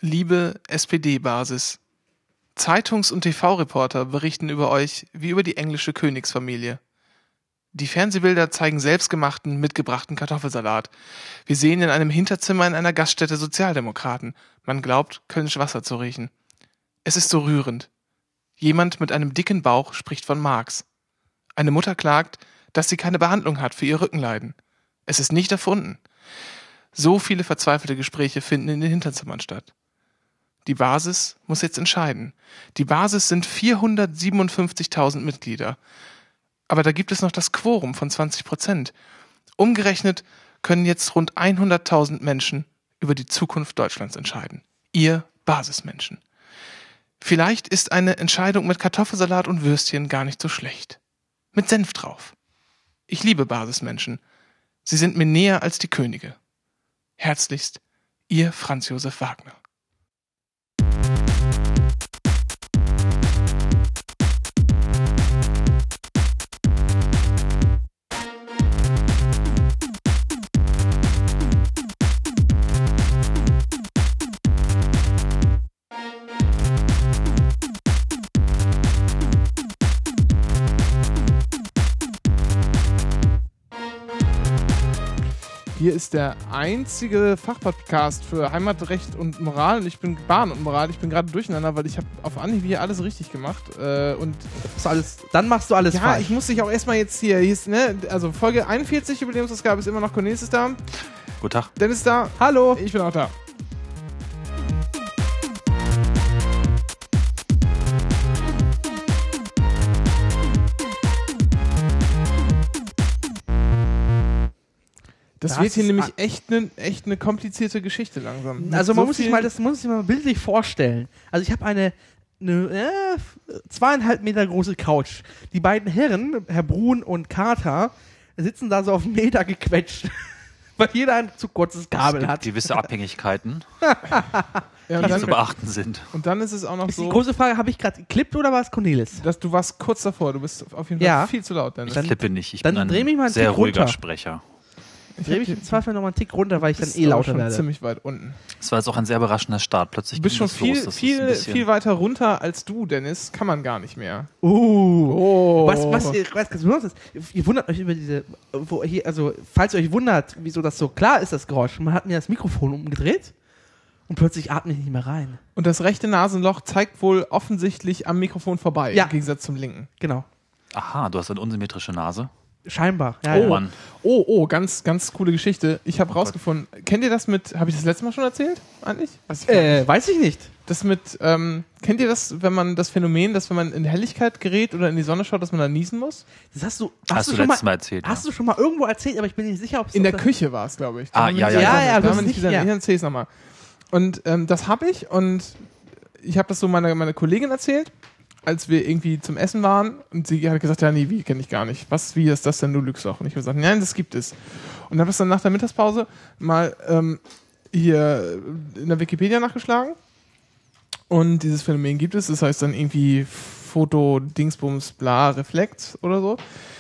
Liebe SPD-Basis, Zeitungs- und TV-Reporter berichten über euch wie über die englische Königsfamilie. Die Fernsehbilder zeigen selbstgemachten, mitgebrachten Kartoffelsalat. Wir sehen in einem Hinterzimmer in einer Gaststätte Sozialdemokraten. Man glaubt, Kölnisch Wasser zu riechen. Es ist so rührend. Jemand mit einem dicken Bauch spricht von Marx. Eine Mutter klagt, dass sie keine Behandlung hat für ihr Rückenleiden. Es ist nicht erfunden. So viele verzweifelte Gespräche finden in den Hinterzimmern statt. Die Basis muss jetzt entscheiden. Die Basis sind 457.000 Mitglieder. Aber da gibt es noch das Quorum von 20%. Umgerechnet können jetzt rund 100.000 Menschen über die Zukunft Deutschlands entscheiden. Ihr Basismenschen. Vielleicht ist eine Entscheidung mit Kartoffelsalat und Würstchen gar nicht so schlecht. Mit Senf drauf. Ich liebe Basismenschen. Sie sind mir näher als die Könige. Herzlichst, Ihr Franz Josef Wagner. Hier ist der einzige Fachpodcast für Heimatrecht und Moral und ich bin Bahn und Moral. Ich bin gerade durcheinander, weil ich habe auf Anhieb hier alles richtig gemacht. Dann machst du alles falsch. Ja, ich muss dich auch erstmal jetzt hier ist, ne, also Folge 41 Jubiläumsausgabe ist immer noch Cornelis ist da. Guten Tag. Dennis ist da. Hallo. Ich bin auch da. Das wird hier nämlich echt eine komplizierte Geschichte langsam. Also man muss sich mal bildlich vorstellen. Also ich habe eine 2,5 Meter große Couch. Die beiden Herren, Herr Brun und Carter, sitzen da so auf einen Meter gequetscht. Weil jeder ein zu kurzes Kabel hat. Gewisse Abhängigkeiten, Ja, die zu beachten sind. Und dann ist es auch noch Ist so. die große Frage, habe ich gerade geklippt oder war es Cornelis? Dass du warst kurz davor, du bist auf jeden Fall viel zu laut, Dennis. Ich klippe nicht, ich dann bin dreh mich mal ein einen sehr Tick ruhiger runter. Sprecher. Dreh mich im Zweifel nochmal einen Tick runter, weil ich dann Bist lauter schon werde. ziemlich weit unten. Das war jetzt auch ein sehr überraschender Start. Plötzlich Du bist schon ging das los. Das ist ein bisschen- viel weiter runter als du, Dennis. Kann man gar nicht mehr. Was ihr ganz besonders ist, ihr wundert euch über diese, falls ihr euch wundert, wieso das so klar ist, das Geräusch, man hat mir das Mikrofon umgedreht und plötzlich atme ich nicht mehr rein. Und das rechte Nasenloch zeigt wohl offensichtlich am Mikrofon vorbei, Ja. im Gegensatz zum linken. Genau. Aha, du hast eine unsymmetrische Nase. Scheinbar. Ja, Oh ja. Mann. Ganz, ganz coole Geschichte. Ich habe rausgefunden, kennt ihr das mit, habe ich das letzte Mal schon erzählt eigentlich? Weiß ich gar nicht. Weiß ich nicht. Das mit, kennt ihr das, wenn man das Phänomen, dass wenn man in Helligkeit gerät oder in die Sonne schaut, dass man da niesen muss? Das hast du Hast du letztes Mal erzählt. Hast du schon mal irgendwo erzählt, aber ich bin nicht sicher, ob es In der Küche war es, glaube ich. Da Ah, haben wir ja, nicht ja, gesagt, ja, da das haben wir ist nicht gesagt, nicht- ich erzähle es nochmal. Und das habe ich und ich habe das so meiner Kollegin erzählt, als wir irgendwie zum Essen waren und sie hat gesagt, ja, nee, wie, kenne ich gar nicht. Wie ist das denn, du lügst doch? Und ich habe gesagt, nein, das gibt es. Und habe das dann nach der Mittagspause mal hier in der Wikipedia nachgeschlagen und dieses Phänomen gibt es, das heißt dann irgendwie Foto, Dingsbums, bla, Reflekt oder so.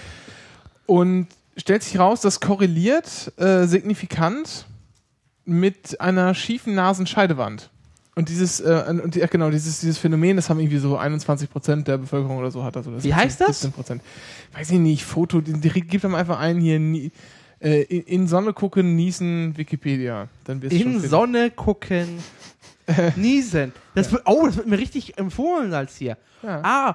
Und stellt sich raus, das korreliert signifikant mit einer schiefen Nasenscheidewand. Und dieses Phänomen, das haben irgendwie so 21% der Bevölkerung oder so hat das. Oder Wie heißt das? 17%. Weiß ich nicht, Foto, gibt dann einfach ein hier, in Sonne gucken, niesen, Wikipedia. Dann wirst du schon in finden. Sonne gucken, niesen. Das wird mir richtig empfohlen als hier. Ja.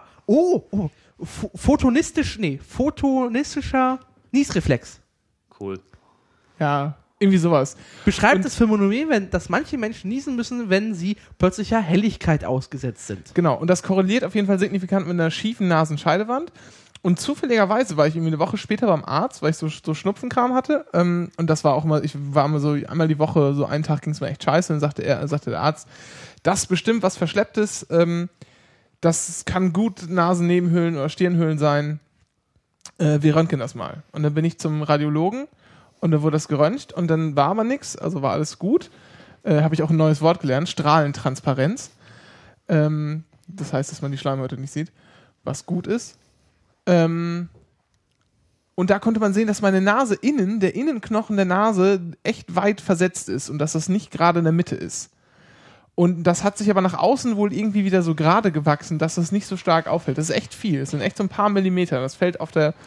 Fotonistischer Niesreflex. Cool. Ja, irgendwie sowas. Beschreibt Und- das Phänomen, dass manche Menschen niesen müssen, wenn sie plötzlicher Helligkeit ausgesetzt sind. Genau, und das korreliert auf jeden Fall signifikant mit einer schiefen Nasenscheidewand. Und zufälligerweise war ich irgendwie eine Woche später beim Arzt, weil ich so Schnupfenkram hatte. Und das war auch immer, ich war immer so einmal die Woche, so einen Tag ging es mir echt scheiße. Und sagte der Arzt, das ist bestimmt was Verschlepptes. Das kann gut Nasennebenhöhlen oder Stirnhöhlen sein. Wir röntgen das mal. Und dann bin ich zum Radiologen und dann wurde das geröntgt und dann war aber nichts, also war alles gut. Habe ich auch ein neues Wort gelernt, Strahlentransparenz. Das heißt, dass man die Schleimhäute nicht sieht, was gut ist. Und da konnte man sehen, dass meine Nase innen, der Innenknochen der Nase echt weit versetzt ist und dass das nicht gerade in der Mitte ist. Und das hat sich aber nach außen wohl irgendwie wieder so gerade gewachsen, dass es nicht so stark auffällt. Das ist echt viel. Es sind echt so ein paar Millimeter. Das fällt auf der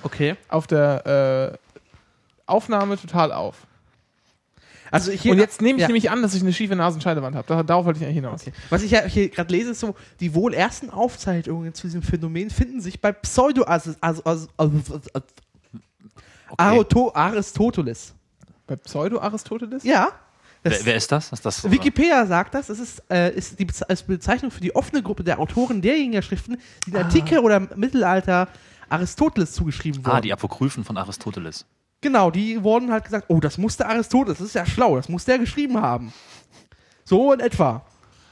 Aufnahme total auf. Also Und jetzt nehme ich nämlich an, dass ich eine schiefe Nasenscheidewand habe. Darauf wollte ich eigentlich hinaus. Okay. Was ich ja hier gerade lese, ist so, die wohl ersten Aufzeichnungen zu diesem Phänomen finden sich bei Aristoteles. Bei Pseudo-Aristoteles? Ja. Wer ist das? Ist das Wikipedia sagt das. Es ist die Bezeichnung für die offene Gruppe der Autoren derjenigen Schriften, die in der Antike oder im Mittelalter Aristoteles zugeschrieben wurden. die Apokryphen von Aristoteles. Genau, die wurden halt gesagt, oh, das muss der Aristoteles, das ist ja schlau, das muss der geschrieben haben. So in etwa.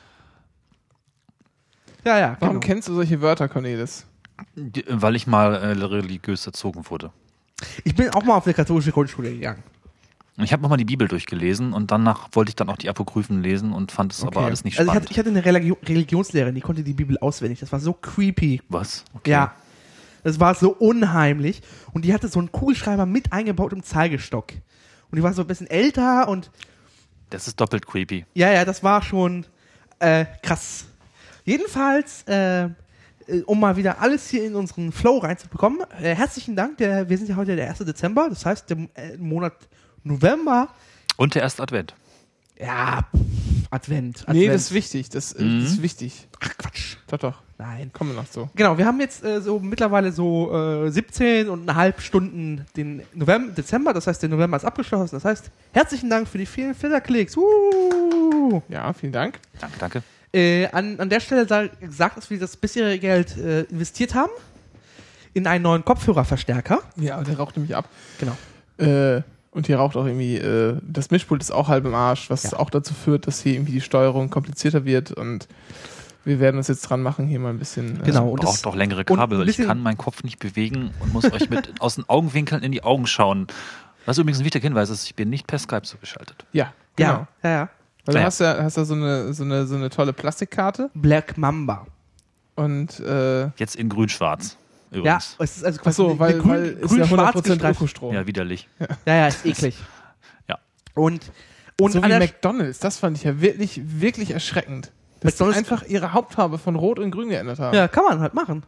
Ja, Warum kennst du solche Wörter, Cornelis? Weil ich mal religiös erzogen wurde. Ich bin auch mal auf eine katholische Grundschule gegangen. Ich habe nochmal die Bibel durchgelesen und danach wollte ich dann auch die Apokryphen lesen und fand es aber alles nicht Also spannend. ich hatte eine Religionslehrerin, die konnte die Bibel auswendig. Das war so creepy. Was? Okay. Ja. Das war so unheimlich. Und die hatte so einen Kugelschreiber mit eingebautem Zeigestock. Und die war so ein bisschen älter und Das ist doppelt creepy. ja, das war schon krass. Jedenfalls, um mal wieder alles hier in unseren Flow reinzubekommen, herzlichen Dank. Wir sind ja heute der 1. Dezember, das heißt, der Monat November. Und der erste Advent. Ja, Advent. Nee, das ist wichtig. Das ist wichtig. Ach, Quatsch. Doch. Nein. Kommen wir noch so. Genau, wir haben jetzt so mittlerweile so 17,5 Stunden den Dezember, das heißt, der November ist abgeschlossen. Das heißt, herzlichen Dank für die vielen Filterklicks. Ja, vielen Dank. Danke. An der Stelle sagt, dass wir das bisherige Geld investiert haben in einen neuen Kopfhörerverstärker. Ja, der raucht nämlich ab. Genau. Und hier raucht auch irgendwie, das Mischpult ist auch halb im Arsch, was auch dazu führt, dass hier irgendwie die Steuerung komplizierter wird und wir werden uns jetzt dran machen, hier mal ein bisschen... Genau. Und braucht doch längere Kabel, weil ich kann meinen Kopf nicht bewegen und muss euch mit aus den Augenwinkeln in die Augen schauen. Was übrigens ein wichtiger Hinweis ist, ich bin nicht per Skype zugeschaltet. Ja, genau. Ja. Weil du hast ja so eine tolle Plastikkarte Black Mamba. und Jetzt in grün-schwarz. Ja, Übrigens. es ist also quasi achso, weil ist ja 100% Ökostrom. Ja, widerlich. Ja, ist eklig. Ja. Und so an wie der McDonald's, das fand ich ja wirklich, wirklich erschreckend. Dass die McDonald's einfach ihre Hauptfarbe von Rot und Grün geändert haben. Ja, kann man halt machen.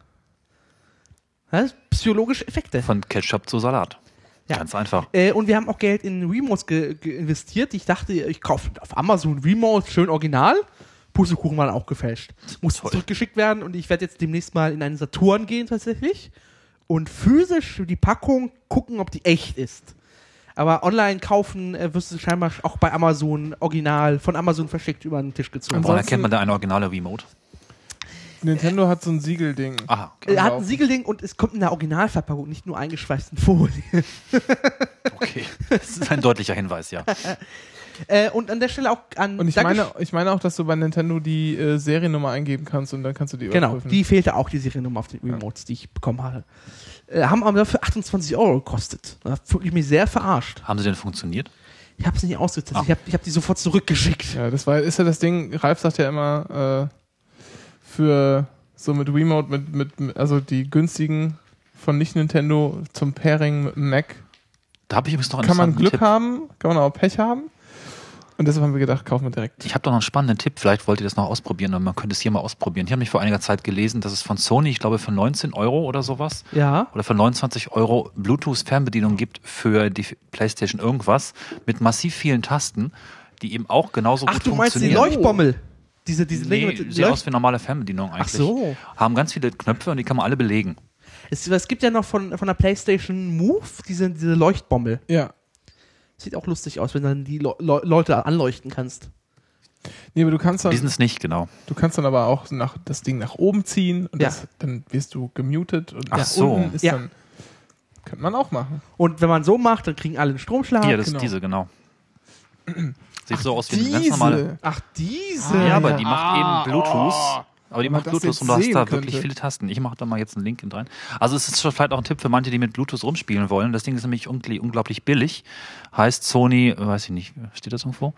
Das ist psychologische Effekte. Von Ketchup zu Salat. Ja. Ganz einfach. Und wir haben auch Geld in Remotes investiert. Ich dachte, ich kaufe auf Amazon Remote, schön original. Pustekuchen waren auch gefälscht. Musste zurückgeschickt werden und ich werde jetzt demnächst mal in einen Saturn gehen tatsächlich und physisch die Packung gucken, ob die echt ist. Aber online kaufen wirst du scheinbar auch bei Amazon original, von Amazon verschickt über den Tisch gezogen. Woran erkennt man da eine originale Remote? Nintendo hat so ein Siegelding. Aha, okay. Er hat ein Siegelding und es kommt in der Originalverpackung, nicht nur eingeschweißt in Folie. Okay. Das ist ein deutlicher Hinweis, ja. Und an der Stelle auch an... Und ich meine auch, dass du bei Nintendo die Seriennummer eingeben kannst und dann kannst du die Genau, überprüfen. die fehlte auch, die Seriennummer auf den Remotes, die ich bekommen habe. Haben aber dafür 28 € gekostet. Da fühle ich mich sehr verarscht. Haben sie denn funktioniert? Ich habe es nicht ausgetestet. Ich hab die sofort zurückgeschickt. Ja, ist ja das Ding, Ralf sagt ja immer, für so mit Remote, also die günstigen von nicht Nintendo zum Pairing mit dem Mac, Da habe ich übrigens noch einen kann man interessanten Glück Tipp. haben, kann man auch Pech haben. Und deshalb haben wir gedacht, kaufen wir direkt. Ich habe doch noch einen spannenden Tipp, vielleicht wollt ihr das noch ausprobieren und man könnte es hier mal ausprobieren. Ich habe mich vor einiger Zeit gelesen, dass es von Sony, ich glaube für 19 € oder sowas, Ja. oder für 29 € Bluetooth-Fernbedienung gibt für die PlayStation irgendwas mit massiv vielen Tasten, die eben auch genauso Ach, gut du meinst die funktionieren. Leuchtbommel? Diese Dinge Nee, mit sieht aus wie normale Fernbedienung eigentlich. Ach so. Haben ganz viele Knöpfe und die kann man alle belegen. Es gibt ja noch von der PlayStation Move diese Leuchtbommel. Ja. Sieht auch lustig aus, wenn dann die Leute anleuchten kannst. Nee, aber du kannst Die sind es nicht, genau. dann aber auch das Ding nach oben ziehen und Ja. dann wirst du gemutet und Ach nach so. unten ist Ja. dann, könnte man auch machen. Und wenn man so macht, dann kriegen alle einen Stromschlag. Hier, das genau. ist diese, genau. Sieht so aus wie eine ganz normale. Ach, diese. Ja, aber die macht eben Bluetooth. Aber die Wenn man macht das Bluetooth jetzt und du hast sehen da wirklich könnte. viele Tasten. Ich mache da mal jetzt einen Link rein. Also es ist schon vielleicht auch ein Tipp für manche, die mit Bluetooth rumspielen wollen. Das Ding ist nämlich unglaublich billig. Heißt Sony, weiß ich nicht, steht das irgendwo?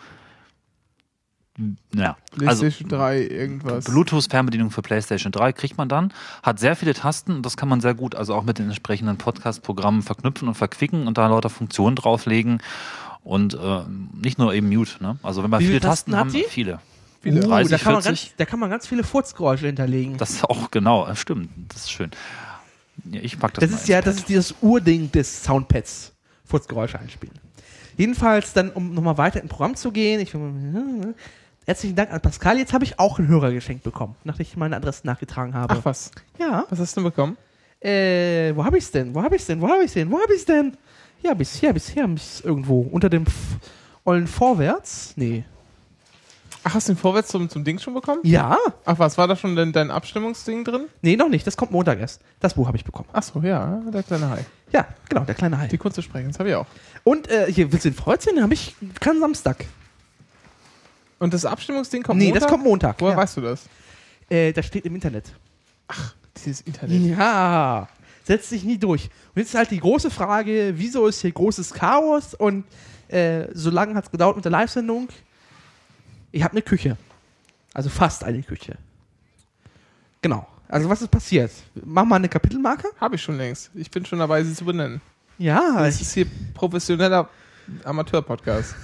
Ja, also PlayStation 3, irgendwas. Bluetooth-Fernbedienung für PlayStation 3 kriegt man dann. Hat sehr viele Tasten und das kann man sehr gut, also auch mit den entsprechenden Podcast-Programmen verknüpfen und verquicken und da lauter Funktionen drauflegen. Und nicht nur eben Mute, ne? Also wenn man Wie viele viele Tasten Tasten hat haben, die? viele. viele. 30, da kann man 40. da kann man ganz viele Furzgeräusche hinterlegen. Das ist auch, genau, stimmt. Das ist schön. Ja, ich mag das. Das ist dieses Urding des Soundpads. Furzgeräusche einspielen. Jedenfalls dann, um nochmal weiter im Programm zu gehen, herzlichen Dank an Pascal. Jetzt habe ich auch ein Hörergeschenk bekommen, nachdem ich meine Adresse nachgetragen habe. Ach was. Ja. Was hast du denn bekommen? Wo habe ich's denn? Ja, bisher irgendwo. Unter dem ollen Vorwärts? Nee. Ach, hast du den Vorwärts zum Ding schon bekommen? Ja? Ach was, war da schon dein Abstimmungsding drin? Nee, noch nicht. Das kommt Montag erst. Das Buch habe ich bekommen. Ach so, ja, der kleine Hai. Ja, genau, der kleine Hai. Die Kunst zu sprechen, das habe ich auch. Und hier, willst du den Vorwärts sehen? Kann Samstag. Und das Abstimmungsding kommt Montag? Nee, das kommt Montag. Woher Ja. weißt du das? Das steht im Internet. Dieses Internet. Ja, setzt sich nie durch. Und jetzt ist halt die große Frage, wieso ist hier großes Chaos und so lange hat es gedauert mit der Live-Sendung. Ich habe eine Küche. Also fast eine Küche. Genau. Also was ist passiert? Mach mal eine Kapitelmarke. Habe ich schon längst. Ich bin schon dabei, sie zu benennen. Ja. Das ist hier professioneller Amateur-Podcast.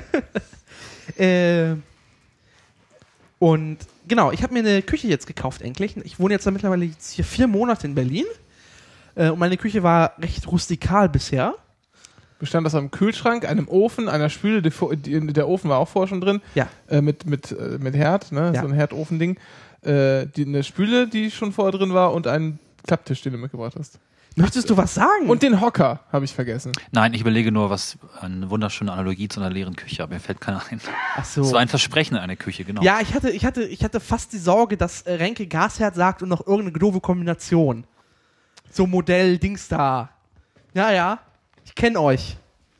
Und genau, ich habe mir eine Küche jetzt gekauft endlich. Ich wohne jetzt mittlerweile hier 4 Monate in Berlin. Und meine Küche war recht rustikal bisher. Bestand aus einem Kühlschrank, einem Ofen, einer Spüle. Der Ofen war auch vorher schon drin. Ja. Mit Herd, ne? Ja. So ein Herdofending. Eine Spüle, die schon vorher drin war und einen Klapptisch, den du mitgebracht hast. Möchtest du was sagen? Und den Hocker habe ich vergessen. Nein, ich überlege nur, was eine wunderschöne Analogie zu einer leeren Küche, aber mir fällt keiner ein. Ach so. Das war ein Versprechen einer Küche, genau. Ja, ich hatte fast die Sorge, dass Renke Gasherd sagt und noch irgendeine doofe Kombination. So Modell, Dings da. Ja, ich kenne euch.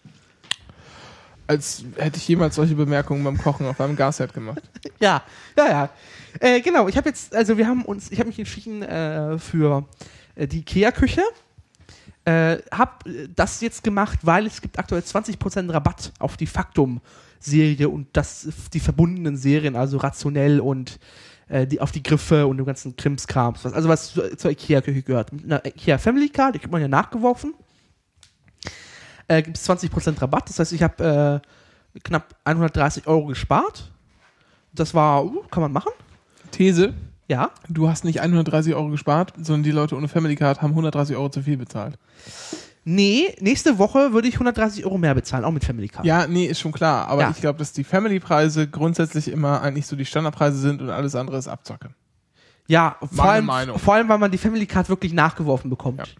Als hätte ich jemals solche Bemerkungen beim Kochen auf einem Gasherd gemacht. Ja. Genau, ich habe mich entschieden für die Ikea-Küche. Hab das jetzt gemacht, weil es gibt aktuell 20% Rabatt auf die Factum-Serie und die verbundenen Serien, also Rationell und auf die Griffe und dem ganzen Krimskrams, was zur Ikea-Küche gehört. Mit einer Ikea Family Card, die kriegt man ja nachgeworfen. Gibt es 20% Rabatt, das heißt, ich habe knapp 130 € gespart. Das war, kann man machen. These, Ja. du hast nicht 130 € gespart, sondern die Leute ohne Family Card haben 130 € zu viel bezahlt. Nee, nächste Woche würde ich 130 € mehr bezahlen, auch mit Family Card. Ja, nee, ist schon klar. Aber Ja. ich glaube, dass die Family-Preise grundsätzlich immer eigentlich so die Standardpreise sind und alles andere ist Abzocke. Ja, vor allem, Meinung. weil man die Family Card wirklich nachgeworfen bekommt.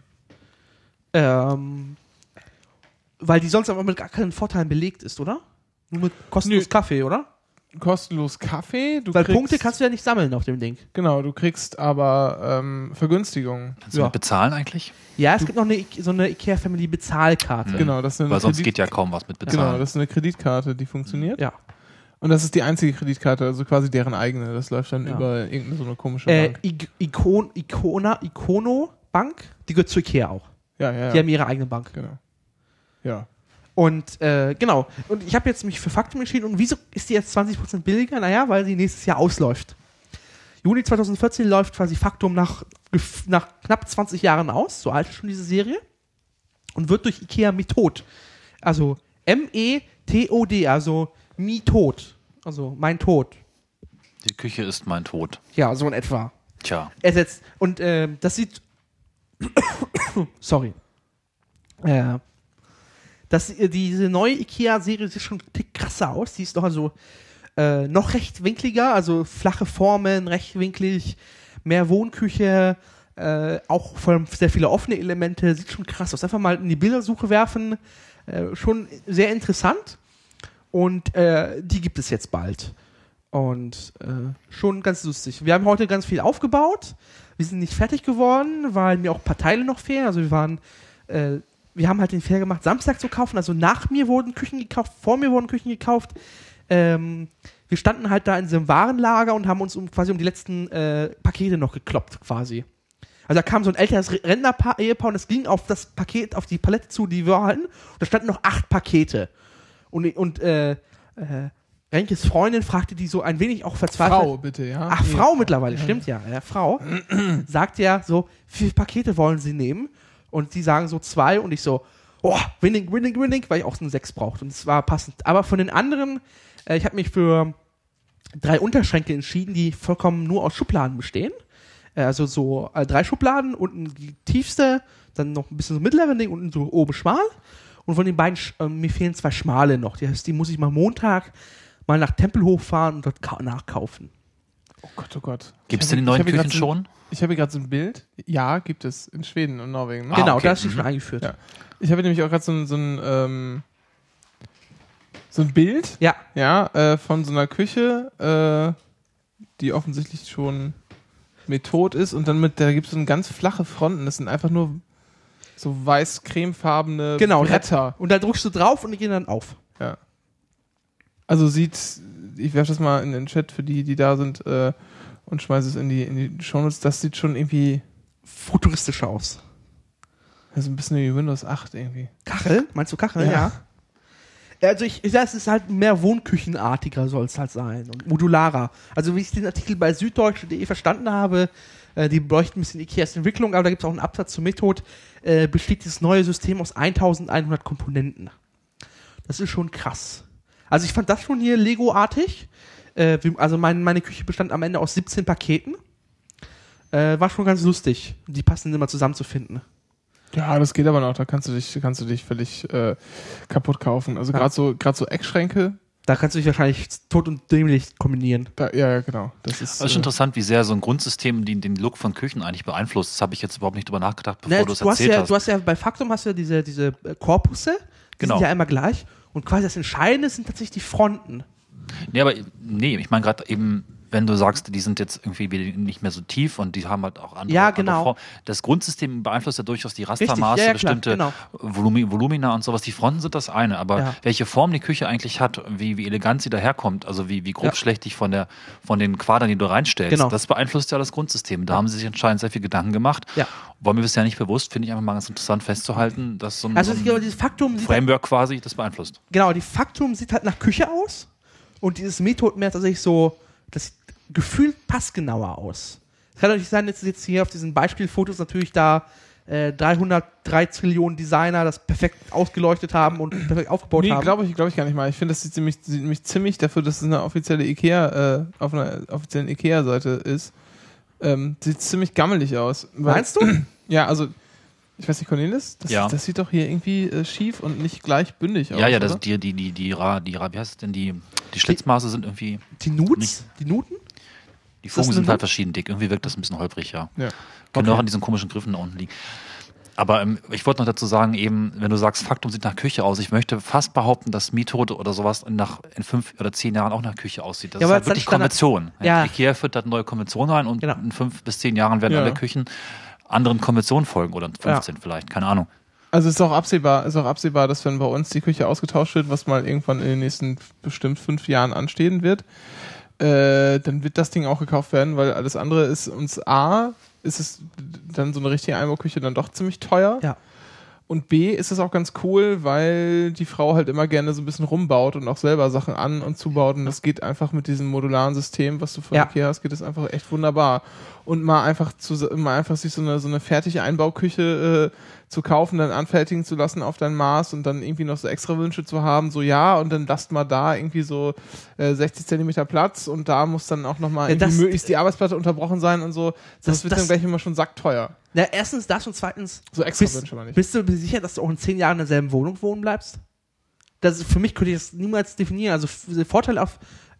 Weil die sonst aber mit gar keinen Vorteilen belegt ist, oder? Nur mit kostenlos Nö. Kaffee, oder? Kostenlos Kaffee. Weil Punkte kannst du ja nicht sammeln auf dem Ding. Genau, du kriegst aber Vergünstigungen. Kannst du mit bezahlen eigentlich? Ja, es gibt noch so eine Ikea Family Bezahlkarte. Genau, das ist eine Weil sonst geht ja kaum was mit bezahlen. Genau, das ist eine Kreditkarte, die funktioniert. Ja. Und das ist die einzige Kreditkarte, also quasi deren eigene. Das läuft dann über irgendeine so eine komische Bank. Icono Bank, die gehört zu Ikea auch. Ja. Die haben ihre eigene Bank. Genau. Ja. Und genau. Und ich habe jetzt mich für Factum entschieden. Und wieso ist die jetzt 20% billiger? Naja, weil sie nächstes Jahr ausläuft. Juni 2014 läuft quasi Factum nach knapp 20 Jahren aus. So alt ist schon diese Serie. Und wird durch Ikea Method. Also M-E-T-O-D. Also Mi-Tod. Also mein Tod. Die Küche ist mein Tod. Ja, so in etwa. Tja. Ersetzt. Und das sieht. Sorry. Diese neue Ikea-Serie sieht schon ein Tick krasser aus. Die ist doch also noch rechtwinkliger, also flache Formen, rechtwinklig, mehr Wohnküche, auch vor allem sehr viele offene Elemente. Sieht schon krass aus. Einfach mal in die Bildersuche werfen. Schon sehr interessant. Und die gibt es jetzt bald. Und schon ganz lustig. Wir haben heute ganz viel aufgebaut. Wir sind nicht fertig geworden, weil mir auch ein paar Teile noch fehlen. Also wir haben halt den Fehler gemacht, Samstag zu kaufen. Also nach mir wurden Küchen gekauft, vor mir wurden Küchen gekauft. Wir standen halt da in so einem Warenlager und haben uns quasi um die letzten Pakete noch gekloppt quasi. Also da kam so ein älteres Rentner-Ehepaar und es ging auf das Paket, auf die Palette zu, die wir hatten. Und da standen noch 8 Pakete. Und Renkes Freundin fragte die so ein wenig auch verzweifelt. Frau, bitte, ja. Ach, Frau mittlerweile, stimmt ja. Frau sagt ja so, wie viele Pakete wollen sie nehmen? Und die sagen so 2 und ich so, oh, winning, weil ich auch so eine 6 brauchte. Und es war passend. Aber von den anderen, ich habe mich für 3 Unterschränke entschieden, die vollkommen nur aus Schubladen bestehen. Also so 3 Schubladen, unten die tiefste, dann noch ein bisschen so mittlere Ding, unten so oben schmal. Und von den beiden, mir fehlen 2 schmale noch. Das heißt, die muss ich mal Montag mal nach Tempelhof fahren und dort nachkaufen. Oh Gott, oh Gott. Gibt es denn die neuen Küchen schon? Ich habe hier gerade so ein Bild. Ja, gibt es. In Schweden und Norwegen. Ne? Genau, okay. da ist die schon eingeführt. Ja. Ich habe nämlich auch gerade so ein Bild von so einer Küche, die offensichtlich schon Methode ist und dann da gibt es so ganz flache Fronten. Das sind einfach nur so weiß-cremefarbene Bretter. Und da drückst du drauf und die gehen dann auf. Ja. Also ich werfe das mal in den Chat für die da sind und schmeiße es in die Shownotes. Das sieht schon irgendwie futuristisch aus. Das ist ein bisschen wie Windows 8 irgendwie. Kachel? Meinst du Kachel? Ja. Also ich sage, es ist halt mehr wohnküchenartiger soll es halt sein und modularer. Also wie ich den Artikel bei süddeutsche.de verstanden habe, die beleuchten ein bisschen Ikeas Entwicklung, aber da gibt es auch einen Absatz zur Methode, besteht dieses neue System aus 1100 Komponenten. Das ist schon krass. Also ich fand das schon hier Lego-artig. Also meine Küche bestand am Ende aus 17 Paketen. War schon ganz lustig, die passenden immer zusammenzufinden. Ja, das geht aber noch. Da kannst du dich völlig kaputt kaufen. Also gerade so Eckschränke. Da kannst du dich wahrscheinlich tot und dämlich kombinieren. Ja, genau. Das ist interessant, wie sehr so ein Grundsystem den Look von Küchen eigentlich beeinflusst. Das habe ich jetzt überhaupt nicht drüber nachgedacht, bevor du es erzählt hast. Du hast ja bei Faktum diese Korpusse, die sind ja einmal gleich. Und quasi das Entscheidende sind tatsächlich die Fronten. Nee, ich meine gerade eben, wenn du sagst, die sind jetzt irgendwie nicht mehr so tief und die haben halt auch andere, ja, genau. andere Formen. Das Grundsystem beeinflusst ja durchaus die Rastermaße, bestimmte Volumina und sowas. Die Fronten sind das eine, aber welche Form die Küche eigentlich hat, wie elegant sie daherkommt, also wie grobschlächtig von den Quadern, die du reinstellst, das beeinflusst ja das Grundsystem. Da haben sie sich anscheinend sehr viel Gedanken gemacht. Ja. War mir bisher nicht bewusst, finde ich einfach mal ganz interessant festzuhalten, dass so ein dieses Faktum Framework quasi das beeinflusst. Genau, die Faktum sieht halt nach Küche aus und dieses Method mehr tatsächlich so, das gefühlt passgenauer aus. Es kann natürlich sein, dass jetzt hier auf diesen Beispielfotos natürlich da 303 Trillionen Designer das perfekt ausgeleuchtet haben und perfekt aufgebaut haben. Glaube ich gar nicht mal. Ich finde, das sieht nämlich ziemlich dafür, dass es eine offizielle Ikea, auf einer offiziellen Ikea-Seite ist, sieht ziemlich gammelig aus. Meinst du? Ja, also ich weiß nicht, Cornelis, das sieht doch hier irgendwie schief und nicht gleich bündig aus. Ja, das sind wie heißt es denn, die Schlitzmaße sind irgendwie... Die Nuten? Die Fugen sind halt verschieden dick. Irgendwie wirkt das ein bisschen holprig, ja. Können auch an diesen komischen Griffen da unten liegen. Aber ich wollte noch dazu sagen, eben, wenn du sagst, Faktum sieht nach Küche aus, ich möchte fast behaupten, dass Methode oder sowas in 5 oder 10 Jahren auch nach Küche aussieht. Das ist halt wirklich Konvention. Ikea führt da eine neue Konvention rein und in 5 bis 10 Jahren werden alle Küchen anderen Konventionen folgen oder 15 vielleicht, keine Ahnung. Also ist auch absehbar, dass wenn bei uns die Küche ausgetauscht wird, was mal irgendwann in den nächsten bestimmt 5 Jahren anstehen wird, dann wird das Ding auch gekauft werden, weil alles andere ist es dann so eine richtige Einbauküche dann doch ziemlich teuer. Ja. Und B, ist es auch ganz cool, weil die Frau halt immer gerne so ein bisschen rumbaut und auch selber Sachen an- und zubaut. Und das geht einfach mit diesem modularen System, was du von Ikea hast, geht das einfach echt wunderbar. Und mal einfach sich so eine fertige Einbauküche zu kaufen, dann anfertigen zu lassen auf dein Maß und dann irgendwie noch so extra Wünsche zu haben, so und dann lasst mal da irgendwie so 60 Zentimeter Platz und da muss dann auch nochmal möglichst die Arbeitsplatte unterbrochen sein und so. Das wird dann gleich immer schon sackteuer. Na, erstens das und zweitens, so extra Wünsche mal nicht. Bist du sicher, dass du auch in 10 Jahren in derselben Wohnung wohnen bleibst? Für mich könnte ich das niemals definieren. Also der Vorteil auf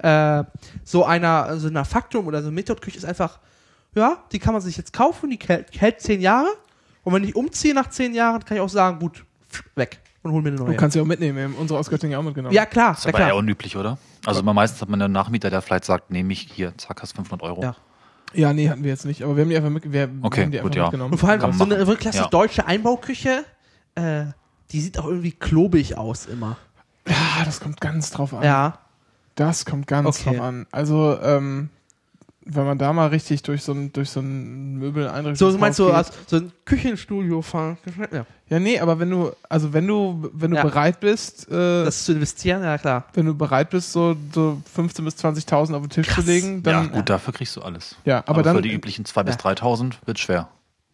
so einer Faktum oder so einer Methodküche ist einfach, die kann man sich jetzt kaufen, die hält 10 Jahre. Und wenn ich umziehe nach 10 Jahren, kann ich auch sagen, gut, weg und hol mir eine neue. Du kannst sie auch mitnehmen, unsere aus Göttingen auch mitgenommen. Ja, klar. Das ist aber eher unüblich, oder? Also meistens hat man einen Nachmieter, der vielleicht sagt, nehme ich hier, zack, hast 500 Euro. Ja, nee, hatten wir jetzt nicht, aber wir haben die einfach mitgenommen. Und vor allem so eine wirklich klassisch deutsche Einbauküche, die sieht auch irgendwie klobig aus immer. Ja, das kommt ganz drauf an. Ja. Das kommt ganz drauf an. Also, wenn man da mal richtig durch so ein Möbel einrichtet. So meinst du, so ein Küchenstudio fahren? Ja, nee, aber wenn du bereit bist, das zu investieren, ja klar. Wenn du bereit bist, so 15.000 bis 20.000 auf den Tisch zu legen, dann. Ja, gut, dafür kriegst du alles. Ja, aber dann. Für die üblichen 2.000 bis 3.000 wird schwer.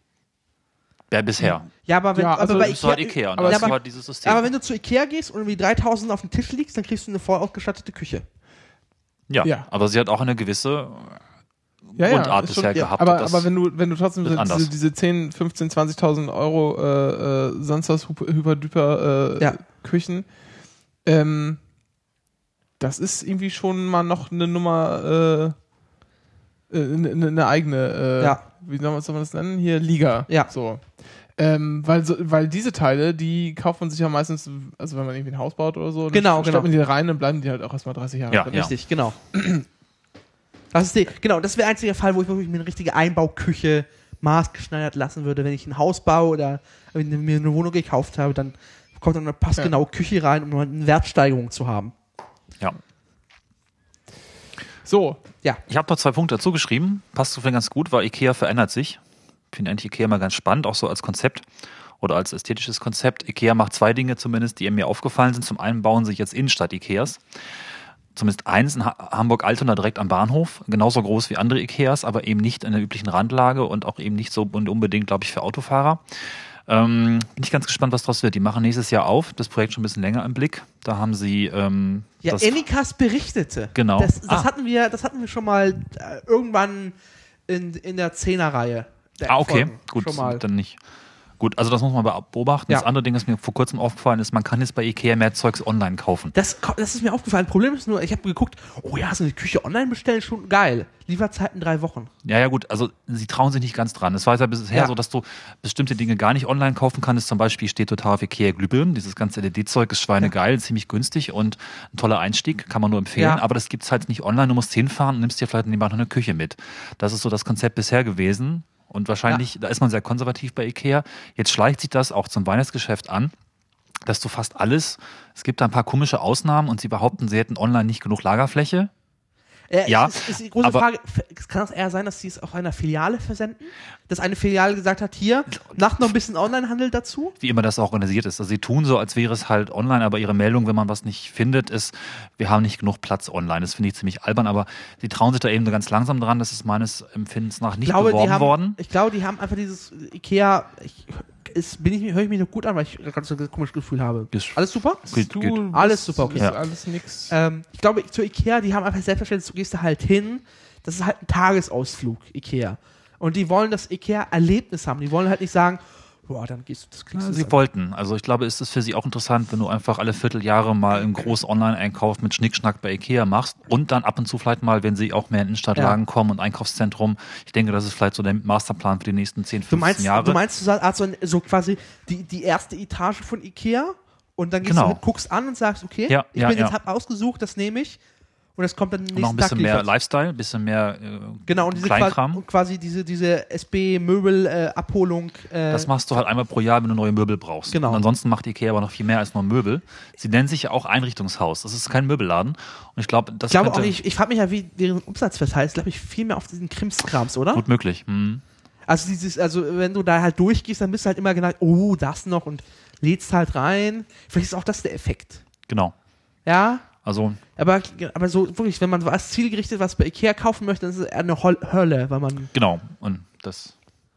Bisher. Ja, aber wenn bei Ikea, halt Ikea, aber, halt dieses System. Aber wenn du zu Ikea gehst und irgendwie 3.000 auf den Tisch liegst, dann kriegst du eine voll ausgestattete Küche. Ja, aber sie hat auch eine gewisse Grundart bisher gehabt. Aber wenn du trotzdem diese 10, 15, 20.000 Euro sonst was hyper-duper Küchen, das ist irgendwie schon mal noch eine Nummer, eine eigene, wie soll man das nennen? Hier, Liga. Ja. So. Weil diese Teile, die kauft man sich ja meistens, also wenn man irgendwie ein Haus baut oder so, dann stellt man die rein und bleiben die halt auch erstmal 30 Jahre. Ja, richtig, genau. Das wäre der einzige Fall, wo ich wirklich mir eine richtige Einbauküche maßgeschneidert lassen würde. Wenn ich ein Haus baue oder wenn ich mir eine Wohnung gekauft habe, dann kommt dann eine passgenaue Küche rein, um eine Wertsteigerung zu haben. Ja. So. Ja. Ich habe noch 2 Punkte dazu geschrieben. Passt so viel ganz gut, weil IKEA verändert sich. Ich finde eigentlich IKEA mal ganz spannend, auch so als Konzept oder als ästhetisches Konzept. IKEA macht 2 Dinge zumindest, die mir aufgefallen sind. Zum einen bauen sie jetzt Innenstadt-IKEAs. Zumindest eins in Hamburg-Altona direkt am Bahnhof. Genauso groß wie andere IKEAs, aber eben nicht in der üblichen Randlage und auch eben nicht so unbedingt, glaube ich, für Autofahrer. Bin ich ganz gespannt, was draus wird. Die machen nächstes Jahr auf. Das Projekt schon ein bisschen länger im Blick. Da haben sie Anycast berichtete. Genau. Das hatten wir schon mal irgendwann in der 10er-Reihe. Okay. Folgen. Gut, schon mal. dann nicht. Gut, also das muss man beobachten. Ja. Das andere Ding, das mir vor kurzem aufgefallen ist, man kann jetzt bei IKEA mehr Zeugs online kaufen. Das ist mir aufgefallen. Problem ist nur, ich habe geguckt, so eine Küche online bestellen, schon geil. Lieferzeiten 3 Wochen. Ja, gut, also sie trauen sich nicht ganz dran. Es war ja bisher so, dass du bestimmte Dinge gar nicht online kaufen kannst. Zum Beispiel steht total auf IKEA Glühbirnen. Dieses ganze LED-Zeug ist schweinegeil, ziemlich günstig und ein toller Einstieg, kann man nur empfehlen. Ja. Aber das gibt's halt nicht online. Du musst hinfahren und nimmst dir vielleicht nebenbei noch eine Küche mit. Das ist so das Konzept bisher gewesen. Und wahrscheinlich, da ist man sehr konservativ bei IKEA. Jetzt schleicht sich das auch zum Weihnachtsgeschäft an, dass du fast alles, es gibt da ein paar komische Ausnahmen und sie behaupten, sie hätten online nicht genug Lagerfläche. Ist die große Frage, kann es eher sein, dass sie es auf einer Filiale versenden? Dass eine Filiale gesagt hat, hier, macht noch ein bisschen Onlinehandel dazu? Wie immer das organisiert ist. Also sie tun so, als wäre es halt online, aber ihre Meldung, wenn man was nicht findet, ist, wir haben nicht genug Platz online. Das finde ich ziemlich albern, aber sie trauen sich da eben ganz langsam dran. Das ist meines Empfindens nach nicht beworben worden. Ich glaube, die haben einfach dieses IKEA, höre ich mich noch gut an, weil ich ganz so ein komisches Gefühl habe. Alles super? Alles super, okay. Alles nix. Ich glaube, zur IKEA, die haben einfach selbstverständlich, du gehst da halt hin, das ist halt ein Tagesausflug, IKEA. Und die wollen das IKEA-Erlebnis haben. Die wollen halt nicht sagen, boah, dann gehst du das kriegst du. Sie wollten. Also ich glaube, ist es für sie auch interessant, wenn du einfach alle Vierteljahre mal einen großen Online-Einkauf mit Schnickschnack bei IKEA machst und dann ab und zu vielleicht mal, wenn sie auch mehr in Innenstadtlagen kommen und Einkaufszentrum. Ich denke, das ist vielleicht so der Masterplan für die nächsten 10, 15 Jahre. Du meinst so quasi die erste Etage von IKEA und dann gehst du guckst an und sagst, okay, hab ausgesucht, das nehme ich. Und das kommt dann nächsten Tag. Noch ein bisschen mehr Lifestyle, ein bisschen mehr und Kleinkram. quasi diese SB-Möbel-Abholung. Das machst du halt einmal pro Jahr, wenn du neue Möbel brauchst. Genau. Und ansonsten macht IKEA aber noch viel mehr als nur Möbel. Sie nennen sich ja auch Einrichtungshaus. Das ist kein Möbelladen. Und ich glaube, ich frage mich ja, wie deren Umsatz verteilt. Glaube ich, viel mehr auf diesen Krimskrams, oder? Gut möglich. Mhm. Also wenn du da halt durchgehst, dann bist du halt immer gedacht, oh, das noch und lädst halt rein. Vielleicht ist auch das der Effekt. Genau. Ja. Also. Aber so wirklich, wenn man was zielgerichtet was bei IKEA kaufen möchte, dann ist es eher eine Hölle, weil man. Genau. Und das.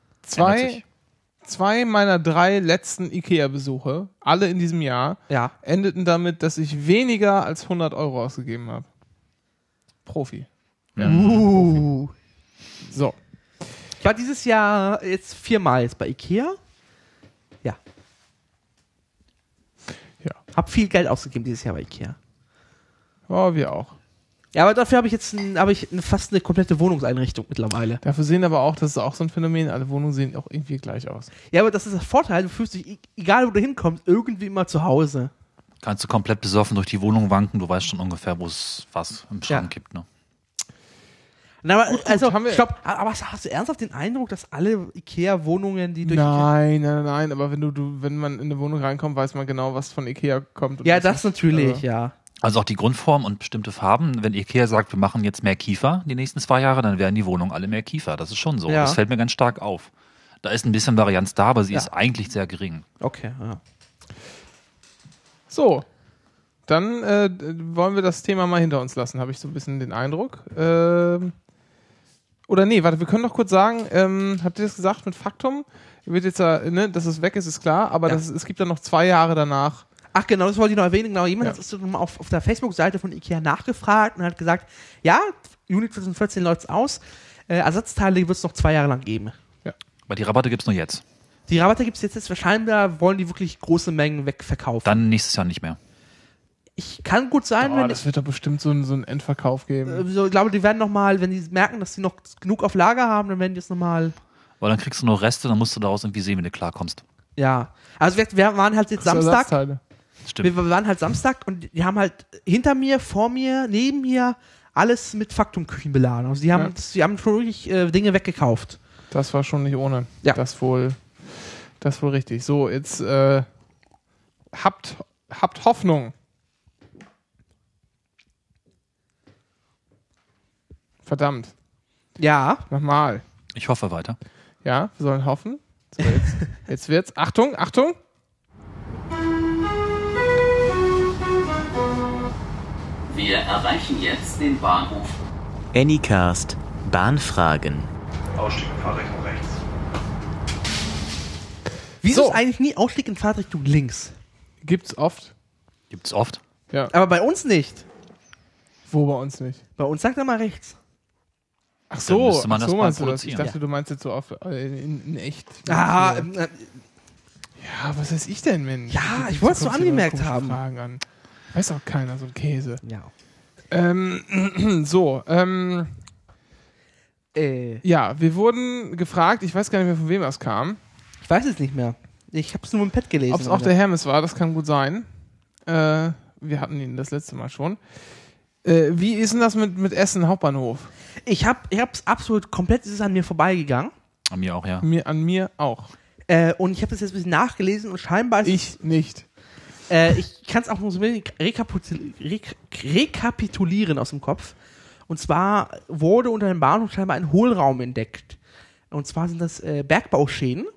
Zwei meiner 3 letzten IKEA-Besuche, alle in diesem Jahr, endeten damit, dass ich weniger als 100 Euro ausgegeben habe. Profi. Ja. So. Ich war dieses Jahr jetzt 4-mal jetzt bei IKEA. Ja. Hab viel Geld ausgegeben dieses Jahr bei IKEA. Oh, wir auch. Ja, aber dafür habe ich fast eine komplette Wohnungseinrichtung mittlerweile. Dafür sehen aber auch, das ist auch so ein Phänomen, alle Wohnungen sehen auch irgendwie gleich aus. Ja, aber das ist der Vorteil, du fühlst dich, egal wo du hinkommst, irgendwie immer zu Hause. Kannst du komplett besoffen durch die Wohnung wanken, du weißt schon ungefähr, wo es was im Schrank gibt, ne? Na, aber, ich glaube, aber hast du ernsthaft den Eindruck, dass alle IKEA-Wohnungen, die durch Nein, aber wenn man in eine Wohnung reinkommt, weiß man genau, was von IKEA kommt. Und ja, das natürlich, ja. Also auch die Grundform und bestimmte Farben. Wenn IKEA sagt, wir machen jetzt mehr Kiefer die nächsten 2 Jahre, dann werden die Wohnungen alle mehr Kiefer. Das ist schon so. Ja. Das fällt mir ganz stark auf. Da ist ein bisschen Varianz da, aber sie ist eigentlich sehr gering. Okay, ja. So, dann wollen wir das Thema mal hinter uns lassen, habe ich so ein bisschen den Eindruck. Oder nee, warte, wir können noch kurz sagen, habt ihr das gesagt mit Faktum? Wird jetzt dass es weg ist, ist klar, aber es gibt dann noch 2 Jahre danach Ach genau, das wollte ich noch erwähnen. Genau, jemand hat es auf der Facebook-Seite von IKEA nachgefragt und hat gesagt, ja, Juni 2014 läuft es aus. Ersatzteile wird es noch 2 Jahre lang geben. Ja. Aber die Rabatte gibt es nur jetzt. Die Rabatte gibt es jetzt wahrscheinlich, wollen die wirklich große Mengen wegverkaufen. Dann nächstes Jahr nicht mehr. Kann gut sein, wenn... Das wird doch bestimmt so einen Endverkauf geben. Ich glaube, die werden nochmal, wenn die merken, dass sie noch genug auf Lager haben, dann werden die es nochmal... Aber dann kriegst du noch Reste, dann musst du daraus irgendwie sehen, wenn du klarkommst. Ja, also wir waren halt jetzt Samstag. Stimmt. Wir waren halt Samstag und die haben halt hinter mir, vor mir, neben mir alles mit Faktumküchen beladen. Also die haben schon wirklich Dinge weggekauft. Das war schon nicht ohne. Ja. Das wohl richtig. So, jetzt habt Hoffnung. Verdammt. Ja. Nochmal. Ich hoffe weiter. Ja, wir sollen hoffen. So, jetzt wird's. Achtung! Wir erreichen jetzt den Bahnhof. Anycast Bahnfragen. Ausstieg in Fahrtrichtung rechts. Wieso ist eigentlich nie Ausstieg in Fahrtrichtung links? Gibt's oft. Ja. Aber bei uns nicht. Wo bei uns nicht? Bei uns sagt er mal rechts. Ach so, müsste man das mal meinst du das? produzieren. Ich dachte, du meinst jetzt so oft in echt. Ah, Ja, was weiß ich denn, Mensch? Ja, ich wollte es so angemerkt haben. Fragen an. Weiß auch keiner, so ein Käse. Ja. Ja, wir wurden gefragt, ich weiß gar nicht mehr, von wem das kam. Ich weiß es nicht mehr. Ich habe es nur im Pad gelesen. Ob es auch der Hermes war, das kann gut sein. Wir hatten ihn das letzte Mal schon. Wie ist denn das mit Essen Hauptbahnhof? Ich hab's absolut komplett, es ist an mir vorbeigegangen. An mir auch, ja. An mir auch. Und ich habe das jetzt ein bisschen nachgelesen und scheinbar ist Ich nicht. ich kann es auch nur so ein bisschen rekapitulieren aus dem Kopf. Und zwar wurde unter dem Bahnhof scheinbar ein Hohlraum entdeckt. Und zwar sind das Bergbauschäden.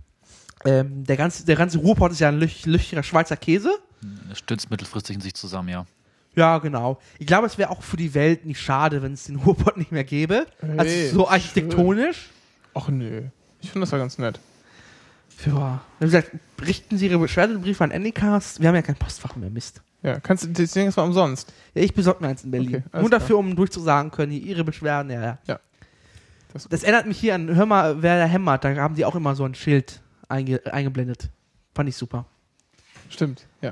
Der ganze Ruhrpott ist ja ein löchriger Schweizer Käse. Das stützt mittelfristig in sich zusammen, ja. Ja, genau. Ich glaube, es wäre auch für die Welt nicht schade, wenn es den Ruhrpott nicht mehr gäbe. Hey, Also so architektonisch. Ach nö. Ich finde das ja ganz nett. Ja. Wie gesagt, richten Sie Ihre Beschwerdebriefe an Anycast. Wir haben ja kein Postfach mehr, Mist. Ja, kannst du das Ding jetzt mal umsonst? Ja, ich besorge mir eins in Berlin. Okay, alles Nur klar. dafür, um durchzusagen können, hier Ihre Beschwerden, ja. Das Das erinnert mich hier an, hör mal, wer da hämmert. Da haben die auch immer so ein Schild eingeblendet. Fand ich super. stimmt, ja.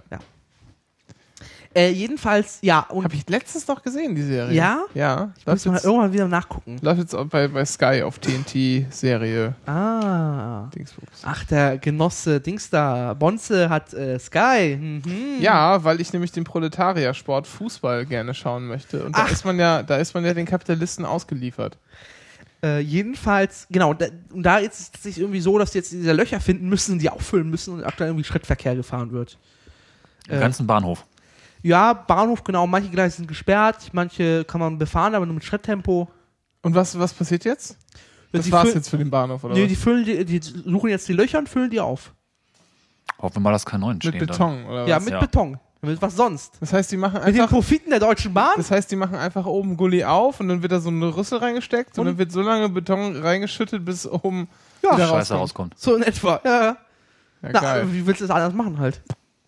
Jedenfalls, ja. Und Habe ich letztens noch gesehen, die Serie. Ja? Ja. ich muss mal irgendwann wieder nachgucken. Läuft jetzt auch bei Sky auf TNT-Serie. Ah. Dingsbums. Ach, der Genosse Dings da, Bonze hat Sky. Mhm. Ja, weil ich nämlich den Proletariersport Fußball gerne schauen möchte. Und da ist man ja den Kapitalisten ausgeliefert. Jedenfalls, genau, und da ist es tatsächlich irgendwie so, dass die jetzt diese Löcher finden müssen, die auffüllen müssen und aktuell irgendwie Schrittverkehr gefahren wird. Im ganzen Bahnhof. Ja, Bahnhof, genau, manche Gleise sind gesperrt, manche kann man befahren, aber nur mit Schritttempo. Und was passiert jetzt? Das war's jetzt für den Bahnhof, oder? Nee, was? die suchen jetzt die Löcher und füllen die auf. Hoffen wir mal, dass kein neuen Mit entstehen. Beton, oder was? Ja, mit Beton. Mit was sonst? Das heißt, die machen Mit den einfach... Profiten der Deutschen Bahn? Das heißt, die machen einfach oben Gully auf und dann wird da so eine Rüssel reingesteckt und dann wird so lange Beton reingeschüttet, bis oben Ja, wieder Scheiße rauskommt. rauskommt. So in etwa. Ja. Ja, Na, geil. wie willst du das anders machen halt?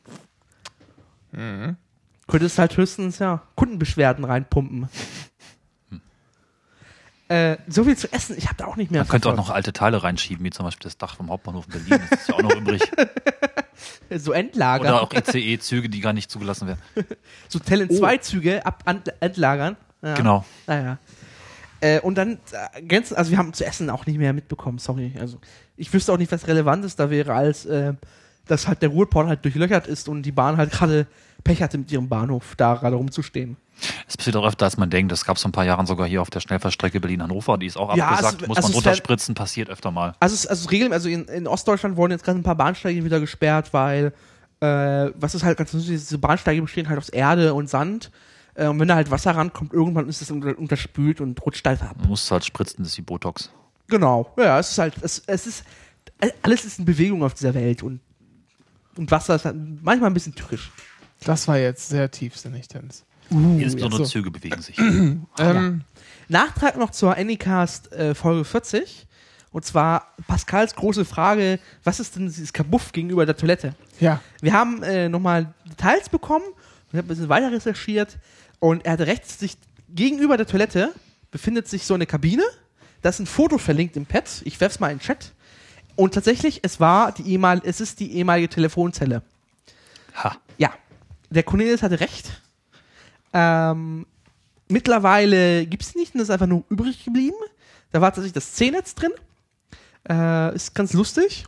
Mhm. Könntest halt höchstens, Kundenbeschwerden reinpumpen. So viel zu essen, ich habe da auch nicht mehr. Man könnte auch noch alte Teile reinschieben, wie zum Beispiel das Dach vom Hauptbahnhof in Berlin. Das ist ja auch noch übrig. So Endlager. Oder auch ICE-Züge, die gar nicht zugelassen werden. So Tellen 2 Züge entlagern. Ja. Genau. Naja. Und dann, also wir haben zu essen auch nicht mehr mitbekommen, sorry. Also ich wüsste auch nicht, was Relevantes da wäre, als dass halt der Ruhrport halt durchlöchert ist und die Bahn halt gerade Pech hatte mit ihrem Bahnhof, da gerade rumzustehen. Es passiert auch öfter, als man denkt. Das gab es vor ein paar Jahren sogar hier auf der Schnellfahrstrecke Berlin-Hannover. Die ist auch Ja, abgesagt. Muss man runterspritzen, passiert öfter mal. Also in Ostdeutschland wurden jetzt gerade ein paar Bahnsteige wieder gesperrt, weil was ist halt ganz lustig, diese Bahnsteige bestehen halt aus Erde und Sand. Und wenn da halt Wasser rankommt, irgendwann ist es unterspült und rutscht steif ab. Man muss halt spritzen, das ist wie Botox. Genau. Ja, es ist halt, alles ist in Bewegung auf dieser Welt und Wasser ist halt manchmal ein bisschen tückisch. Das war jetzt sehr tiefsinnig, Dennis. Insbesondere so. Züge bewegen sich. Nachtrag noch zur Anycast Folge 40. Und zwar Pascals große Frage, was ist denn dieses Kabuff gegenüber der Toilette? Ja. Wir haben nochmal Details bekommen, ich habe ein bisschen weiter recherchiert und er hatte rechts sich gegenüber der Toilette befindet sich so eine Kabine, da ist ein Foto verlinkt im Pad, ich werf's mal in den Chat und tatsächlich, es ist die ehemalige Telefonzelle. Ha. Ja, der Cornelius hatte recht. Mittlerweile gibt es nicht, und das ist einfach nur übrig geblieben. Da war tatsächlich das C-Netz drin. Ist ganz lustig.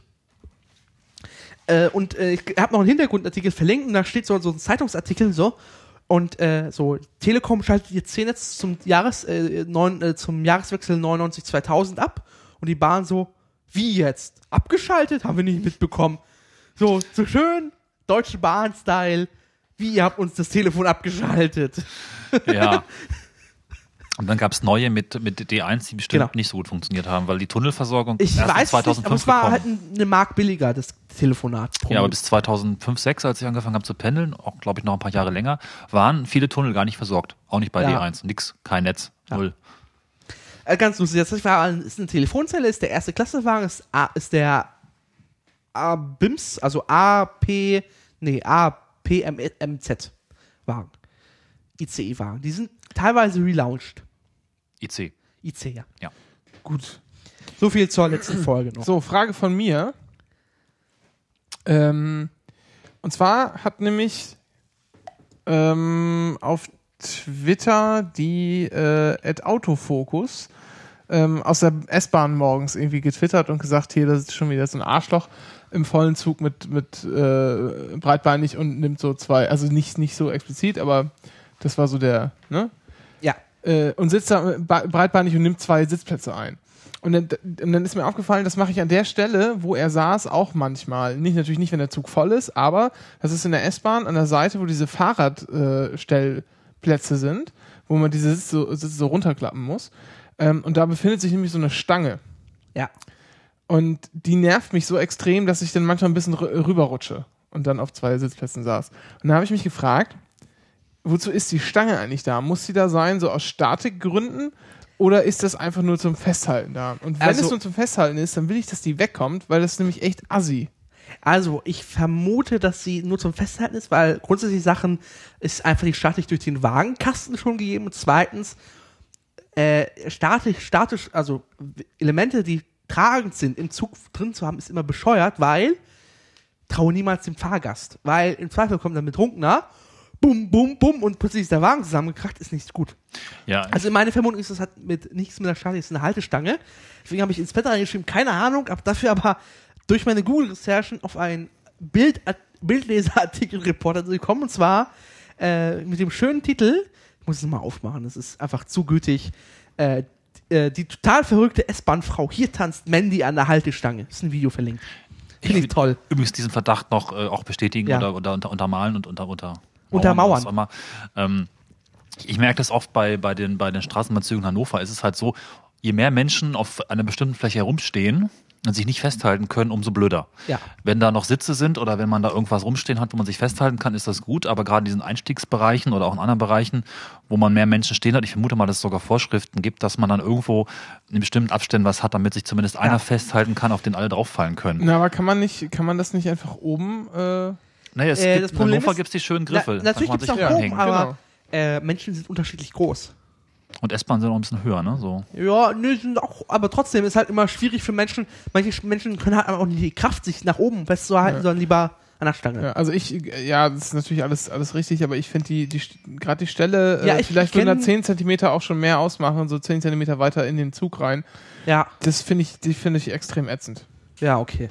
Und ich habe noch einen Hintergrundartikel verlinkt und da steht so ein Zeitungsartikel so. Und so, Telekom schaltet ihr C-Netz zum Jahreswechsel 99/2000 ab. Und die Bahn so, wie jetzt? Abgeschaltet? Haben wir nicht mitbekommen. So schön, Deutsche Bahn-Style. Wie, ihr habt uns das Telefon abgeschaltet. Ja. Und dann gab es neue mit D1, die bestimmt nicht so gut funktioniert haben, weil die Tunnelversorgung ich erst weiß 2005 nicht, aber es war gekommen. halt eine Mark billiger, das Telefonat. Ja, aber bis 2005, 2006, als ich angefangen habe zu pendeln, auch glaube ich noch ein paar Jahre länger, waren viele Tunnel gar nicht versorgt. Auch nicht bei D1. Nix, kein Netz, null. Ganz lustig, das ist eine Telefonzelle, ist der erste Klassewagen, ist der ABIMS, also APMZ-Wagen. ICE-Wagen. Die sind teilweise relaunched. IC, ja. Ja. Gut. So viel zur letzten Folge noch. So, Frage von mir. Und zwar hat nämlich auf Twitter die @Autofokus aus der S-Bahn morgens irgendwie getwittert und gesagt, hier, das ist schon wieder so ein Arschloch im vollen Zug mit breitbeinig und nimmt so zwei, also nicht so explizit, aber das war so der, ne? Ja. Und sitzt da breitbeinig und nimmt 2 Sitzplätze ein. Und dann ist mir aufgefallen, das mache ich an der Stelle, wo er saß, auch manchmal. Natürlich nicht, wenn der Zug voll ist, aber das ist in der S-Bahn an der Seite, wo diese Fahrradstellplätze sind, wo man diese Sitze so runterklappen muss. Und da befindet sich nämlich so eine Stange. Ja. Und die nervt mich so extrem, dass ich dann manchmal ein bisschen rüberrutsche und dann auf 2 Sitzplätzen saß. Und da habe ich mich gefragt, wozu ist die Stange eigentlich da? Muss sie da sein, so aus Statikgründen? Oder ist das einfach nur zum Festhalten da? Und wenn es nur zum Festhalten ist, dann will ich, dass die wegkommt, weil das ist nämlich echt assi. Also, ich vermute, dass sie nur zum Festhalten ist, weil grundsätzlich Sachen ist einfach die Statik durch den Wagenkasten schon gegeben. Und zweitens, statisch, also Elemente, die tragend sind, im Zug drin zu haben, ist immer bescheuert, weil traue niemals dem Fahrgast. Weil im Zweifel kommt er mit Trunkener, bum, bum, bum, und plötzlich ist der Wagen zusammengekracht, ist nicht gut. Ja. Also meine Vermutung ist, das hat nichts mit der Statik, das ist eine Haltestange. Deswegen habe ich ins Bett reingeschrieben, keine Ahnung, habe dafür aber durch meine Google-Recherchen auf einen Bildleserartikel-Reporter gekommen, und zwar mit dem schönen Titel, ich muss es mal aufmachen, das ist einfach zu gütig, die total verrückte S-Bahn-Frau, hier tanzt Mandy an der Haltestange. Das ist ein Video verlinkt. Finde ich toll. Übrigens diesen Verdacht noch auch bestätigen oder untermalen und untermauern. Ich merke das oft bei den Straßenbahnzügen in Hannover. Ist es halt so, je mehr Menschen auf einer bestimmten Fläche herumstehen und sich nicht festhalten können, umso blöder. Ja. Wenn da noch Sitze sind oder wenn man da irgendwas rumstehen hat, wo man sich festhalten kann, ist das gut. Aber gerade in diesen Einstiegsbereichen oder auch in anderen Bereichen, wo man mehr Menschen stehen hat, ich vermute mal, dass es sogar Vorschriften gibt, dass man dann irgendwo in bestimmten Abständen was hat, damit sich zumindest einer festhalten kann, auf den alle drauffallen können. Na, aber kann man das nicht einfach oben... Naja, in Hannover gibt es die schönen Griffel. Natürlich gibt es auch oben, aber Menschen sind unterschiedlich groß. Und S-Bahn sind auch ein bisschen höher, ne? So. Ja, sind auch, aber trotzdem ist halt immer schwierig für Menschen. Manche Menschen können halt auch nicht die Kraft, sich nach oben festzuhalten, sondern lieber an der Stange. Ja, also das ist natürlich alles richtig, aber ich finde gerade die Stelle, vielleicht würden da 10 Zentimeter auch schon mehr ausmachen, so 10 Zentimeter weiter in den Zug rein. Ja. Das finde ich extrem ätzend. Ja, okay.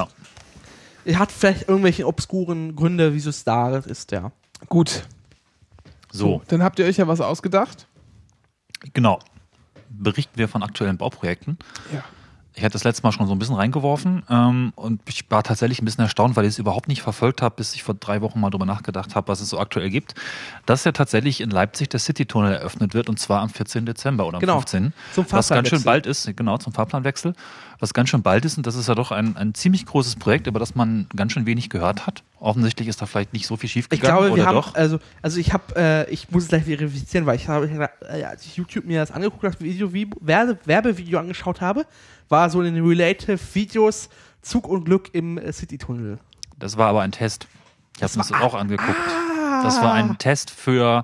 Hat vielleicht irgendwelche obskuren Gründe, wieso es da ist, ja. Gut. So, dann habt ihr euch ja was ausgedacht. Genau. Berichten wir von aktuellen Bauprojekten. Ja. Ich hatte das letzte Mal schon so ein bisschen reingeworfen und ich war tatsächlich ein bisschen erstaunt, weil ich es überhaupt nicht verfolgt habe, bis ich vor 3 Wochen mal drüber nachgedacht habe, was es so aktuell gibt. Dass ja tatsächlich in Leipzig der Citytunnel eröffnet wird, und zwar am 14. Dezember oder am 15. Zum Fahrplanwechsel. Was ganz schön bald ist, genau, zum Fahrplanwechsel. Was ganz schön bald ist, und das ist ja doch ein ziemlich großes Projekt, über das man ganz schön wenig gehört hat. Offensichtlich ist da vielleicht nicht so viel schief Ich gegangen, glaube, wir oder haben, doch? also ich muss es gleich verifizieren, weil ich habe, als ich YouTube mir das angeguckt habe, Werbevideo angeschaut habe, war so in den Relative Videos Zug und Glück im Citytunnel. Das war aber ein Test. Ich habe mir das auch angeguckt. Das war ein Test für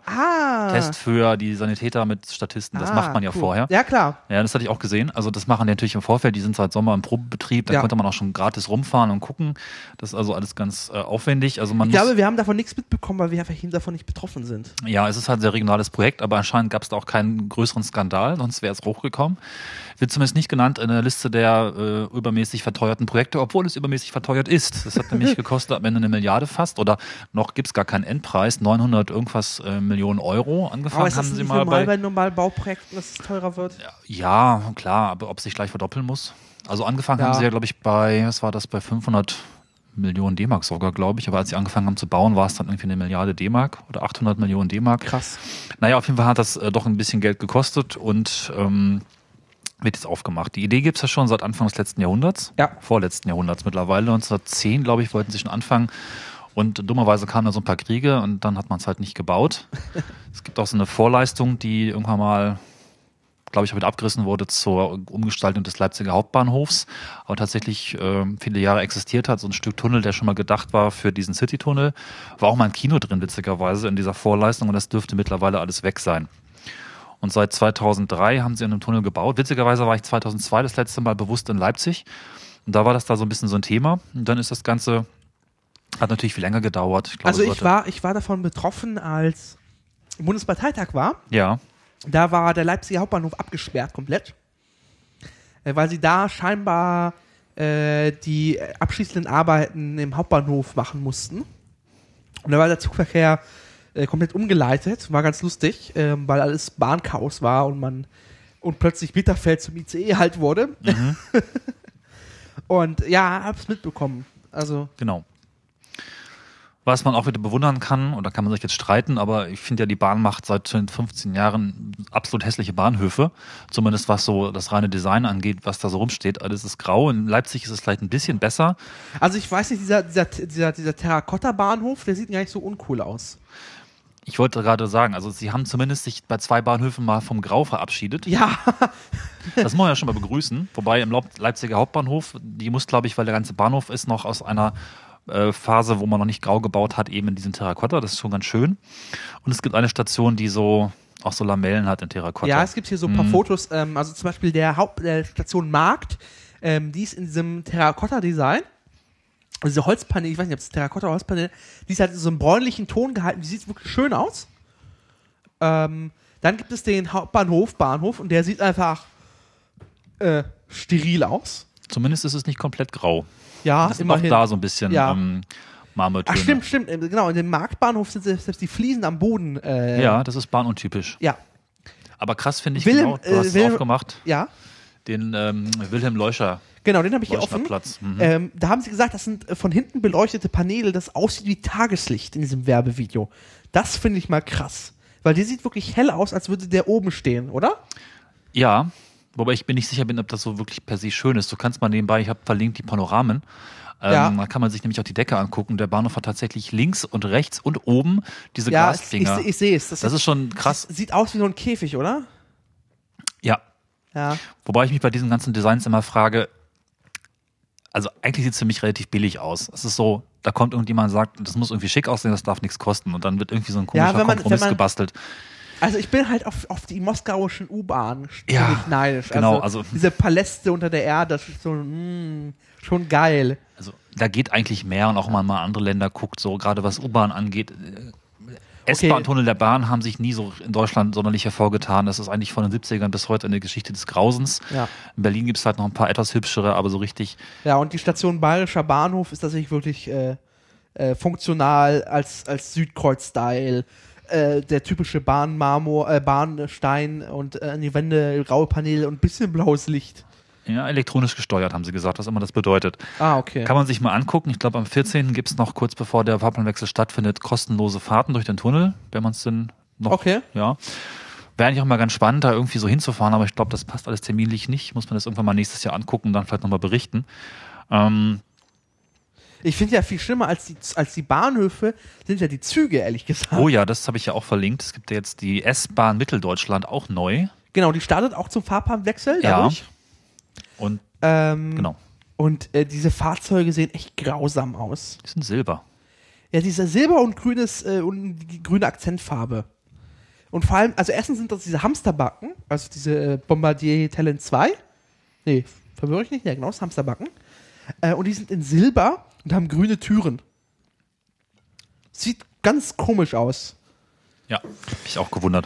die Sanitäter mit Statisten. Das macht man ja vorher. Ja, klar. Ja, das hatte ich auch gesehen. Also das machen die natürlich im Vorfeld. Die sind seit Sommer im Probebetrieb. Da konnte man auch schon gratis rumfahren und gucken. Das ist also alles ganz aufwendig. Also ich glaube, wir haben davon nichts mitbekommen, weil wir einfach davon nicht betroffen sind. Ja, es ist halt ein sehr regionales Projekt, aber anscheinend gab es da auch keinen größeren Skandal, sonst wäre es hochgekommen. Wird zumindest nicht genannt in der Liste der übermäßig verteuerten Projekte, obwohl es übermäßig verteuert ist. Das hat nämlich gekostet am Ende 1 Milliarde fast oder noch gibt es gar keinen Endpreis, 900 irgendwas Millionen Euro. Angefangen aber ist das haben sie nicht mal bei normalen Bauprojekten, dass es teurer wird? Ja, klar, aber ob es sich gleich verdoppeln muss? Also angefangen haben sie ja, glaube ich, bei 500 Millionen D-Mark sogar, glaube ich. Aber als sie angefangen haben zu bauen, war es dann irgendwie 1 Milliarde D-Mark oder 800 Millionen D-Mark. Krass. Naja, auf jeden Fall hat das doch ein bisschen Geld gekostet und wird jetzt aufgemacht. Die Idee gibt es ja schon seit Anfang des letzten Jahrhunderts. Ja. Vorletzten Jahrhunderts mittlerweile. 1910, glaube ich, wollten sie schon anfangen. Und dummerweise kamen da so ein paar Kriege und dann hat man es halt nicht gebaut. Es gibt auch so eine Vorleistung, die irgendwann mal, glaube ich, wieder abgerissen wurde zur Umgestaltung des Leipziger Hauptbahnhofs, aber tatsächlich viele Jahre existiert hat. So ein Stück Tunnel, der schon mal gedacht war für diesen Citytunnel. War auch mal ein Kino drin, witzigerweise, in dieser Vorleistung und das dürfte mittlerweile alles weg sein. Und seit 2003 haben sie einen Tunnel gebaut. Witzigerweise war ich 2002 das letzte Mal bewusst in Leipzig und da war das da so ein bisschen so ein Thema. Und dann ist das Ganze, hat natürlich viel länger gedauert. Ich glaube, ich war davon betroffen, als Bundesparteitag war. Ja. Da war der Leipziger Hauptbahnhof abgesperrt komplett, weil sie da scheinbar die abschließenden Arbeiten im Hauptbahnhof machen mussten. Und da war der Zugverkehr komplett umgeleitet. War ganz lustig, weil alles Bahnchaos war und plötzlich Bitterfeld zum ICE halt wurde. Mhm. Und ja, hab's mitbekommen. Also genau. Was man auch wieder bewundern kann, und da kann man sich jetzt streiten, aber ich finde ja, die Bahn macht seit 15 Jahren absolut hässliche Bahnhöfe. Zumindest was so das reine Design angeht, was da so rumsteht. Alles ist grau. In Leipzig ist es vielleicht ein bisschen besser. Also ich weiß nicht, dieser Terrakotta-Bahnhof, der sieht gar nicht so uncool aus. Ich wollte gerade sagen, also sie haben zumindest sich bei 2 Bahnhöfen mal vom Grau verabschiedet. Ja. Das muss man ja schon mal begrüßen. Wobei im Leipziger Hauptbahnhof, die muss, glaube ich, weil der ganze Bahnhof ist noch aus einer Phase, wo man noch nicht grau gebaut hat, eben in diesem Terrakotta. Das ist schon ganz schön. Und es gibt eine Station, die auch so Lamellen hat in Terrakotta. Ja, es gibt hier so ein paar Fotos. Also zum Beispiel der Station Markt, die ist in diesem Terrakotta-Design. Also diese Holzpaneele, ich weiß nicht, ob es Terrakotta oder Holzpaneele, die ist halt in so einem bräunlichen Ton gehalten. Die sieht wirklich schön aus. Dann gibt es den Hauptbahnhof, und der sieht einfach steril aus. Zumindest ist es nicht komplett grau. Ja, das ist auch da so ein bisschen Marmortöne. Ach, stimmt. Genau, in dem Marktbahnhof sind selbst die Fliesen am Boden. Ja, das ist bahnuntypisch. Ja. Aber krass finde ich, du hast es aufgemacht. Ja. Den Wilhelm Leuscher. Genau, den habe ich hier offen. Da haben sie gesagt, das sind von hinten beleuchtete Paneele, das aussieht wie Tageslicht in diesem Werbevideo. Das finde ich mal krass. Weil der sieht wirklich hell aus, als würde der oben stehen, oder? Ja. Wobei ich mir nicht sicher bin, ob das so wirklich per se schön ist. Du kannst mal nebenbei, ich habe verlinkt die Panoramen. Da kann man sich nämlich auch die Decke angucken. Der Bahnhof hat tatsächlich links und rechts und oben diese Glasdinger. Ich sehe es. Das ist schon krass. Das sieht aus wie so ein Käfig, oder? Ja. Ja. Wobei ich mich bei diesen ganzen Designs immer frage, also eigentlich sieht es für mich relativ billig aus. Es ist so, da kommt irgendjemand und sagt, das muss irgendwie schick aussehen, das darf nichts kosten. Und dann wird irgendwie so ein komischer Kompromiss gebastelt. Also ich bin halt auf die moskauischen U-Bahnen neidisch. Genau, also diese Paläste unter der Erde, das ist so schon geil. Also da geht eigentlich mehr und auch mal andere Länder guckt, so gerade was U-Bahn angeht. S-Bahn-Tunnel der Bahn haben sich nie so in Deutschland sonderlich hervorgetan. Das ist eigentlich von den 70ern bis heute eine Geschichte des Grausens. Ja. In Berlin gibt es halt noch ein paar etwas hübschere, aber so richtig. Ja, und die Station Bayerischer Bahnhof ist tatsächlich wirklich funktional als Südkreuz-Style. Der typische Bahnstein und an die Wände graue Paneele und ein bisschen blaues Licht. Ja, elektronisch gesteuert, haben sie gesagt, was immer das bedeutet. Ah, okay. Kann man sich mal angucken. Ich glaube, am 14. gibt es noch, kurz bevor der Fahrplanwechsel stattfindet, kostenlose Fahrten durch den Tunnel, wenn man es denn noch... Okay. Ja. Wäre eigentlich auch mal ganz spannend, da irgendwie so hinzufahren, aber ich glaube, das passt alles terminlich nicht. Muss man das irgendwann mal nächstes Jahr angucken und dann vielleicht nochmal berichten. Ich finde ja viel schlimmer als die Bahnhöfe sind ja die Züge, ehrlich gesagt. Oh ja, das habe ich ja auch verlinkt. Es gibt ja jetzt die S-Bahn Mitteldeutschland auch neu. Genau, die startet auch zum Fahrbahnwechsel dadurch. Ja. Und genau. Und diese Fahrzeuge sehen echt grausam aus. Die sind silber. Ja, dieser Silber und die grüne Akzentfarbe. Und vor allem, also erstens sind das diese Hamsterbacken, also diese Bombardier Talent 2. Nee, verwirre ich nicht? Ja, genau, das Hamsterbacken. Und die sind in Silber und haben grüne Türen. Sieht ganz komisch aus. Ja, hab ich auch gewundert.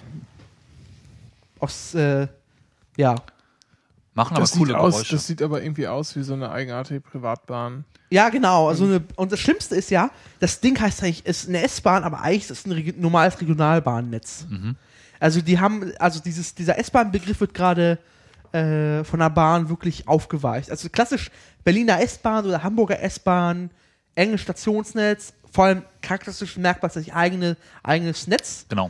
Ja. Machen aber coole Geräusche. Das sieht aber irgendwie aus wie so eine eigenartige Privatbahn. Ja, genau. Also und das Schlimmste ist ja, das Ding heißt eigentlich, ist eine S-Bahn, aber eigentlich ist es ein normales Regionalbahnnetz. Mhm. Also dieser S-Bahn-Begriff wird gerade von der Bahn wirklich aufgeweicht. Also klassisch Berliner S-Bahn oder Hamburger S-Bahn, enges Stationsnetz, vor allem charakteristisch merkbar ist das eigenes Netz. Genau.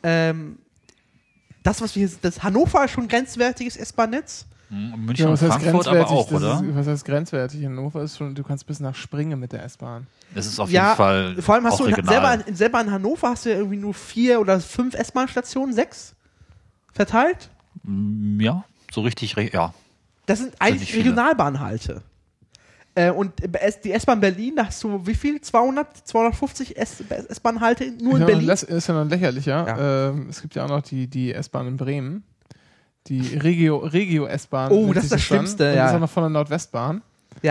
Das, was wir hier, das Hannover ist schon grenzwertiges S-Bahn-Netz. München und Frankfurt aber auch, oder? Was heißt grenzwertig? Hannover ist schon, du kannst bis nach Springe mit der S-Bahn. Das ist auf jeden Fall vor allem hast auch du regional. selber in Hannover hast du ja irgendwie nur 4 oder 5 S-Bahn-Stationen, 6 verteilt. Ja, so richtig, ja. Das sind eigentlich Regionalbahnhalte. Und die S-Bahn Berlin, da hast du wie viel? 250 S-Bahn-Halte nur in Berlin? Das ist ja noch lächerlicher. Ja. Es gibt ja auch noch die S-Bahn in Bremen. Die Regio-S-Bahn. Oh, das ist das Schlimmste, ja. Und das ist auch noch von der Nordwestbahn. Ja.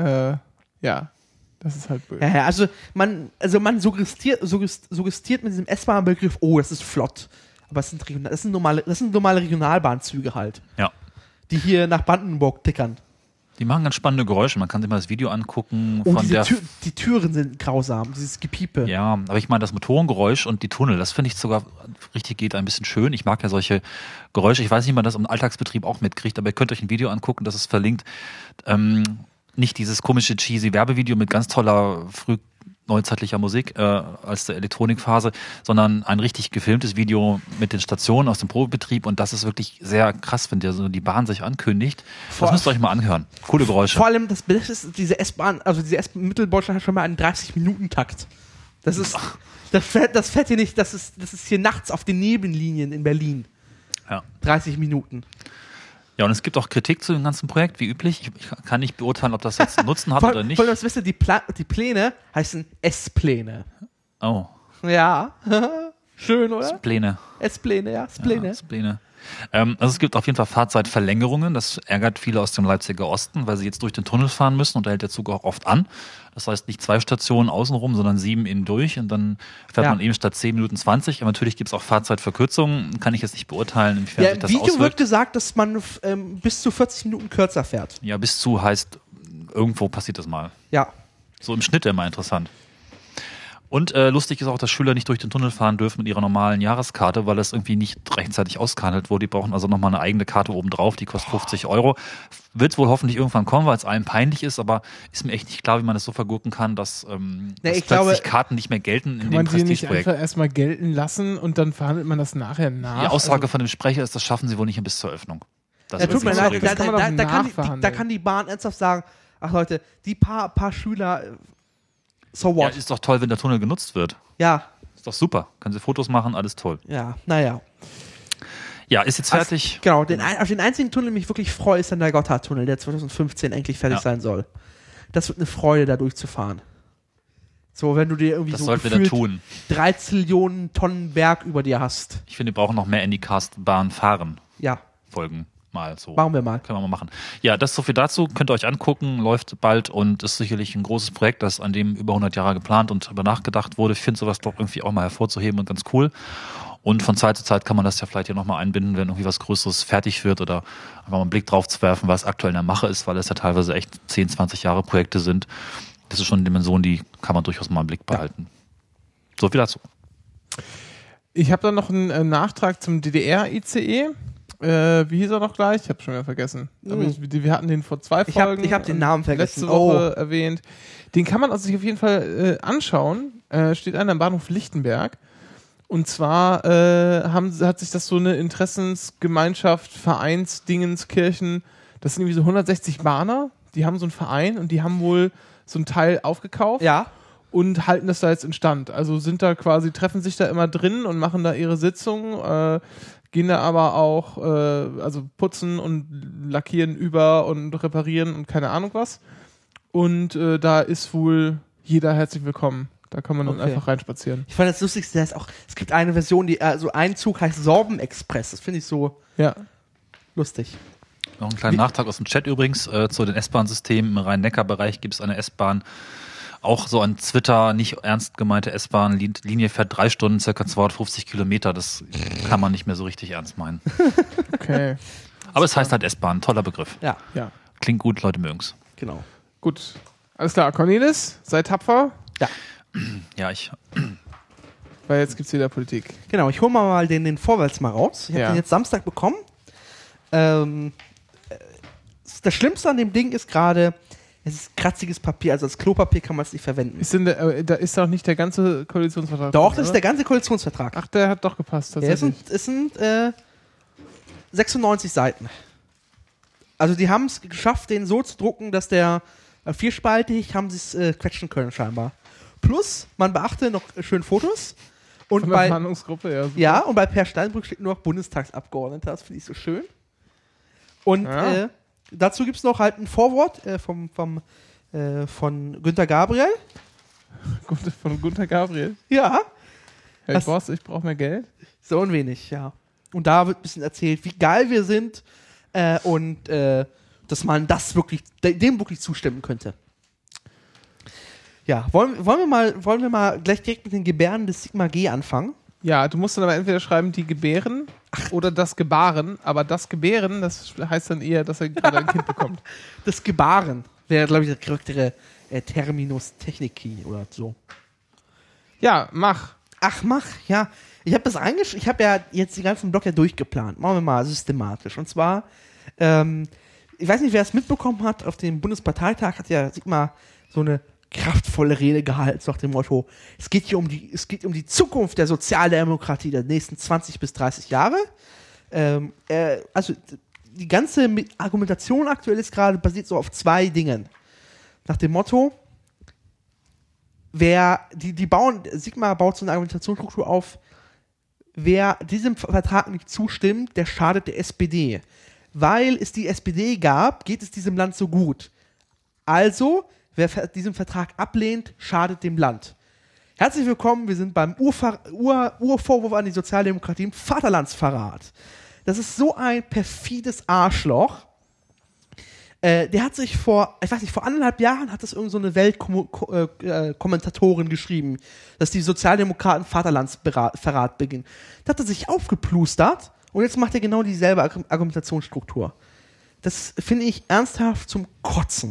Ja, das ist halt böse. Ja, also man suggestiert mit diesem S-Bahn-Begriff, oh, das ist flott. Aber das sind normale Regionalbahnzüge halt. Ja. Die hier nach Brandenburg tickern. Die machen ganz spannende Geräusche. Man kann sich mal das Video angucken. Die Türen sind grausam, dieses Gepiepe. Ja, aber ich meine, das Motorengeräusch und die Tunnel, das finde ich sogar richtig geht ein bisschen schön. Ich mag ja solche Geräusche. Ich weiß nicht, ob man das im Alltagsbetrieb auch mitkriegt, aber ihr könnt euch ein Video angucken, das ist verlinkt. Nicht dieses komische cheesy Werbevideo mit ganz toller neuzeitlicher Musik als der Elektronikphase, sondern ein richtig gefilmtes Video mit den Stationen aus dem Probebetrieb und das ist wirklich sehr krass, wenn die Bahn sich ankündigt. Das müsst ihr euch mal anhören. Coole Geräusche. Vor allem das Beste ist, diese S-Bahn, also diese S-Mitteldeutschland hat schon mal einen 30-Minuten-Takt. Das fährt hier nicht, das ist hier nachts auf den Nebenlinien in Berlin. Ja. 30 Minuten. Ja, und es gibt auch Kritik zu dem ganzen Projekt, wie üblich. Ich kann nicht beurteilen, ob das jetzt einen Nutzen hat oder nicht. Vor allem, wisst ihr, die Pläne heißen S-Pläne. Oh. Ja. Schön, oder? S-Pläne. S-Pläne, ja. S-Pläne. Ja, S-Pläne. Also es gibt auf jeden Fall Fahrzeitverlängerungen. Das ärgert viele aus dem Leipziger Osten, weil sie jetzt durch den Tunnel fahren müssen und da hält der Zug auch oft an. Das heißt nicht 2 Stationen außenrum, sondern 7 innen durch und dann fährt man eben statt 10 Minuten 20. Aber natürlich gibt es auch Fahrzeitverkürzungen. Kann ich jetzt nicht beurteilen, inwiefern sich das auswirkt. Video wird gesagt, dass man bis zu 40 Minuten kürzer fährt. Ja, bis zu heißt, irgendwo passiert das mal. Ja. So im Schnitt immer interessant. Und lustig ist auch, dass Schüler nicht durch den Tunnel fahren dürfen mit ihrer normalen Jahreskarte, weil das irgendwie nicht rechtzeitig ausgehandelt wurde. Die brauchen also nochmal eine eigene Karte obendrauf, die kostet 50 €. Wird wohl hoffentlich irgendwann kommen, weil es allen peinlich ist, aber ist mir echt nicht klar, wie man das so vergurken kann, dass plötzlich Karten nicht mehr gelten in dem Prestigeprojekt. Kann man die nicht einfach erstmal gelten lassen und dann verhandelt man das nachher nach? Die Aussage von dem Sprecher ist, das schaffen sie wohl nicht bis zur Öffnung. Das tut mir leid, da kann die Bahn ernsthaft sagen, ach Leute, die paar Schüler... So what? Ja, ist doch toll, wenn der Tunnel genutzt wird. Ja. Ist doch super. Können Sie Fotos machen, alles toll. Ja, naja. Ja, ist jetzt fertig. Genau, auf den einzigen Tunnel, den ich wirklich freue, ist dann der Gotthardtunnel, der 2015 endlich fertig sein soll. Das wird eine Freude, da durchzufahren. So, wenn du dir irgendwie das so sollten wir da tun. 3 Zillionen Tonnen Berg über dir hast. Ich finde, wir brauchen noch mehr Anycast-Bahn fahren. Ja. Folgen. Mal so. Machen wir mal. Können wir mal machen. Ja, das ist so viel dazu. Könnt ihr euch angucken, läuft bald und ist sicherlich ein großes Projekt, das an dem über 100 Jahre geplant und über nachgedacht wurde. Ich finde sowas doch irgendwie auch mal hervorzuheben und ganz cool. Und von Zeit zu Zeit kann man das ja vielleicht hier nochmal einbinden, wenn irgendwie was Größeres fertig wird oder einfach mal einen Blick drauf zu werfen, was aktuell in der Mache ist, weil es ja teilweise echt 10, 20 Jahre Projekte sind. Das ist schon eine Dimension, die kann man durchaus mal im Blick behalten. Ja. So viel dazu. Ich habe dann noch einen Nachtrag zum DDR-ICE. Wie hieß er noch gleich? Ich habe schon wieder vergessen. Aber wir hatten den vor 2 Folgen. Ich hab den Namen vergessen. Letzte Woche erwähnt. Den kann man sich auf jeden Fall anschauen. Steht einer am Bahnhof Lichtenberg. Und zwar hat sich das so eine Interessensgemeinschaft, Vereinsdingenskirchen, das sind irgendwie so 160 Bahner, die haben so einen Verein und die haben wohl so einen Teil aufgekauft. Ja. Und halten das da jetzt in Stand. Also sind da quasi, treffen sich da immer drin und machen da ihre Sitzungen, gehen da aber auch, also putzen und lackieren über und reparieren und keine Ahnung was. Und da ist wohl jeder herzlich willkommen. Da kann man dann einfach reinspazieren. Ich fand das Lustigste, dass es gibt eine Version, die, also ein Zug heißt Sorben-Express. Das finde ich so lustig. Noch einen kleinen Nachtrag aus dem Chat übrigens zu den S-Bahn-Systemen. Im Rhein-Neckar-Bereich gibt es eine S-Bahn, auch so an Twitter, nicht ernst gemeinte S-Bahn-Linie fährt 3 Stunden, ca. 250 Kilometer. Das kann man nicht mehr so richtig ernst meinen. Okay. Aber es heißt halt S-Bahn, toller Begriff. Ja. Klingt gut, Leute mögen's. Genau. Gut. Alles klar, Cornelis, sei tapfer. Ja. Ja, ich. Weil jetzt gibt's wieder Politik. Genau, ich hole mal den Vorwärts mal raus. Ich habe den jetzt Samstag bekommen. Das Schlimmste an dem Ding ist gerade, es ist kratziges Papier, also als Klopapier kann man es nicht verwenden. Da ist doch nicht der ganze Koalitionsvertrag. Doch, das ist der ganze Koalitionsvertrag. Ach, der hat doch gepasst. Es sind 96 Seiten. Also die haben es geschafft, den so zu drucken, dass der vierspaltig, haben sie es quetschen können scheinbar. Plus, man beachte noch schön Fotos. Und von der Verhandlungsgruppe, ja. Super. Ja, und bei Per Steinbrück steht nur noch Bundestagsabgeordneter, das finde ich so schön. Und dazu gibt es noch halt ein Vorwort von Günter Gabriel. Von Günter Gabriel? Ja. Hey Boss, ich brauche mehr Geld. So ein wenig, ja. Und da wird ein bisschen erzählt, wie geil wir sind und dass man das dem wirklich zustimmen könnte. Ja, wollen wir mal gleich direkt mit den Gebärden des Sigma G anfangen? Ja, du musst dann aber entweder schreiben, die gebären oder das Gebaren. Aber das Gebären, das heißt dann eher, dass er gerade ein Kind bekommt. Das Gebaren wäre, glaube ich, der korrektere Terminus technici oder so. Ja, mach. Ach, mach, ja. Ich habe ja jetzt den ganzen Block durchgeplant. Machen wir mal systematisch. Und zwar, ich weiß nicht, wer es mitbekommen hat, auf dem Bundesparteitag hat ja Sigma so eine kraftvolle Rede gehalten, nach dem Motto, es geht um die Zukunft der Sozialdemokratie der nächsten 20 bis 30 Jahre. Also die ganze Argumentation aktuell ist gerade basiert so auf 2 Dingen. Nach dem Motto, Sigma baut so eine Argumentationsstruktur auf, wer diesem Vertrag nicht zustimmt, der schadet der SPD. Weil es die SPD gab, geht es diesem Land so gut. Also, wer diesen Vertrag ablehnt, schadet dem Land. Herzlich willkommen, wir sind beim Urvorwurf an die Sozialdemokratie im Vaterlandsverrat. Das ist so ein perfides Arschloch. Der hat sich vor 1,5 Jahren hat das irgend so eine Weltkommentatorin geschrieben, dass die Sozialdemokraten Vaterlandsverrat beginnen. Da hat er sich aufgeplustert und jetzt macht er genau dieselbe Argumentationsstruktur. Das finde ich ernsthaft zum Kotzen.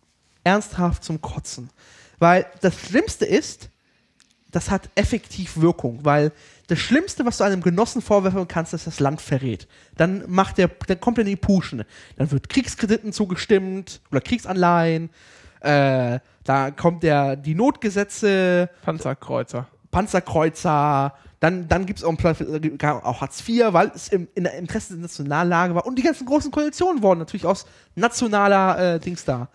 Weil das Schlimmste ist, das hat effektiv Wirkung, weil das Schlimmste, was du einem Genossen vorwerfen kannst, ist, das Land verrät. Dann kommt er in die Puschen. Dann wird Kriegskrediten zugestimmt oder Kriegsanleihen, da kommt die Notgesetze, Panzerkreuzer, dann gibt es auch Hartz IV, weil es in der Interesse der Nationallage war und die ganzen großen Koalitionen wurden natürlich aus nationaler Dings da.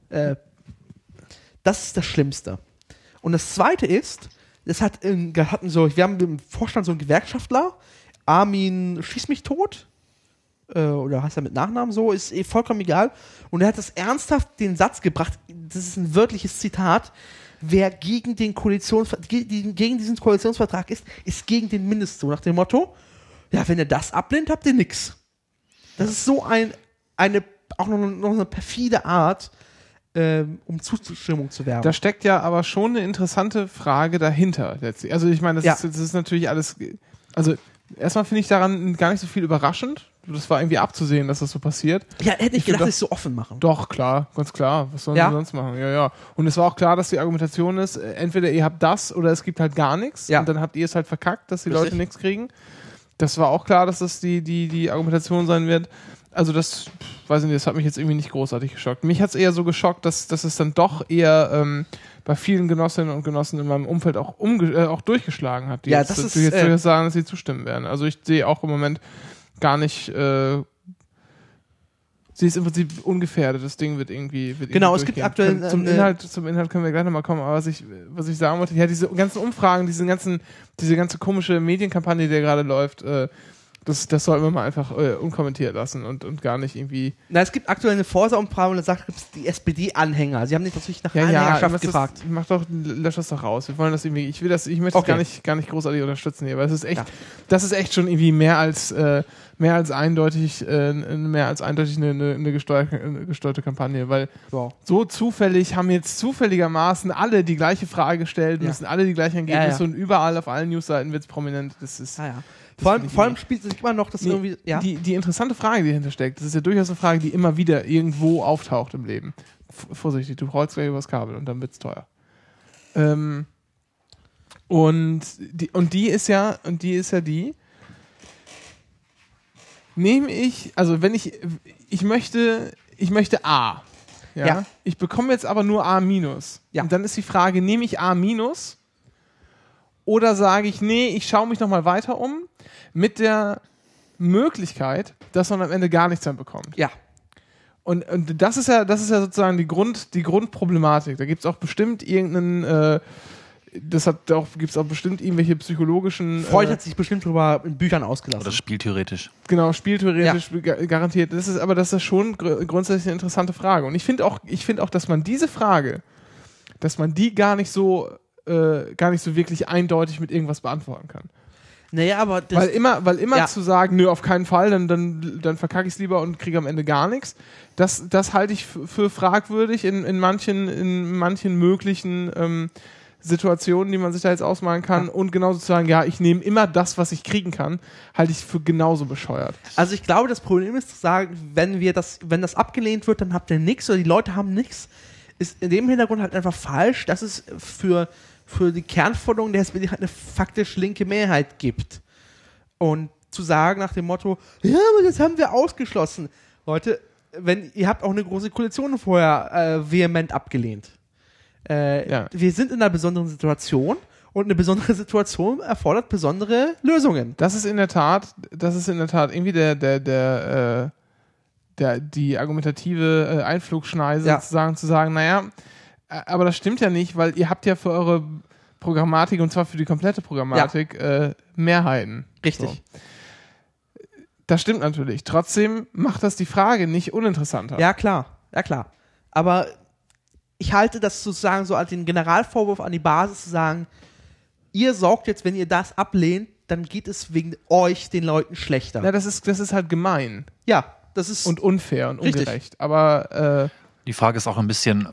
Das ist das Schlimmste. Und das Zweite ist, wir haben im Vorstand so einen Gewerkschaftler, Armin Schieß mich tot, oder heißt er mit Nachnamen so, ist vollkommen egal. Und er hat das ernsthaft den Satz gebracht, das ist ein wörtliches Zitat, wer gegen diesen Koalitionsvertrag ist gegen den Mindestlohn. Nach dem Motto, ja, wenn ihr das ablehnt, habt ihr nix. Das ist so auch noch eine perfide Art, um Zustimmung zu werben. Da steckt ja aber schon eine interessante Frage dahinter letztlich. Also ich meine, das ist natürlich alles, also erstmal finde ich daran gar nicht so viel überraschend. Das war irgendwie abzusehen, dass das so passiert. Ja, hätte ich gedacht, dass sie es so offen machen. Doch, klar, ganz klar. Was sollen sie sonst machen? Ja. Und es war auch klar, dass die Argumentation ist, entweder ihr habt das oder es gibt halt gar nichts. Ja. Und dann habt ihr es halt verkackt, dass die Leute nichts kriegen. Das war auch klar, dass das die Argumentation sein wird. Also das, weiß ich nicht, das hat mich jetzt irgendwie nicht großartig geschockt. Mich hat es eher so geschockt, dass es dann doch eher bei vielen Genossinnen und Genossen in meinem Umfeld auch durchgeschlagen hat, die jetzt sagen, dass sie zustimmen werden. Also ich sehe auch im Moment gar nicht Sie ist im Prinzip ungefährdet. Das Ding wird irgendwie Genau, es gibt aktuell... Zum Inhalt können wir gleich nochmal kommen. Aber was ich sagen wollte, ja, diese ganzen Umfragen, diese ganze komische Medienkampagne, die gerade läuft, das sollten wir mal einfach unkommentiert lassen und gar nicht irgendwie... Na, es gibt aktuell eine Forsa-Umfrage und da sagt es die SPD-Anhänger. Sie haben nicht natürlich nach Anhängerschaft gefragt. Lösch das doch raus. Wir wollen das irgendwie... Ich möchte das gar nicht großartig unterstützen hier, weil das ist echt schon irgendwie mehr als eindeutig eine gesteuerte Kampagne, weil so zufällig haben jetzt zufälligermaßen alle die gleiche Frage gestellt, müssen alle die gleichen Ergebnisse und überall auf allen Newsseiten wird es prominent. Das ist... Vor allem spielt sich immer noch das irgendwie... Ja? Die interessante Frage, die dahinter steckt, das ist ja durchaus eine Frage, die immer wieder irgendwo auftaucht im Leben. Vorsichtig, du rollst gleich übers Kabel und dann wird's teuer. Und die ist ja die, nehme ich, also wenn ich möchte A. Ja? Ich bekomme jetzt aber nur A-. Ja. Und dann ist die Frage, nehme ich A-? Oder sage ich, nee, ich schaue mich nochmal weiter um, mit der Möglichkeit, dass man am Ende gar nichts mehr bekommt. Ja. Und das ist ja sozusagen die Grundproblematik. Da gibt es auch bestimmt irgendeinen, gibt es auch bestimmt irgendwelche psychologischen... Freud hat sich bestimmt drüber in Büchern ausgelassen. Oder spieltheoretisch. Genau, spieltheoretisch garantiert. Das ist schon grundsätzlich eine interessante Frage. Und ich finde auch, dass man diese Frage, dass man die gar nicht so wirklich eindeutig mit irgendwas beantworten kann. Naja, aber weil immer zu sagen, nö, auf keinen Fall, dann verkacke ich es lieber und kriege am Ende gar nichts. Das halte ich für fragwürdig in manchen möglichen Situationen, die man sich da jetzt ausmalen kann. Und genauso zu sagen, ja, ich nehme immer das, was ich kriegen kann, halte ich für genauso bescheuert. Also ich glaube, das Problem ist zu sagen, wenn das abgelehnt wird, dann habt ihr nichts oder die Leute haben nichts, ist in dem Hintergrund halt einfach falsch, dass es für die Kernforderung der SPD halt eine faktisch linke Mehrheit gibt. Und zu sagen nach dem Motto, ja, aber das haben wir ausgeschlossen. Leute, ihr habt auch eine große Koalition vorher vehement abgelehnt. Wir sind in einer besonderen Situation und eine besondere Situation erfordert besondere Lösungen. Das ist in der Tat irgendwie die argumentative Einflugschneise sozusagen zu sagen, naja, aber das stimmt ja nicht, weil ihr habt ja für eure Programmatik, und zwar für die komplette Programmatik, Mehrheiten. Richtig. So. Das stimmt natürlich. Trotzdem macht das die Frage nicht uninteressanter. Ja, klar. Aber ich halte das sozusagen so als den Generalvorwurf an die Basis zu sagen, ihr sorgt jetzt, wenn ihr das ablehnt, dann geht es wegen euch den Leuten schlechter. Ja, das ist halt gemein. Ja, das ist... Und unfair und richtig. Ungerecht. Aber die Frage ist auch ein bisschen,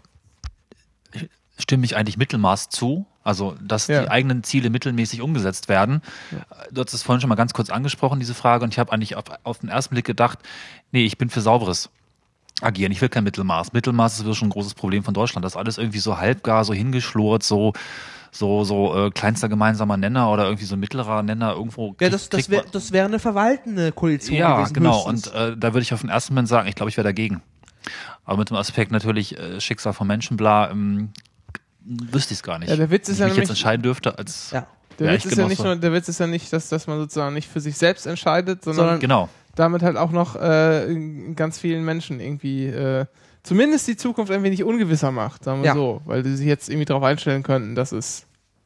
stimme ich eigentlich Mittelmaß zu? Also, dass die eigenen Ziele mittelmäßig umgesetzt werden. Ja. Du hast es vorhin schon mal ganz kurz angesprochen, diese Frage, und ich habe eigentlich auf den ersten Blick gedacht, nee, ich bin für sauberes Agieren. Ich will kein Mittelmaß. Mittelmaß ist schon ein großes Problem von Deutschland. Das ist alles irgendwie so halbgar, so hingeschlurrt, so kleinster gemeinsamer Nenner oder irgendwie so mittlerer Nenner irgendwo. Ja, das wäre eine verwaltende Koalition gewesen. Ja, genau. Höchstens. Und da würde ich auf den ersten Moment sagen, ich glaube, ich wäre dagegen. Aber mit dem Aspekt natürlich Schicksal von Menschen, bla, wüsste ich es gar nicht. Ja, der Witz ist wenn ich mich jetzt entscheiden dürfte als... Ja. Der Witz ist ja nicht, dass man sozusagen nicht für sich selbst entscheidet, sondern genau. Damit halt auch noch ganz vielen Menschen irgendwie zumindest die Zukunft ein wenig ungewisser macht, sagen wir so, weil sie sich jetzt irgendwie darauf einstellen könnten, dass es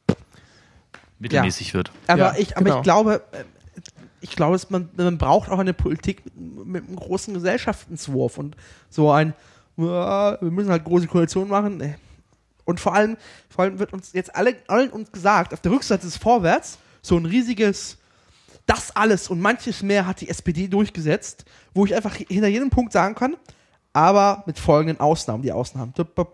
mittelmäßig wird. Aber ich glaube, man braucht auch eine Politik mit einem großen Gesellschaftsentwurf und so wir müssen halt große Koalitionen machen. Und vor allem wird uns jetzt allen uns gesagt, auf der Rückseite des Vorwärts, so ein riesiges das alles und manches mehr hat die SPD durchgesetzt, wo ich einfach hinter jedem Punkt sagen kann, aber mit folgenden Ausnahmen, die Ausnahmen.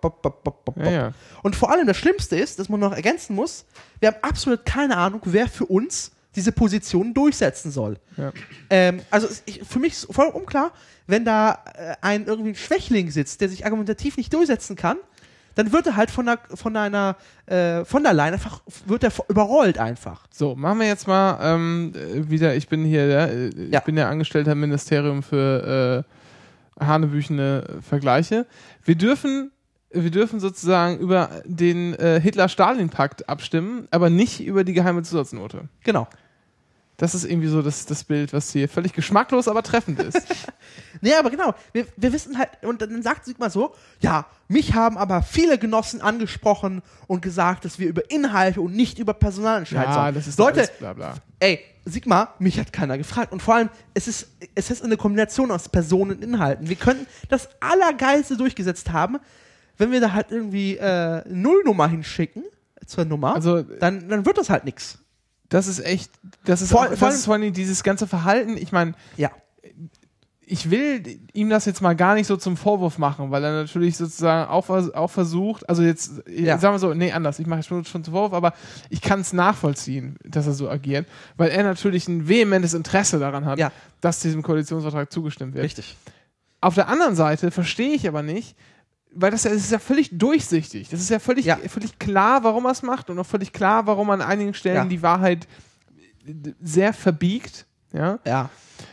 Ja. Und vor allem das Schlimmste ist, dass man noch ergänzen muss, wir haben absolut keine Ahnung, wer für uns diese Position durchsetzen soll. Ja. Also für mich ist voll unklar, wenn da irgendwie ein Schwächling sitzt, der sich argumentativ nicht durchsetzen kann, dann wird er halt von der Leyen einfach, wird er überrollt einfach. So, machen wir jetzt mal wieder, ich bin hier, ich bin ja Angestellter im Ministerium für hanebüchene Vergleiche. Wir dürfen sozusagen über den Hitler-Stalin-Pakt abstimmen, aber nicht über die geheime Zusatznote. Genau. Das ist irgendwie so das Bild, was hier völlig geschmacklos, aber treffend ist. Nee, aber genau, wir wissen halt, und dann sagt Sigmar so, ja, mich haben aber viele Genossen angesprochen und gesagt, dass wir über Inhalte und nicht über Personal entscheiden sollen. Das ist Leute, alles bla bla. Ey, Sigmar, mich hat keiner gefragt. Und vor allem, es ist eine Kombination aus Personen und Inhalten. Wir könnten das Allergeilste durchgesetzt haben, wenn wir da halt irgendwie Nullnummer hinschicken zur Nummer, also, dann wird das halt nichts. Das ist echt, das ist vor allem dieses ganze Verhalten, ich meine, ja. Ich will ihm das jetzt mal gar nicht so zum Vorwurf machen, weil er natürlich sozusagen auch versucht, also jetzt, sagen wir so, nee, anders, ich mache es schon zum Vorwurf, aber ich kann es nachvollziehen, dass er so agiert, weil er natürlich ein vehementes Interesse daran hat, dass diesem Koalitionsvertrag zugestimmt wird. Richtig. Auf der anderen Seite verstehe ich aber nicht, weil das ist ja völlig durchsichtig. Das ist ja völlig klar, warum er es macht und auch völlig klar, warum man an einigen Stellen die Wahrheit sehr verbiegt. Ja.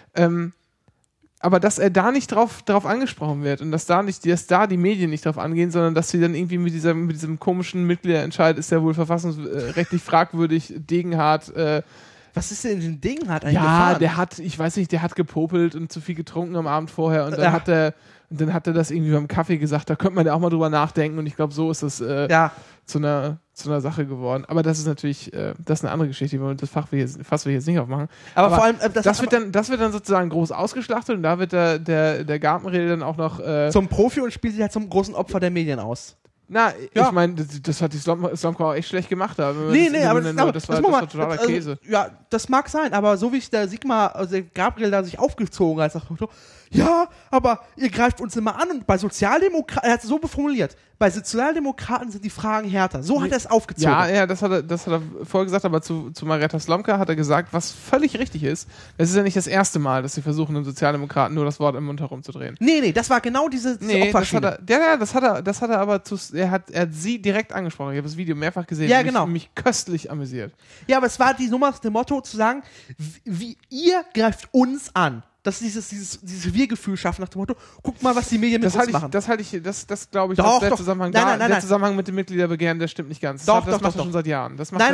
Aber dass er da nicht drauf angesprochen wird und dass da die Medien nicht drauf angehen, sondern dass sie dann irgendwie mit diesem komischen Mitgliederentscheid, ist ja wohl verfassungsrechtlich fragwürdig, Degenhardt. Was ist denn in den Degenhardt eigentlich gefahren? Der hat gepopelt und zu viel getrunken am Abend vorher und dann hat er das irgendwie beim Kaffee gesagt, da könnte man ja auch mal drüber nachdenken und ich glaube, so ist das zu einer Sache geworden. Aber das ist natürlich, das ist eine andere Geschichte, das Fass wir jetzt nicht aufmachen. Aber vor allem, das wird dann sozusagen groß ausgeschlachtet und da wird der Gartenrede dann auch noch zum Profi und spielt sich halt zum großen Opfer der Medien aus. Na, ich meine, das hat die Slomka auch echt schlecht gemacht. Das war totaler Käse. Ja, das mag sein, aber so wie der Sigmar, also der Gabriel da sich aufgezogen hat, sagt ja, aber ihr greift uns immer an und bei Sozialdemokraten, er hat es so formuliert, bei Sozialdemokraten sind die Fragen härter. So hat er es aufgezogen. Ja, das hat er vorher gesagt, aber zu Marietta Slomka hat er gesagt, was völlig richtig ist, es ist ja nicht das erste Mal, dass sie versuchen, den Sozialdemokraten nur das Wort im Mund herumzudrehen. Nee, das war genau diese Opferschiene. Das hat er aber er hat sie direkt angesprochen. Ich habe das Video mehrfach gesehen und mich köstlich amüsiert. Ja, aber es war die Nummer, das Motto zu sagen, wie ihr greift uns an. Dass dieses Wir-Gefühl schaffen nach dem Motto, guck mal, was die Medien mit uns machen. Das glaube ich, der Zusammenhang mit dem Mitgliederbegehren, der stimmt nicht ganz. Das macht er schon seit Jahren.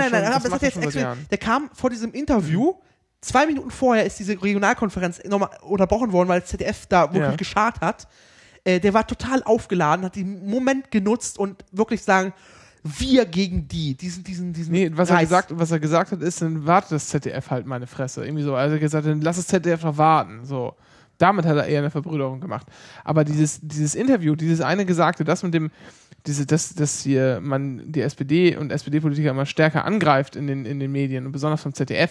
Der kam vor diesem Interview, 2 Minuten vorher ist diese Regionalkonferenz nochmal unterbrochen worden, weil das ZDF da wirklich geschart hat. Der war total aufgeladen, hat den Moment genutzt und wirklich sagen, wir gegen diesen was er gesagt hat, ist, dann wartet das ZDF halt meine Fresse. Irgendwie so. Also er hat gesagt, dann lass das ZDF noch warten. So. Damit hat er eher eine Verbrüderung gemacht. Aber dieses Interview, dieses eine Gesagte, das mit dem, dass hier man die SPD und SPD-Politiker immer stärker angreift in den Medien und besonders vom ZDF,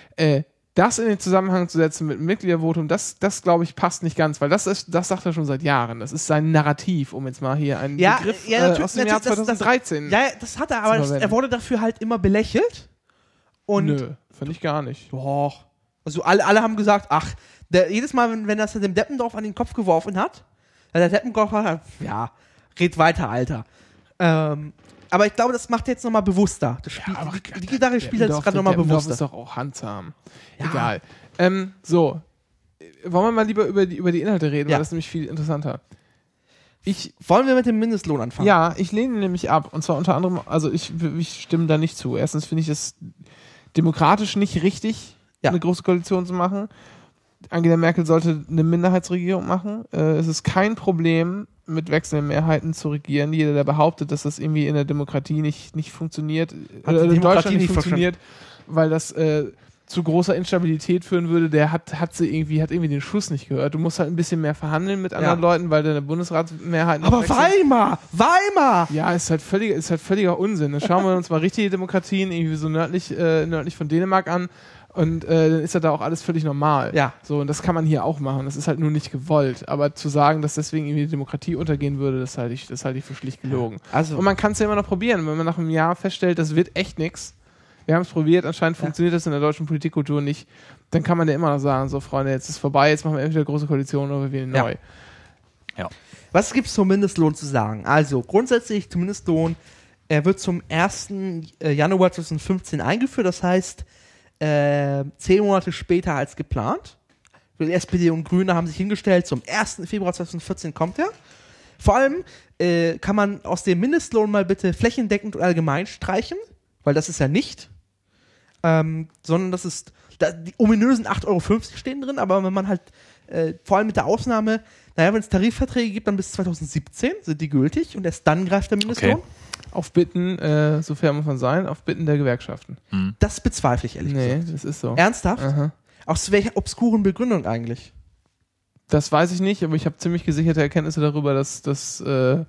das in den Zusammenhang zu setzen mit dem Mitgliedervotum, das glaube ich, passt nicht ganz, weil das sagt er schon seit Jahren. Das ist sein Narrativ, um jetzt mal hier einen Begriff aus dem Jahr 2013 das hat er, aber er wurde dafür halt immer belächelt. Und nö, finde ich gar nicht. Doch. Also alle haben gesagt, jedes Mal, wenn das dem Deppendorf an den Kopf geworfen hat, der Deppendorf hat, red weiter, Alter. Aber ich glaube, das macht er jetzt nochmal bewusster. Das Spiel, die Gitarre spielt jetzt gerade nochmal bewusster. Das ist doch auch handsam. Ja. Egal. So. Wollen wir mal lieber über die Inhalte reden, weil das ist nämlich viel interessanter. Wollen wir mit dem Mindestlohn anfangen? Ja, ich lehne nämlich ab. Und zwar unter anderem, also ich stimme da nicht zu. Erstens finde ich es demokratisch nicht richtig, eine große Koalition zu machen. Angela Merkel sollte eine Minderheitsregierung machen. Es ist kein Problem, mit wechselnden Mehrheiten zu regieren. Jeder, der behauptet, dass das irgendwie in der Demokratie nicht funktioniert, oder in Deutschland nicht funktioniert, weil das zu großer Instabilität führen würde, der hat irgendwie den Schuss nicht gehört. Du musst halt ein bisschen mehr verhandeln mit anderen Leuten, weil deine Bundesratsmehrheit aber Weimar! Ja, ist halt völliger Unsinn. Dann schauen wir uns mal richtige Demokratien irgendwie so nördlich von Dänemark an. Und dann ist ja da auch alles völlig normal. Ja. So, und das kann man hier auch machen. Das ist halt nur nicht gewollt. Aber zu sagen, dass deswegen irgendwie die Demokratie untergehen würde, das halte ich für schlicht gelogen. Also, und man kann es ja immer noch probieren. Wenn man nach einem Jahr feststellt, das wird echt nichts, wir haben es probiert, anscheinend funktioniert das in der deutschen Politikkultur nicht, dann kann man ja immer noch sagen, so Freunde, jetzt ist vorbei, jetzt machen wir entweder große Koalition oder wir wählen neu. Ja. Was gibt es zum Mindestlohn zu sagen? Also grundsätzlich zum Mindestlohn, er wird zum 1. Januar 2015 eingeführt, das heißt 10 Monate später als geplant. Die SPD und Grüne haben sich hingestellt, zum 1. Februar 2014 kommt er. Vor allem kann man aus dem Mindestlohn mal bitte flächendeckend und allgemein streichen, weil das ist ja nicht, sondern das die ominösen 8,50 Euro stehen drin, aber wenn man halt, vor allem mit der Ausnahme, wenn es Tarifverträge gibt, dann bis 2017 sind die gültig und erst dann greift der Mindestlohn. Okay. Auf Bitten, so fair muss man sein, auf Bitten der Gewerkschaften. Das bezweifle ich ehrlich gesagt. Nee, das ist so. Ernsthaft? Aha. Aus welcher obskuren Begründung eigentlich? Das weiß ich nicht, aber ich habe ziemlich gesicherte Erkenntnisse darüber, dass das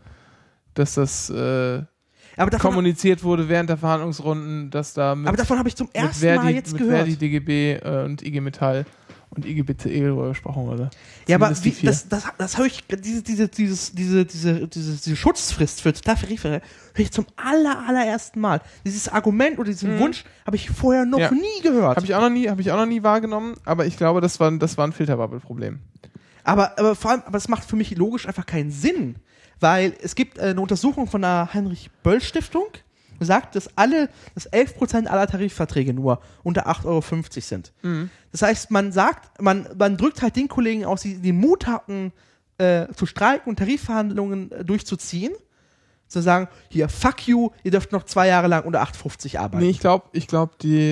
kommuniziert wurde während der Verhandlungsrunden, dass da aber davon habe ich zum ersten Mal jetzt gehört. Verdi, DGB und IG Metall und IG BCE darüber gesprochen wurde. Ja, aber das habe ich, diese Schutzfrist für Tarifverträge höre ich zum allerersten Mal. Dieses Argument oder diesen Wunsch habe ich vorher noch nie gehört. Habe ich auch noch nie wahrgenommen, aber ich glaube, das war ein Filterbubble-Problem. Aber vor allem, es macht für mich logisch einfach keinen Sinn, weil es gibt eine Untersuchung von der Heinrich-Böll-Stiftung, die sagt, dass 11% aller Tarifverträge nur unter 8,50 Euro sind. Mhm. Das heißt, man drückt halt den Kollegen aus, die den Mut hatten, zu streiken und Tarifverhandlungen durchzuziehen, zu sagen, hier, fuck you, ihr dürft noch 2 Jahre lang unter 8,50 arbeiten. Nee, ich glaube,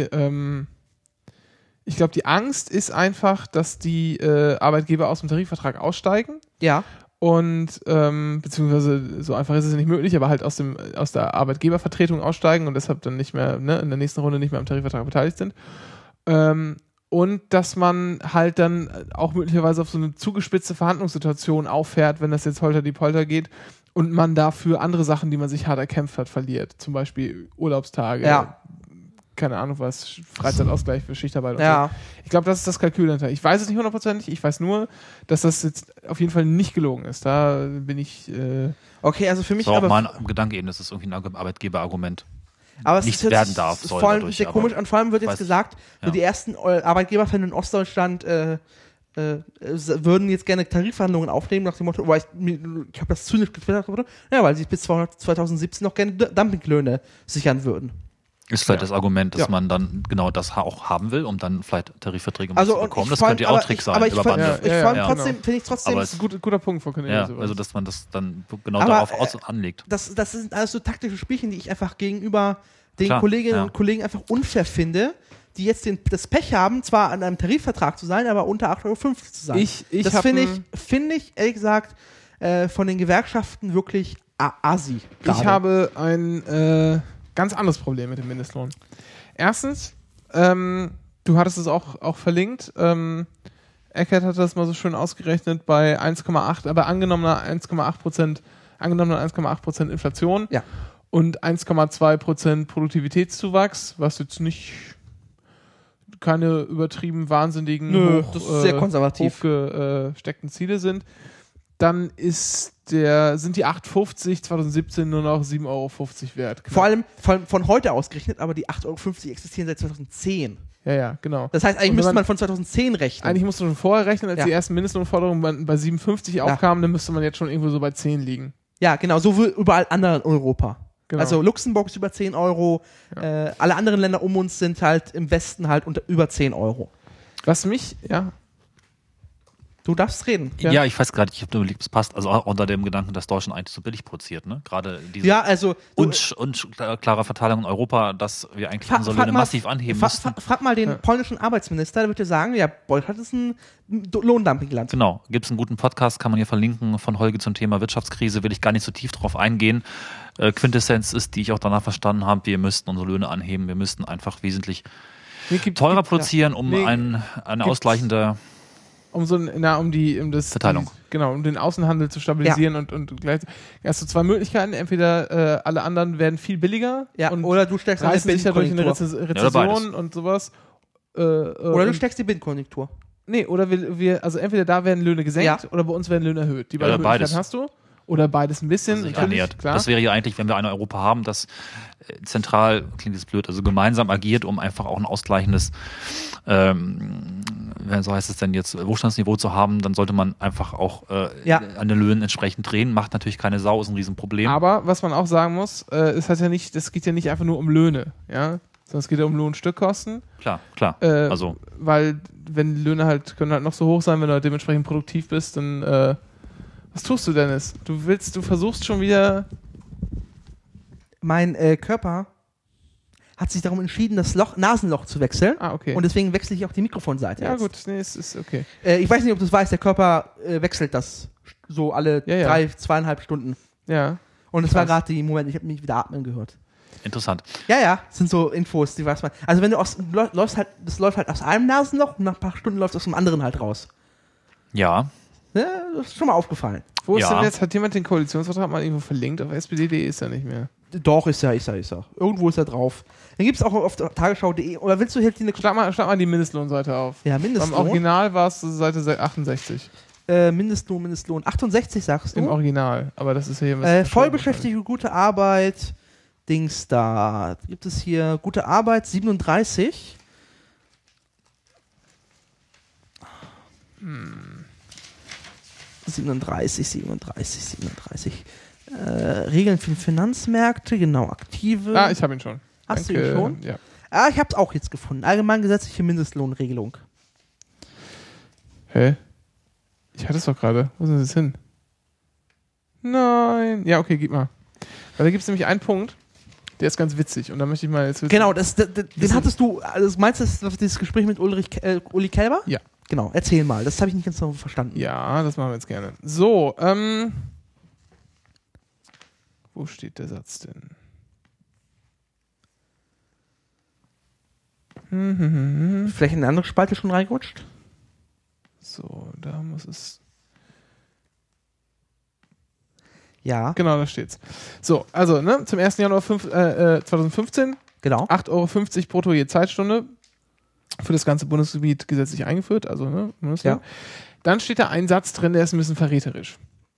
die Angst ist einfach, dass die Arbeitgeber aus dem Tarifvertrag aussteigen. Ja. Und beziehungsweise so einfach ist es nicht möglich, aber halt aus der Arbeitgebervertretung aussteigen und deshalb dann nicht mehr, in der nächsten Runde nicht mehr am Tarifvertrag beteiligt sind. Und dass man halt dann auch möglicherweise auf so eine zugespitzte Verhandlungssituation auffährt, wenn das jetzt holter die Polter geht und man dafür andere Sachen, die man sich hart erkämpft hat, verliert. Zum Beispiel Urlaubstage, keine Ahnung was, Freizeitausgleich für Schichtarbeit und so. Ich glaube, das ist das Kalkül dahinter. Ich weiß es nicht hundertprozentig, ich weiß nur, dass das jetzt auf jeden Fall nicht gelogen ist. Da bin ich... Okay, also für mich aber... Das war auch mein Gedanke eben, das ist irgendwie ein Arbeitgeberargument. Aber es nichts werden darf, soll vor allem dadurch, sehr komisch. Und vor allem wird jetzt gesagt, die ersten Arbeitgeberverbände in Ostdeutschland würden jetzt gerne Tarifverhandlungen aufnehmen, nach dem Motto, ich habe das zynisch getwittert, oder? Ja, weil sie bis 2017 noch gerne Dumpinglöhne sichern würden. Ist vielleicht das Argument, dass man dann genau das auch haben will, um dann vielleicht Tarifverträge zu bekommen. Das könnte ja auch ein Trick sein. Aber finde ich trotzdem... Das ist ein guter Punkt von Cornelia. Ja, also dass man das dann genau darauf anlegt. Das sind alles so taktische Spielchen, die ich einfach gegenüber den Kolleginnen und Kollegen einfach unfair finde, die jetzt das Pech haben, zwar an einem Tarifvertrag zu sein, aber unter 8,50 Euro zu sein. Das finde ich, ehrlich gesagt, von den Gewerkschaften wirklich assi. Ich habe ein ganz anderes Problem mit dem Mindestlohn. Erstens, du hattest es auch verlinkt, Eckert hat das mal so schön ausgerechnet bei 1,8, aber angenommener 1,8% Inflation und 1,2% Produktivitätszuwachs, was jetzt nicht keine übertrieben wahnsinnigen sehr konservativ hochgesteckten Ziele sind, dann sind die 8,50 2017 nur noch 7,50 Euro wert. Genau. Vor allem von heute ausgerechnet, aber die 8,50 Euro existieren seit 2010. Ja, genau. Das heißt, eigentlich müsste man von 2010 rechnen. Eigentlich musste man schon vorher rechnen, als die ersten Mindestlohnforderungen bei 57 aufkamen, dann müsste man jetzt schon irgendwo so bei 10 liegen. Ja, genau, so wie überall anderen in Europa. Genau. Also Luxemburg ist über 10 Euro, alle anderen Länder um uns sind halt im Westen halt über 10 Euro. Was mich, Du darfst reden. Ja, ich weiß gerade, ich habe nur überlegt, es passt. Also auch unter dem Gedanken, dass Deutschland eigentlich so billig produziert, ne? Gerade diese unklare Verteilung in Europa, dass wir eigentlich unsere Löhne massiv anheben müssen. Frag mal den polnischen Arbeitsminister, der wird dir sagen, Deutschland ist ein Lohndumpingland. Genau, gibt es einen guten Podcast, kann man hier verlinken, von Holge zum Thema Wirtschaftskrise, will ich gar nicht so tief drauf eingehen. Quintessenz ist, die ich auch danach verstanden habe, wir müssten unsere Löhne anheben, wir müssten einfach wesentlich teurer produzieren, um eine ausgleichende um Verteilung. Um den Außenhandel zu stabilisieren und gleich. Hast du zwei Möglichkeiten. Entweder alle anderen werden viel billiger oder du steckst reißen sich ja durch eine Rezession und sowas. Oder du steckst die Binnenkonjunktur. Nee, oder also entweder da werden Löhne gesenkt oder bei uns werden Löhne erhöht. Die beiden Möglichkeiten hast du. Oder beides ein bisschen. Klar. Das wäre ja eigentlich, wenn wir ein Europa haben, das zentral, klingt jetzt blöd, also gemeinsam agiert, um einfach auch ein ausgleichendes, so heißt es denn jetzt, Wohlstandsniveau zu haben, dann sollte man einfach auch an den Löhnen entsprechend drehen. Macht natürlich keine Sau, ist ein Riesenproblem. Aber was man auch sagen muss, es geht ja nicht einfach nur um Löhne, sondern es geht ja um Lohnstückkosten. Klar. Weil wenn Löhne können halt noch so hoch sein, wenn du halt dementsprechend produktiv bist, dann was tust du, Dennis? Du versuchst schon wieder... Mein Körper hat sich darum entschieden, das Nasenloch zu wechseln. Ah, okay. Und deswegen wechsle ich auch die Mikrofonseite. Ja, jetzt. gut, nee, es ist okay. Ich weiß nicht, ob du es weißt, der Körper wechselt das so alle 2,5 Stunden. Ja. Und es war gerade die Moment, ich habe mich wieder atmen gehört. Interessant. Ja, das sind so Infos, die weiß man. Also wenn du das läuft halt aus einem Nasenloch und nach ein paar Stunden läuft es aus dem anderen halt raus. Ja. Ja, das ist schon mal aufgefallen. Wo ist denn jetzt, hat jemand den Koalitionsvertrag mal irgendwo verlinkt? Auf SPD.de ist er nicht mehr. Doch, ist er. Irgendwo ist er drauf. Dann gibt es auch auf tagesschau.de. Oder willst du hier Schlag mal die Mindestlohnseite auf. Ja, Mindestlohn. Beim Original war es Seite 68. Mindestlohn. 68 sagst du? Im Original. Aber das ist ja hier Vollbeschäftigung, gute Arbeit. Dings da. Gibt es hier gute Arbeit 37. 37. Regeln für Finanzmärkte, genau, aktive. Ah, ich habe ihn schon. Hast du ihn schon? Ja. Ah, ich habe es auch jetzt gefunden. Allgemeingesetzliche Mindestlohnregelung. Hä? Ich hatte es doch gerade. Wo sind das hin? Nein. Ja, okay, gib mal. Weil da gibt es nämlich einen Punkt, der ist ganz witzig. Und da möchte ich mal jetzt wissen. Genau, den hattest du, also meinst du dieses Gespräch mit Uli Kelber? Ja. Genau, erzähl mal. Das habe ich nicht ganz so verstanden. Ja, das machen wir jetzt gerne. So, wo steht der Satz denn? Vielleicht in eine andere Spalte schon reingerutscht? So, da muss es... Ja. Genau, da steht's. So, also, zum 1. Januar 2015, genau. 8,50 Euro brutto je Zeitstunde für das ganze Bundesgebiet gesetzlich eingeführt, also, ja. Dann steht da ein Satz drin, der ist ein bisschen verräterisch.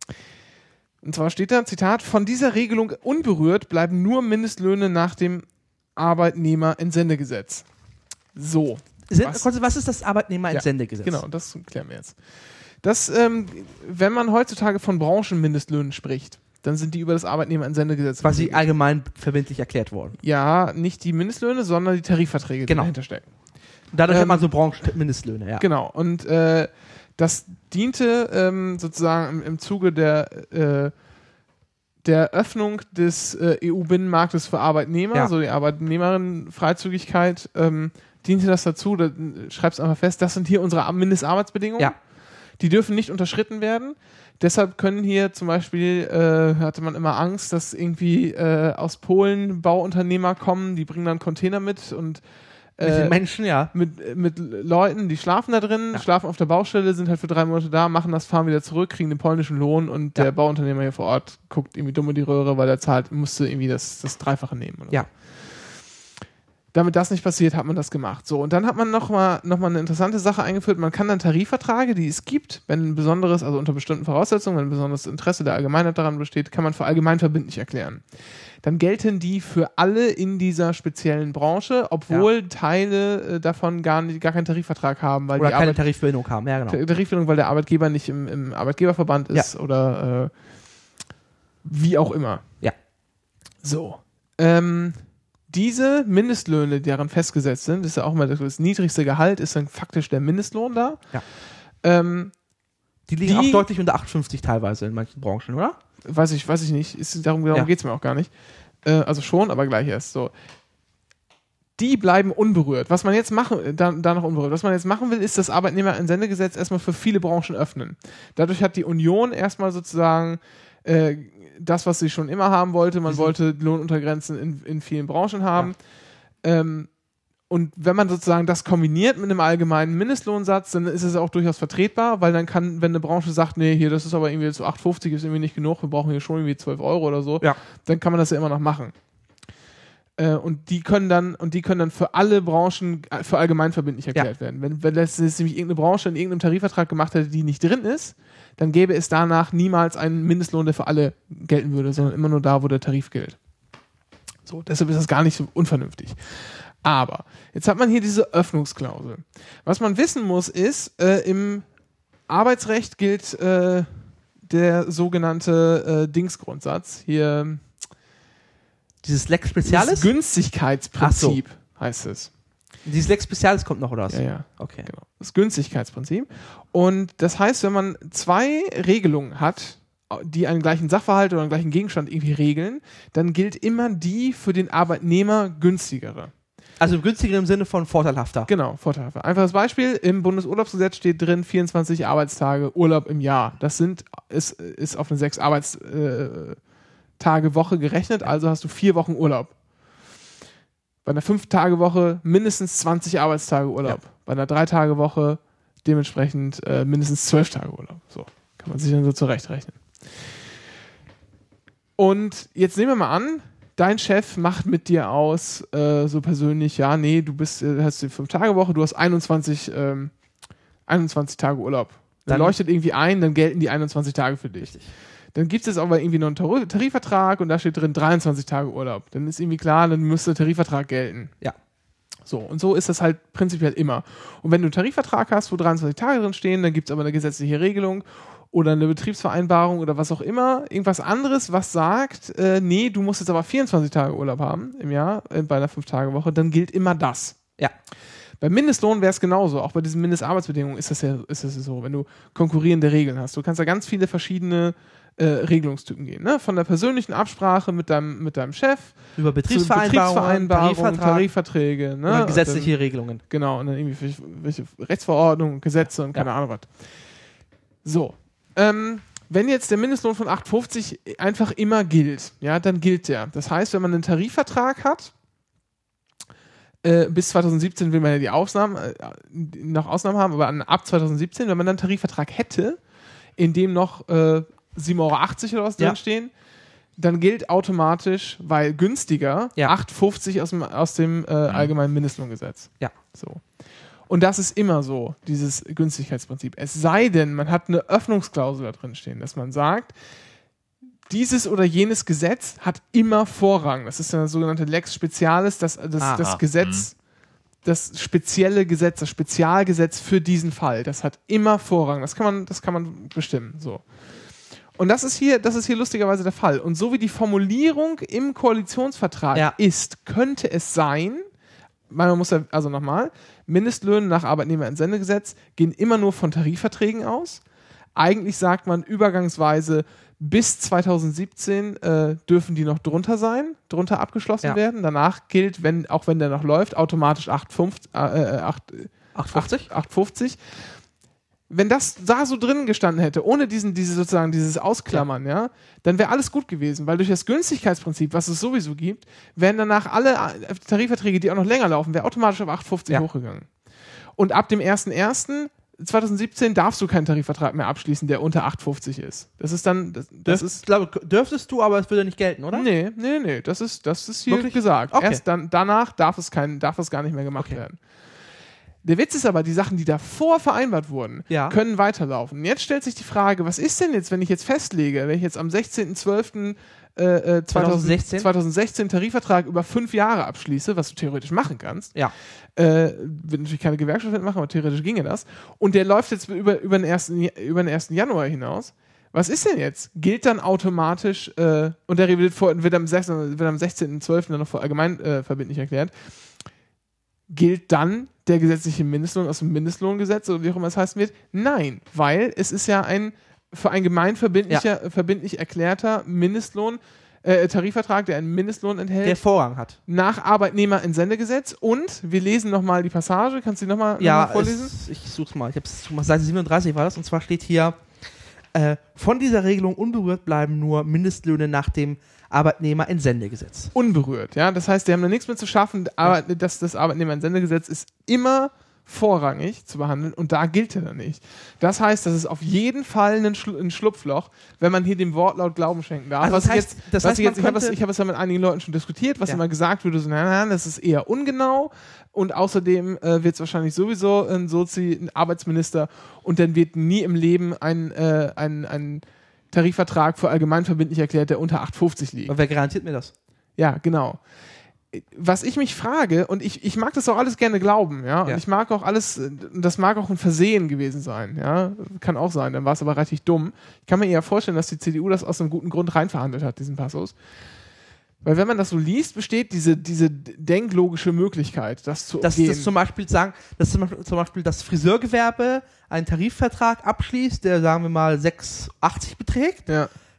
Und zwar steht da, Zitat, von dieser Regelung unberührt bleiben nur Mindestlöhne nach dem Arbeitnehmerentsendegesetz. So. Was ist das Arbeitnehmerentsendegesetz? Ja, genau, das klären wir jetzt. Das, wenn man heutzutage von Branchenmindestlöhnen spricht, dann sind die über das Arbeitnehmerentsendegesetz. Quasi allgemein verbindlich erklärt worden. Ja, nicht die Mindestlöhne, sondern die Tarifverträge, die dahinter stecken. Dadurch hat man so Branchenmindestlöhne, ja. Genau, und das diente sozusagen im Zuge der Öffnung des EU-Binnenmarktes für Arbeitnehmer, so die Arbeitnehmerinnenfreizügigkeit, diente das dazu, da schreibst du einfach fest, das sind hier unsere Mindestarbeitsbedingungen. Ja. Die dürfen nicht unterschritten werden. Deshalb können hier zum Beispiel, hatte man immer Angst, dass irgendwie aus Polen Bauunternehmer kommen, die bringen dann Container mit und mit den Menschen, ja. Mit Leuten, die schlafen da drin, schlafen auf der Baustelle, sind halt für 3 Monate da, machen das, fahren wieder zurück, kriegen den polnischen Lohn und der Bauunternehmer hier vor Ort guckt irgendwie dumm in die Röhre, weil er musste irgendwie das Dreifache nehmen. Oder so. Damit das nicht passiert, hat man das gemacht. So, und dann hat man noch mal eine interessante Sache eingeführt. Man kann dann Tarifverträge, die es gibt, wenn ein besonderes, also unter bestimmten Voraussetzungen, wenn ein besonderes Interesse der Allgemeinheit daran besteht, kann man für allgemein verbindlich erklären. Dann gelten die für alle in dieser speziellen Branche, obwohl Teile davon gar keinen Tarifvertrag haben. Weil oder die keine Tarifbindung haben, ja genau. Tarifbindung, weil der Arbeitgeber nicht im Arbeitgeberverband ist oder wie auch immer. Ja. So. Diese Mindestlöhne, die daran festgesetzt sind, ist ja auch mal das niedrigste Gehalt, ist dann faktisch der Mindestlohn da. Ja. Die liegen auch deutlich unter 8,50 teilweise in manchen Branchen, oder? Weiß ich nicht. Darum geht es mir auch gar nicht. Also schon, aber gleich erst. So. Die bleiben unberührt. Was man jetzt machen, danach unberührt. Was man jetzt machen will, ist das Arbeitnehmerentsendegesetz erstmal für viele Branchen öffnen. Dadurch hat die Union erstmal sozusagen das, was sie schon immer haben wollte. Man wollte Lohnuntergrenzen in vielen Branchen haben. Ja. Und wenn man sozusagen das kombiniert mit einem allgemeinen Mindestlohnsatz, dann ist es auch durchaus vertretbar, weil dann kann, wenn eine Branche sagt, nee, hier, das ist aber irgendwie zu 8,50, ist irgendwie nicht genug, wir brauchen hier schon irgendwie 12 Euro oder so, dann kann man das ja immer noch machen. Und die können dann für alle Branchen für allgemein verbindlich erklärt werden. Wenn das nämlich irgendeine Branche in irgendeinem Tarifvertrag gemacht hätte, die nicht drin ist, dann gäbe es danach niemals einen Mindestlohn, der für alle gelten würde, sondern immer nur da, wo der Tarif gilt. So, deshalb ist das gar nicht so unvernünftig. Aber jetzt hat man hier diese Öffnungsklausel. Was man wissen muss, ist, im Arbeitsrecht gilt der sogenannte Dingsgrundsatz. Hier dieses Lex Specialis? Das Günstigkeitsprinzip heißt es. Dieses Lex Specialis kommt noch, oder was? Ja. Okay. Genau. Das Günstigkeitsprinzip. Und das heißt, wenn man 2 Regelungen hat die einen gleichen Sachverhalt oder einen gleichen Gegenstand irgendwie regeln, dann gilt immer die für den Arbeitnehmer günstigere. Also günstiger im Sinne von vorteilhafter. Genau, vorteilhafter. Einfaches Beispiel, im Bundesurlaubsgesetz steht drin 24 Arbeitstage Urlaub im Jahr. Das ist auf eine 6 Arbeitstage Woche gerechnet, also hast du 4 Wochen Urlaub. Bei einer 5-Tage-Woche mindestens 20 Arbeitstage Urlaub. Ja. Bei einer 3-Tage-Woche dementsprechend mindestens 12 Tage Urlaub. So, kann man sich dann so zurechtrechnen. Und jetzt nehmen wir mal an, dein Chef macht mit dir aus, so persönlich, ja, nee, du hast die 5-Tage-Woche, du hast 21 Tage Urlaub. Dann leuchtet irgendwie ein, dann gelten die 21 Tage für dich. Richtig. Dann gibt es aber irgendwie noch einen Tarifvertrag und da steht drin 23 Tage Urlaub. Dann ist irgendwie klar, dann müsste der Tarifvertrag gelten. Ja. So, und so ist das halt prinzipiell immer. Und wenn du einen Tarifvertrag hast, wo 23 Tage drin stehen, dann gibt es aber eine gesetzliche Regelung oder eine Betriebsvereinbarung oder was auch immer, irgendwas anderes, was sagt, nee, du musst jetzt aber 24 Tage Urlaub haben im Jahr, bei einer 5-Tage-Woche, dann gilt immer das. Ja. Beim Mindestlohn wäre es genauso. Auch bei diesen Mindestarbeitsbedingungen ist das ja so, wenn du konkurrierende Regeln hast. Du kannst da ganz viele verschiedene Regelungstypen gehen. Ne? Von der persönlichen Absprache mit deinem Chef über Betriebsvereinbarungen, Tarifverträge. Ne? Oder gesetzliche Regelungen. Genau, und dann irgendwie welche Rechtsverordnungen, Gesetze und keine Ahnung was. So. Wenn jetzt der Mindestlohn von 8,50 einfach immer gilt, ja, dann gilt der. Das heißt, wenn man einen Tarifvertrag hat, bis 2017 will man ja die Ausnahmen haben, aber ab 2017, wenn man dann einen Tarifvertrag hätte, in dem noch 7,80 Euro oder was drinstehen, dann gilt automatisch, weil günstiger, 8,50 aus dem allgemeinen Mindestlohngesetz. Ja. So. Und das ist immer so, dieses Günstigkeitsprinzip. Es sei denn, man hat eine Öffnungsklausel da drin stehen, dass man sagt, dieses oder jenes Gesetz hat immer Vorrang. Das ist dann das sogenannte Lex Specialis, das Gesetz, das spezielle Gesetz, das Spezialgesetz für diesen Fall. Das hat immer Vorrang. Das kann man bestimmen. So. Und das ist hier lustigerweise der Fall. Und so wie die Formulierung im Koalitionsvertrag ist, könnte es sein, man muss ja, also nochmal, Mindestlöhne nach Arbeitnehmerentsendegesetz gehen immer nur von Tarifverträgen aus. Eigentlich sagt man übergangsweise, bis 2017 dürfen die noch drunter abgeschlossen werden. Danach gilt, auch wenn der noch läuft, automatisch 8,50. Wenn das da so drin gestanden hätte, ohne dieses Ausklammern, dann wäre alles gut gewesen, weil durch das Günstigkeitsprinzip, was es sowieso gibt, wären danach alle Tarifverträge, die auch noch länger laufen, wäre automatisch auf 8,50 hochgegangen. Und ab dem 1.1.2017 darfst du keinen Tarifvertrag mehr abschließen, der unter 8,50 ist. Das ist dann, dürftest du, aber es würde nicht gelten, oder? Nee, das ist hier wirklich gesagt. Okay. Erst danach darf es gar nicht mehr gemacht werden. Der Witz ist aber, die Sachen, die davor vereinbart wurden, können weiterlaufen. Und jetzt stellt sich die Frage, was ist denn jetzt, wenn ich jetzt festlege, wenn ich jetzt am 16.12.2016 Tarifvertrag über 5 Jahre abschließe, was du theoretisch machen kannst, wird natürlich keine Gewerkschaft mitmachen, aber theoretisch ginge das, und der läuft jetzt über den 1. Januar hinaus, was ist denn jetzt? Gilt dann automatisch, und der wird am 16.12. dann noch vor allgemein verbindlich erklärt, gilt dann der gesetzliche Mindestlohn aus dem Mindestlohngesetz oder wie auch immer es heißen wird? Nein, weil es ist ja für ein verbindlich erklärter Tarifvertrag, der einen Mindestlohn enthält. Der Vorrang hat. Nach Arbeitnehmerentsendegesetz. Und wir lesen nochmal die Passage. Kannst du die nochmal vorlesen? Ich such's mal. Ich hab's mal, Seite 37 war das. Und zwar steht hier, von dieser Regelung unberührt bleiben nur Mindestlöhne nach dem Arbeitnehmerentsendegesetz. Unberührt, ja. Das heißt, die haben da nichts mit zu schaffen, aber das Arbeitnehmerentsendegesetz ist immer vorrangig zu behandeln und da gilt er dann nicht. Das heißt, das ist auf jeden Fall ein Schlupfloch, wenn man hier dem Wortlaut Glauben schenken darf. Also ich habe es ja mit einigen Leuten schon diskutiert, was immer gesagt wurde, so, nein, das ist eher ungenau und außerdem wird es wahrscheinlich sowieso ein Arbeitsminister und dann wird nie im Leben ein Tarifvertrag für allgemeinverbindlich erklärt, der unter 8,50 liegt. Und wer garantiert mir das? Ja, genau. Was ich mich frage, und ich mag das auch alles gerne glauben, ja, und ich mag auch alles, das mag auch ein Versehen gewesen sein, ja, kann auch sein, dann war es aber richtig dumm. Ich kann mir eher vorstellen, dass die CDU das aus einem guten Grund reinverhandelt hat, diesen Passus. Weil wenn man das so liest, besteht diese denklogische Möglichkeit, das zu umgehen. Dass zum Beispiel das Friseurgewerbe einen Tarifvertrag abschließt, der, sagen wir mal, 6,80 beträgt. Ja.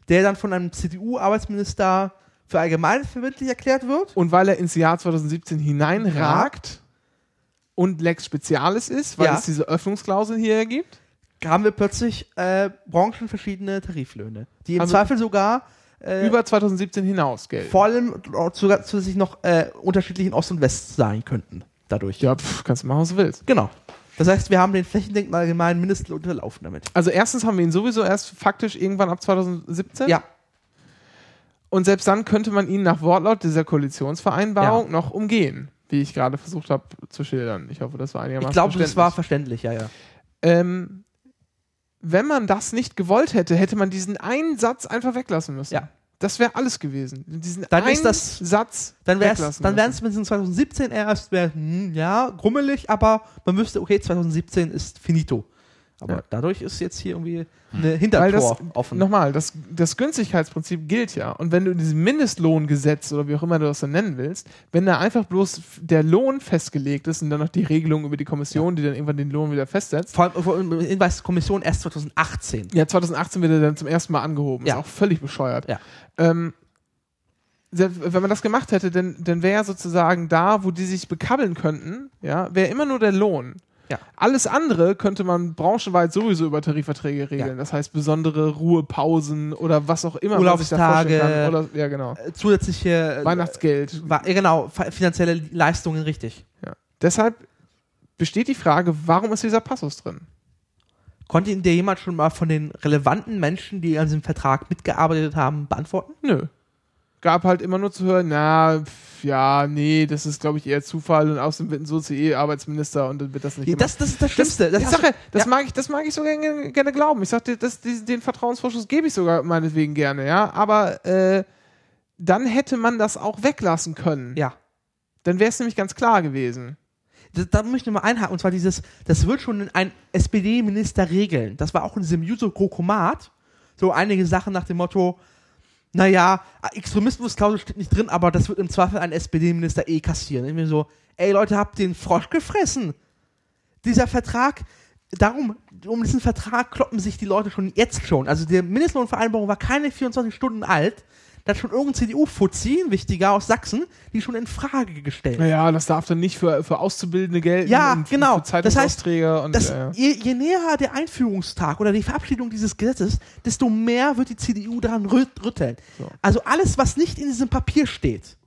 der dann von einem CDU-Arbeitsminister für allgemeinverbindlich erklärt wird. Und weil er ins Jahr 2017 hineinragt und Lex Specialis ist, weil es diese Öffnungsklausel hier ergibt, haben wir plötzlich branchenverschiedene Tariflöhne, die im Zweifel sogar über 2017 hinaus gelten. Vor allem sogar zusätzlich noch unterschiedlich in Ost und West sein könnten. Dadurch. Ja, kannst du machen, was du willst. Genau. Das heißt, wir haben den flächendeckenden allgemeinen Mindestlohn unterlaufen damit. Also erstens haben wir ihn sowieso erst faktisch irgendwann ab 2017. Ja. Und selbst dann könnte man ihn nach Wortlaut dieser Koalitionsvereinbarung noch umgehen, wie ich gerade versucht habe zu schildern. Ich hoffe, das war einigermaßen verständlich. Ich glaube, das war verständlich, ja. Wenn man das nicht gewollt hätte, hätte man diesen einen Satz einfach weglassen müssen. Ja. Das wäre alles gewesen. Diesen dann einen Satz dann wäre es mit 2017 erst, grummelig, aber man wüsste, okay, 2017 ist finito. Aber dadurch ist jetzt hier irgendwie eine Hintertor offen. Nochmal, das Günstigkeitsprinzip gilt ja. Und wenn du in diesem Mindestlohngesetz oder wie auch immer du das dann nennen willst, wenn da einfach bloß der Lohn festgelegt ist und dann noch die Regelung über die Kommission, die dann irgendwann den Lohn wieder festsetzt. Vor allem Hinweis, Kommission erst 2018. Ja, 2018 wird er dann zum ersten Mal angehoben. Ja. Ist auch völlig bescheuert. Ja. Wenn man das gemacht hätte, dann wäre sozusagen da, wo die sich bekabbeln könnten, wäre immer nur der Lohn. Ja. Alles andere könnte man branchenweit sowieso über Tarifverträge regeln. Ja. Das heißt besondere Ruhepausen oder was auch immer man sich da vorstellen kann. Oder, ja, genau. Zusätzliche Weihnachtsgeld. Genau, finanzielle Leistungen, richtig. Ja. Deshalb besteht die Frage, warum ist dieser Passus drin? Konnte Ihnen der jemand schon mal von den relevanten Menschen, die an diesem Vertrag mitgearbeitet haben, beantworten? Nö. Gab halt immer nur zu hören, nee, das ist, glaube ich, eher Zufall und außerdem wird ein Sozi-Arbeitsminister und dann wird das nicht gemacht. Das ist das Schlimmste. Das mag ich sogar gerne glauben. Ich sag dir, den Vertrauensvorschuss gebe ich sogar meinetwegen gerne, aber dann hätte man das auch weglassen können. Ja. Dann wäre es nämlich ganz klar gewesen. Da möchte ich nochmal einhaken, und zwar das wird schon ein SPD-Minister regeln. Das war auch in diesem Juso-Krokomat so einige Sachen nach dem Motto, Extremismusklausel steht nicht drin, aber das wird im Zweifel ein SPD-Minister kassieren. Ich mir so, Leute, habt den Frosch gefressen. Dieser Vertrag, um diesen Vertrag kloppen sich die Leute jetzt schon. Also die Mindestlohnvereinbarung war keine 24 Stunden alt. Da hat schon irgendein CDU-Fuzzi, ein wichtiger aus Sachsen, die schon in Frage gestellt. Naja, das darf dann nicht für Auszubildende gelten. Ja, und genau. Für Zeitungsausträger. Das heißt, je näher der Einführungstag oder die Verabschiedung dieses Gesetzes, desto mehr wird die CDU daran rütteln. So. Also alles, was nicht in diesem Papier steht,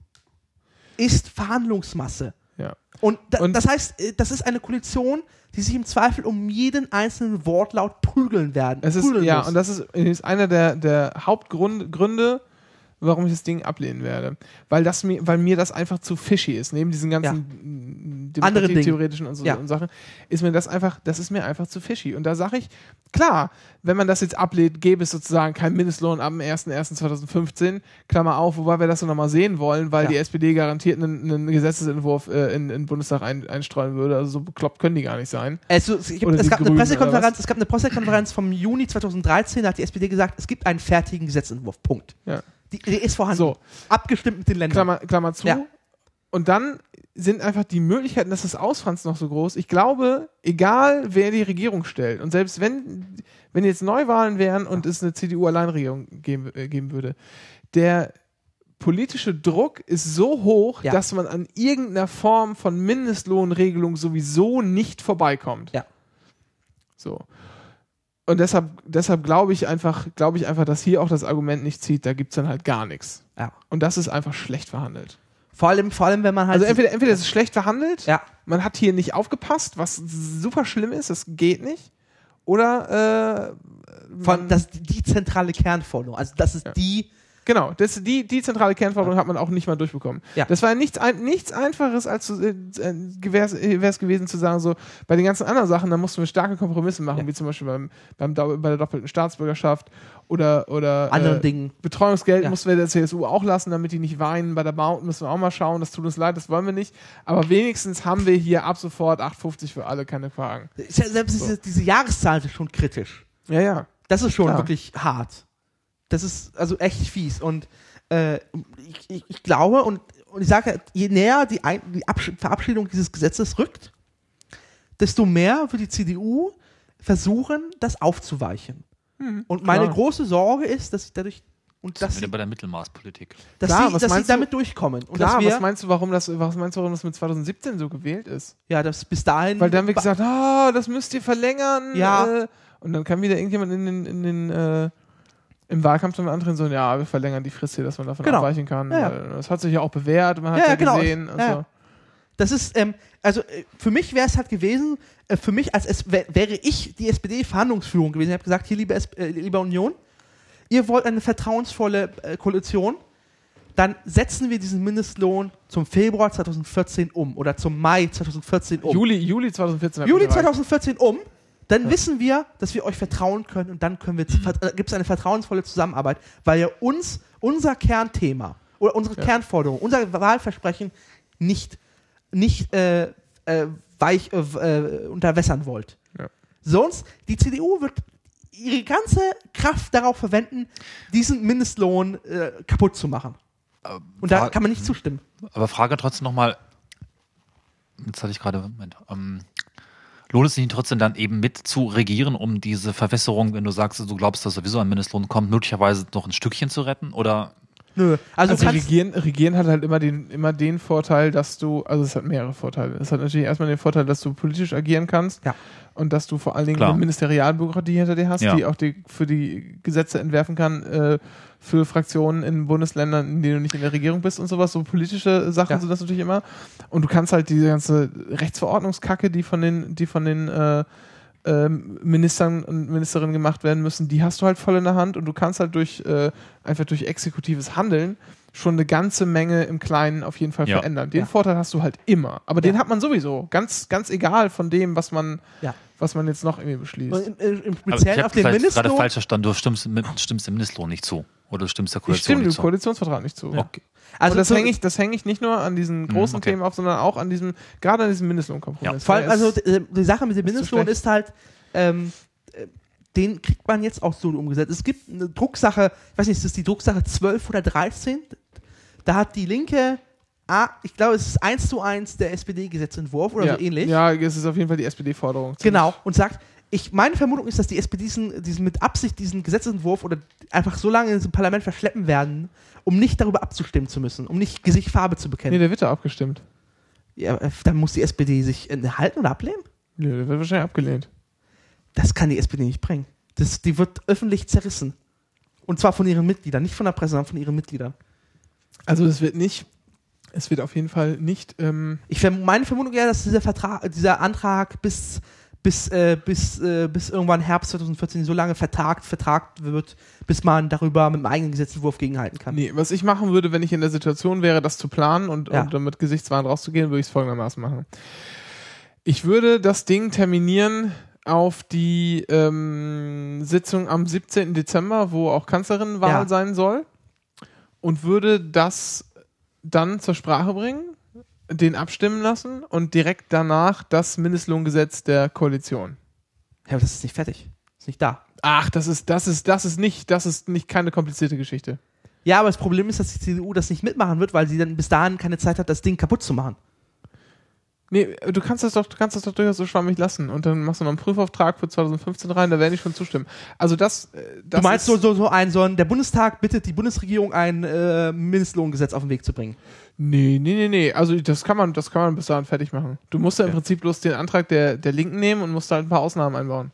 ist Verhandlungsmasse. Ja. Und das heißt, das ist eine Koalition, die sich im Zweifel um jeden einzelnen Wortlaut prügeln werden. Und das ist einer der Hauptgründe, warum ich das Ding ablehnen werde. Weil mir das einfach zu fishy ist. Neben diesen ganzen demokratietheoretischen und Sachen ist mir das ist mir einfach zu fishy. Und da sage ich, klar, wenn man das jetzt ablehnt, gäbe es sozusagen keinen Mindestlohn am 01.01.2015, Klammer auf, wobei wir das noch mal sehen wollen, weil die SPD garantiert einen Gesetzesentwurf in den Bundestag einstreuen würde. Also so bekloppt können die gar nicht sein. Es gab eine Pressekonferenz vom Juni 2013, da hat die SPD gesagt, es gibt einen fertigen Gesetzentwurf. Punkt. Ja. Die ist vorhanden. So. Abgestimmt mit den Ländern. Klammer zu. Ja. Und dann sind einfach die Möglichkeiten, dass das ausfranst, noch so groß. Ich glaube, egal wer die Regierung stellt und selbst wenn jetzt Neuwahlen wären und es eine CDU-Alleinregierung geben würde, der politische Druck ist so hoch, dass man an irgendeiner Form von Mindestlohnregelung sowieso nicht vorbeikommt. Ja. So. Und deshalb glaube ich einfach, dass hier auch das Argument nicht zieht, da gibt es dann halt gar nichts. Ja. Und das ist einfach schlecht verhandelt. Vor allem, wenn man halt. Also entweder ist es schlecht verhandelt, man hat hier nicht aufgepasst, was super schlimm ist, das geht nicht. Oder das ist die zentrale Kernforderung. Also das ist die. Genau, die zentrale Kernforderung hat man auch nicht mal durchbekommen. Ja. Das war ja nichts Einfaches, als wäre es gewesen zu sagen, so bei den ganzen anderen Sachen, da mussten wir starke Kompromisse machen, wie zum Beispiel bei der doppelten Staatsbürgerschaft oder anderen Dingen. Betreuungsgeld mussten wir der CSU auch lassen, damit die nicht weinen. Bei der Maut müssen wir auch mal schauen, das tut uns leid, das wollen wir nicht. Aber wenigstens haben wir hier ab sofort 8,50 für alle, keine Fragen. Selbst diese Jahreszahl ist schon kritisch. Ja. Das ist schon wirklich hart. Das ist also echt fies. Und ich glaube, und ich sage, je näher die Verabschiedung dieses Gesetzes rückt, desto mehr wird die CDU versuchen, das aufzuweichen. Und meine große Sorge ist, dass sich dadurch Und dass wieder bei der Mittelmaßpolitik. Dass sie damit durchkommen. Und klar, was meinst du, warum das mit 2017 so gewählt ist? Ja, das bis dahin... Weil dann haben wir gesagt, das müsst ihr verlängern. Ja. Und dann kam wieder irgendjemand im Wahlkampf zum anderen so, wir verlängern die Frist hier, dass man davon abweichen kann. Ja. Das hat sich ja auch bewährt, man hat gesehen. Und so. Das ist, für mich wäre es halt gewesen, wäre ich die SPD-Verhandlungsführung gewesen. Ich habe gesagt, hier, liebe Union, ihr wollt eine vertrauensvolle Koalition, dann setzen wir diesen Mindestlohn zum Februar 2014 um oder zum Mai 2014 um. Juli 2014. Juli 2014 um. Dann wissen wir, dass wir euch vertrauen können und dann gibt es eine vertrauensvolle Zusammenarbeit, weil ja unser Kernthema oder unsere Kernforderung, unser Wahlversprechen nicht unterwässern wollt. Ja. Sonst, die CDU wird ihre ganze Kraft darauf verwenden, diesen Mindestlohn kaputt zu machen. Und da kann man nicht zustimmen. Aber Frage trotzdem nochmal, jetzt hatte ich gerade, lohnt es sich nicht trotzdem dann eben mit zu regieren, um diese Verwässerung, wenn du sagst, du glaubst, dass sowieso ein Mindestlohn kommt, möglicherweise noch ein Stückchen zu retten? Oder? Nö. Also Regieren hat halt immer den Vorteil, dass du, also es hat mehrere Vorteile. Es hat natürlich erstmal den Vorteil, dass du politisch agieren kannst und dass du vor allen Dingen eine Ministerialbürokratie hinter dir hast, die auch für die Gesetze entwerfen kann, für Fraktionen in Bundesländern, in denen du nicht in der Regierung bist und sowas. So politische Sachen sind das natürlich immer. Und du kannst halt diese ganze Rechtsverordnungskacke, die von den Ministern und Ministerinnen gemacht werden müssen, die hast du halt voll in der Hand und du kannst halt einfach durch exekutives Handeln schon eine ganze Menge im Kleinen auf jeden Fall verändern. Den Vorteil hast du halt immer. Aber den hat man sowieso. Ganz, ganz egal von dem, was man jetzt noch irgendwie beschließt. Und im Speziellen auf den Mindestlohn. Gerade falsch verstanden, du stimmst dem Mindestlohn nicht zu. Oder du stimmst der Koalition nicht zu. Ich stimme dem Koalitionsvertrag nicht zu. Ja. Okay. Also das hänge ich nicht nur an diesen großen Themen auf, sondern auch gerade an diesem Mindestlohnkompromiss. Vor allem, die Sache mit dem Mindestlohn ist halt, den kriegt man jetzt auch so umgesetzt. Es gibt eine Drucksache, ich weiß nicht, ist das die Drucksache 12 oder 13? Da hat die Linke, ich glaube, es ist 1:1 der SPD-Gesetzentwurf oder so ähnlich. Ja, es ist auf jeden Fall die SPD-Forderung. Genau, und sagt, meine Vermutung ist, dass die SPD mit Absicht diesen Gesetzentwurf oder einfach so lange ins Parlament verschleppen werden, um nicht darüber abzustimmen zu müssen, um nicht Gesicht Farbe zu bekennen. Nee, der wird da abgestimmt. Ja, dann muss die SPD sich enthalten oder ablehnen? Nö, der wird wahrscheinlich abgelehnt. Das kann die SPD nicht bringen. Die wird öffentlich zerrissen. Und zwar von ihren Mitgliedern, nicht von der Presse, sondern von ihren Mitgliedern. Also es wird auf jeden Fall nicht... Meine Vermutung wäre, dass dieser Antrag bis irgendwann Herbst 2014 so lange vertagt wird, bis man darüber mit dem eigenen Gesetzentwurf gegenhalten kann. Nee, was ich machen würde, wenn ich in der Situation wäre, das zu planen und damit gesichtswahrend rauszugehen, würde ich es folgendermaßen machen. Ich würde das Ding terminieren auf die Sitzung am 17. Dezember, wo auch Kanzlerinnenwahl sein soll, und würde das dann zur Sprache bringen, den abstimmen lassen und direkt danach das Mindestlohngesetz der Koalition. Ja, aber das ist nicht fertig. Ist nicht da. Ach, das ist nicht keine komplizierte Geschichte. Ja, aber das Problem ist, dass die CDU das nicht mitmachen wird, weil sie dann bis dahin keine Zeit hat, das Ding kaputt zu machen. Nee, du kannst das doch durchaus so schwammig lassen und dann machst du noch einen Prüfauftrag für 2015 rein, da werde ich schon zustimmen. Also das du meinst der Bundestag bittet die Bundesregierung ein Mindestlohngesetz auf den Weg zu bringen? Nee. Also das kann man bis dahin fertig machen. Du musst ja im Prinzip bloß den Antrag der Linken nehmen und musst da halt ein paar Ausnahmen einbauen.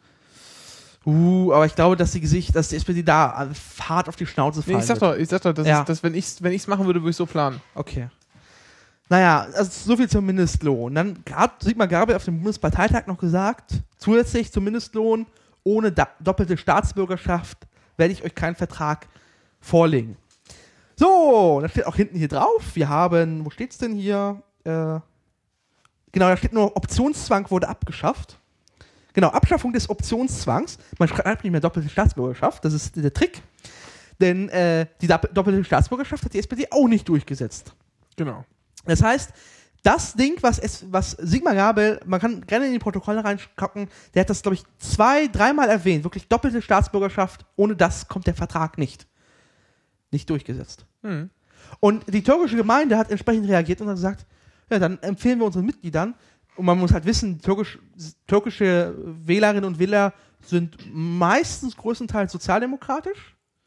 Aber ich glaube, dass die SPD da hart auf die Schnauze fallen. Nee, ich sag doch, dass wenn ich's machen würde, würde ich so planen. Okay. Naja, also so viel zum Mindestlohn. Dann hat Sigmar Gabriel auf dem Bundesparteitag noch gesagt, zusätzlich zum Mindestlohn, ohne doppelte Staatsbürgerschaft werde ich euch keinen Vertrag vorlegen. So, da steht auch hinten hier drauf, wo steht's denn hier? Genau, da steht nur, Optionszwang wurde abgeschafft. Genau, Abschaffung des Optionszwangs. Man schreibt nicht mehr doppelte Staatsbürgerschaft, das ist der Trick. Denn die doppelte Staatsbürgerschaft hat die SPD auch nicht durchgesetzt. Genau. Das heißt, das Ding, was Sigmar Gabriel, man kann gerne in die Protokolle reingucken, der hat das, glaube ich, 2-3 Mal erwähnt, wirklich doppelte Staatsbürgerschaft, ohne das kommt der Vertrag nicht durchgesetzt. Und die türkische Gemeinde hat entsprechend reagiert und hat gesagt, ja, dann empfehlen wir unseren Mitgliedern, und man muss halt wissen, türkische Wählerinnen und Wähler sind meistens größtenteils sozialdemokratisch,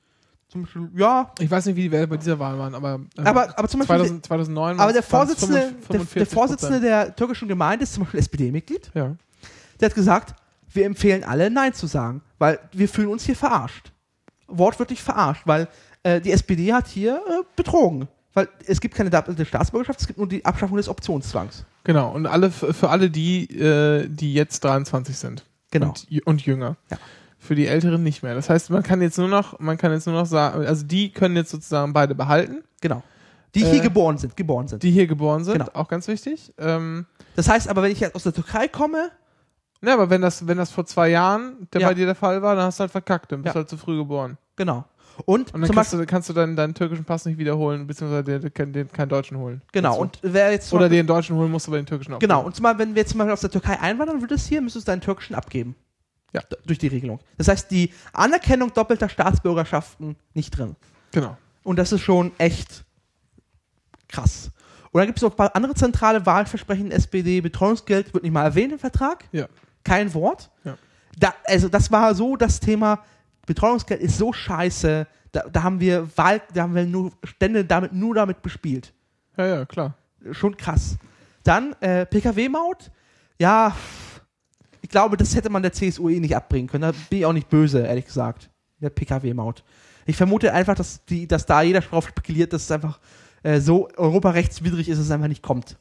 Zum Beispiel, ja. Ich weiß nicht, wie die Werte bei dieser Wahl waren, aber zum Beispiel 2009 aber der Vorsitzende der türkischen Gemeinde ist zum Beispiel SPD-Mitglied. Ja. Der hat gesagt, wir empfehlen alle, Nein zu sagen, weil wir fühlen uns hier verarscht. Wortwörtlich verarscht, weil die SPD hat hier betrogen. Weil es gibt keine doppelte Staatsbürgerschaft, es gibt nur die Abschaffung des Optionszwangs. Genau, und für alle die jetzt 23 sind. Genau. Und jünger. Ja. Für die Älteren nicht mehr. Das heißt, man kann jetzt nur noch sagen, also die können jetzt sozusagen beide behalten. Genau. Die hier geboren sind. Die hier geboren sind, genau. Auch ganz wichtig. Das heißt aber, wenn ich jetzt aus der Türkei komme. Ja, aber wenn das vor 2 Jahren bei dir der Fall war, dann hast du halt verkackt, dann bist du halt zu früh geboren. Genau. Und dann kannst du deinen türkischen Pass nicht wiederholen, beziehungsweise keinen deutschen holen. Genau. Dazu. Und wer jetzt oder den deutschen holen, musst du aber den türkischen auch. Genau. Und wenn wir jetzt zum Beispiel aus der Türkei einwandern würdest hier, müsstest du deinen türkischen abgeben. Ja. Durch die Regelung. Das heißt, die Anerkennung doppelter Staatsbürgerschaften nicht drin. Genau. Und das ist schon echt krass. Und dann gibt es noch ein paar andere zentrale Wahlversprechen SPD. Betreuungsgeld wird nicht mal erwähnt im Vertrag. Ja. Kein Wort. Ja. Das war so das Thema, Betreuungsgeld ist so scheiße, da haben wir nur Stände nur damit bespielt. Ja, klar. Schon krass. Dann PKW-Maut. Ja, ich glaube, das hätte man der CSU nicht abbringen können. Da bin ich auch nicht böse, ehrlich gesagt. Der PKW-Maut. Ich vermute einfach, dass da jeder drauf spekuliert, dass es einfach so europarechtswidrig ist, dass es einfach nicht kommt.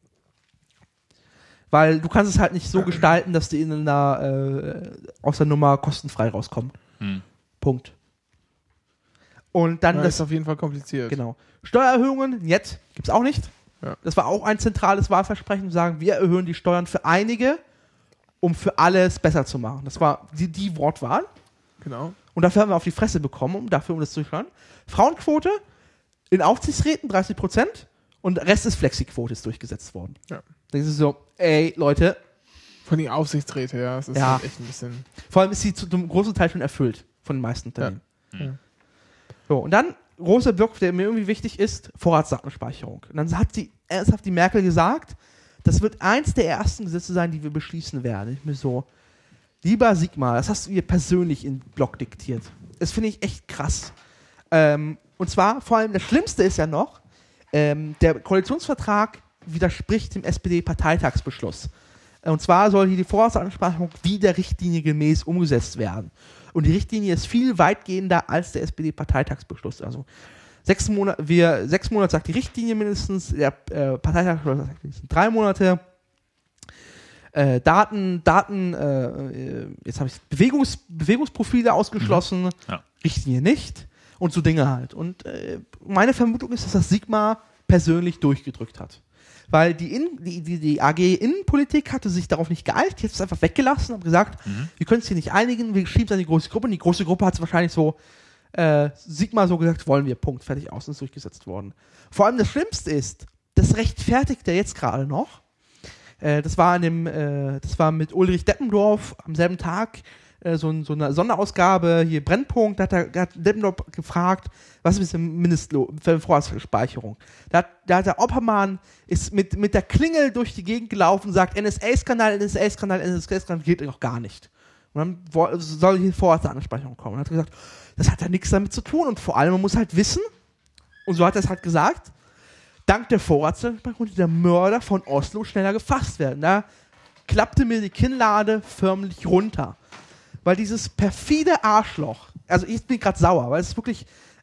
Weil du kannst es halt nicht so gestalten, dass die aus der Nummer kostenfrei rauskommen. Punkt. Und dann das ist auf jeden Fall kompliziert. Genau. Steuererhöhungen, jetzt gibt's auch nicht. Ja. Das war auch ein zentrales Wahlversprechen, sagen, wir erhöhen die Steuern für einige, um für alles besser zu machen. Das war die Wortwahl. Genau. Und dafür haben wir auf die Fresse bekommen, um das durchzuführen. Frauenquote in Aufsichtsräten 30% und der Rest ist Flexiquote ist durchgesetzt worden. Ja. Das ist so, ey, Leute. Von den Aufsichtsräten, ja. Das ist halt echt ein bisschen. Vor allem ist sie zum großen Teil schon erfüllt von den meisten Unternehmen. Ja. So, und dann, großer Block, der mir irgendwie wichtig ist, Vorratsdatenspeicherung. Und dann hat ernsthaft die Merkel gesagt, das wird eins der ersten Gesetze sein, die wir beschließen werden. Ich mir so, lieber Sigmar, das hast du ihr persönlich in den Blog diktiert. Das finde ich echt krass. Und zwar, vor allem, das Schlimmste ist ja noch, der Koalitionsvertrag widerspricht dem SPD-Parteitagsbeschluss. Und zwar soll hier die Vorratsdatenspeicherung wie der Richtlinie gemäß umgesetzt werden. Und die Richtlinie ist viel weitgehender als der SPD-Parteitagsbeschluss. Also 6 Monate sagt die Richtlinie mindestens, der Parteitagsbeschluss sagt mindestens 3 Monate. Daten, jetzt habe ich Bewegungsprofile ausgeschlossen, Richtlinie nicht und so Dinge halt. Und meine Vermutung ist, dass das Sigmar persönlich durchgedrückt hat. Weil die AG Innenpolitik hatte sich darauf nicht geeinigt, die hat es einfach weggelassen und gesagt, wir können es hier nicht einigen, wir schieben es an die große Gruppe und die große Gruppe hat es wahrscheinlich so Sigmar so gesagt, wollen wir, Punkt, fertig aus und ist durchgesetzt worden. Vor allem das Schlimmste ist, das rechtfertigt er jetzt gerade noch. Das war mit Ulrich Deppendorf am selben Tag so eine Sonderausgabe, hier Brennpunkt, da hat Deppendorf gefragt, was ist mit dem Mindestlohn für Vorratsspeicherung? Da hat der Oppermann ist mit der Klingel durch die Gegend gelaufen und sagt, NSA-Skandal, geht noch gar nicht. Und dann soll hier Vorratsdatenspeicherung kommen. Und hat gesagt, das hat ja nichts damit zu tun und vor allem, man muss halt wissen, und so hat er es halt gesagt, dank der Vorratsdatenspeicherung konnte der Mörder von Oslo schneller gefasst werden. Da klappte mir die Kinnlade förmlich runter. Weil dieses perfide Arschloch, also ich bin gerade sauer, weil es wirklich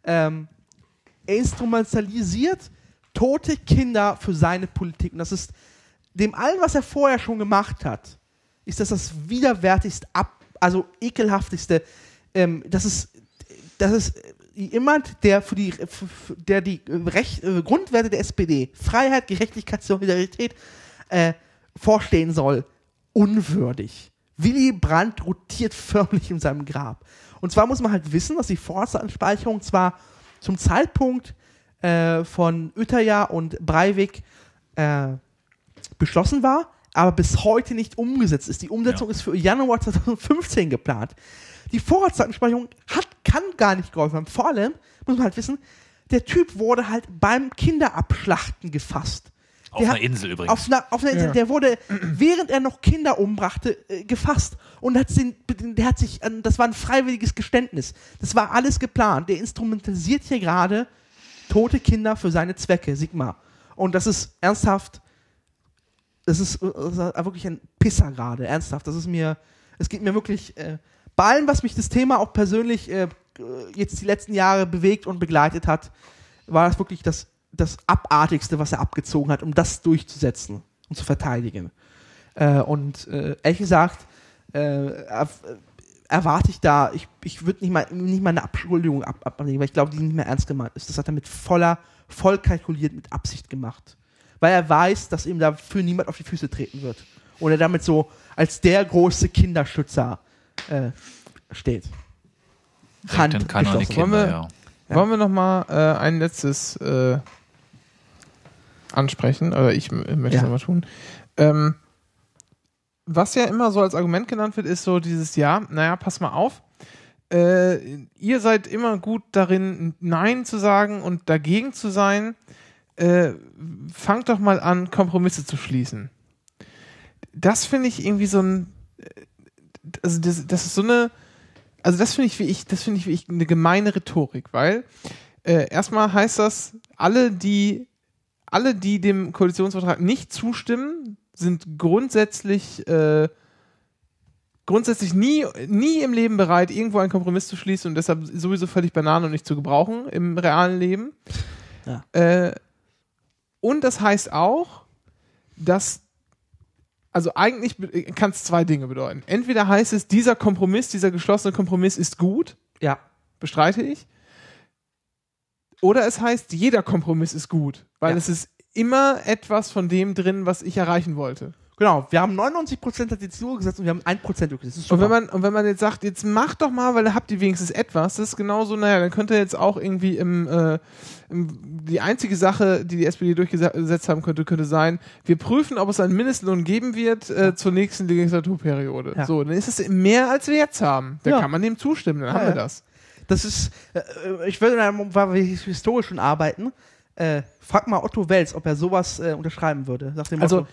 instrumentalisiert tote Kinder für seine Politik. Und das ist dem allem, was er vorher schon gemacht hat, ist das widerwärtigste, also ekelhafteste. Das ist jemand, der die Grundwerte der SPD, Freiheit, Gerechtigkeit, Solidarität vorstehen soll, unwürdig. Willy Brandt rotiert förmlich in seinem Grab. Und zwar muss man halt wissen, dass die Vorratsdatenspeicherung zwar zum Zeitpunkt von Uetterja und Breivik beschlossen war, aber bis heute nicht umgesetzt ist. Die Umsetzung ist für Januar 2015 geplant. Die Vorratsdatenspeicherung kann gar nicht geholfen haben. Vor allem muss man halt wissen, der Typ wurde halt beim Kinderabschlachten gefasst. Auf einer Insel übrigens. Auf einer Insel. Der wurde, während er noch Kinder umbrachte, gefasst. Und das war ein freiwilliges Geständnis. Das war alles geplant. Der instrumentalisiert hier gerade tote Kinder für seine Zwecke, Sigmar. Und das ist ernsthaft, das ist wirklich ein Pisser gerade, ernsthaft. Es geht mir wirklich, bei allem, was mich das Thema auch persönlich jetzt die letzten Jahre bewegt und begleitet hat, war das wirklich das Abartigste, was er abgezogen hat, um das durchzusetzen und zu verteidigen. Und ehrlich gesagt, erwarte ich da, ich würde nicht mal eine Abschuldigung ablegen, weil ich glaube, die nicht mehr ernst gemeint ist. Das hat er voll kalkuliert, mit Absicht gemacht. Weil er weiß, dass ihm dafür niemand auf die Füße treten wird. Und er damit so als der große Kinderschützer steht. Hand geschlossen. Wollen wir noch mal ein letztes ansprechen? Oder ich möchte es aber tun. Was ja immer so als Argument genannt wird, ist so dieses pass mal auf, ihr seid immer gut darin, Nein zu sagen und dagegen zu sein. Fangt doch mal an, Kompromisse zu schließen. Das finde ich irgendwie so ein, also das ist so eine, also das finde ich wie ich eine gemeine Rhetorik, weil erstmal heißt das, alle, die dem Koalitionsvertrag nicht zustimmen, sind grundsätzlich nie im Leben bereit, irgendwo einen Kompromiss zu schließen und deshalb sowieso völlig Banane und nicht zu gebrauchen im realen Leben. Ja. Und das heißt auch, dass, also eigentlich kann es zwei Dinge bedeuten. Entweder heißt es, dieser geschlossene Kompromiss ist gut, bestreite ich, oder es heißt, jeder Kompromiss ist gut, weil es ist immer etwas von dem drin, was ich erreichen wollte. Genau, wir haben 99% hat die Ziel gesetzt und wir haben 1% durchgesetzt. Und wenn man jetzt sagt, jetzt macht doch mal, weil da habt ihr wenigstens etwas, das ist genauso, dann könnt ihr jetzt auch irgendwie die einzige Sache, die SPD durchgesetzt haben könnte sein, wir prüfen, ob es einen Mindestlohn geben wird zur nächsten Legislaturperiode. Ja. So, dann ist es mehr, als wir jetzt haben. Da kann man dem zustimmen, dann haben wir das. Das ist, ich würde weil wir historisch schon arbeiten, frag mal Otto Wels, ob er sowas unterschreiben würde. Nach dem Motto,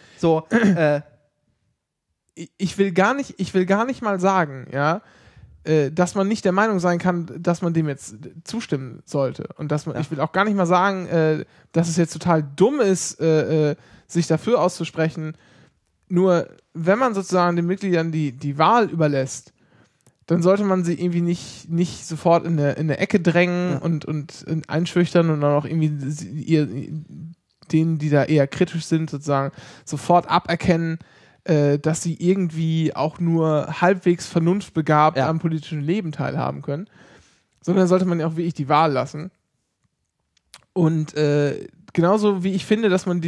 ich will gar nicht mal sagen, dass man nicht der Meinung sein kann, dass man dem jetzt zustimmen sollte. Und ich will auch gar nicht mal sagen, dass es jetzt total dumm ist, sich dafür auszusprechen. Nur, wenn man sozusagen den Mitgliedern die Wahl überlässt, dann sollte man sie irgendwie nicht sofort in eine Ecke drängen und einschüchtern und dann auch irgendwie denen, die da eher kritisch sind, sozusagen sofort aberkennen, dass sie irgendwie auch nur halbwegs vernunftbegabt am politischen Leben teilhaben können. Sondern sollte man ja auch wirklich die Wahl lassen. Und genauso wie ich finde,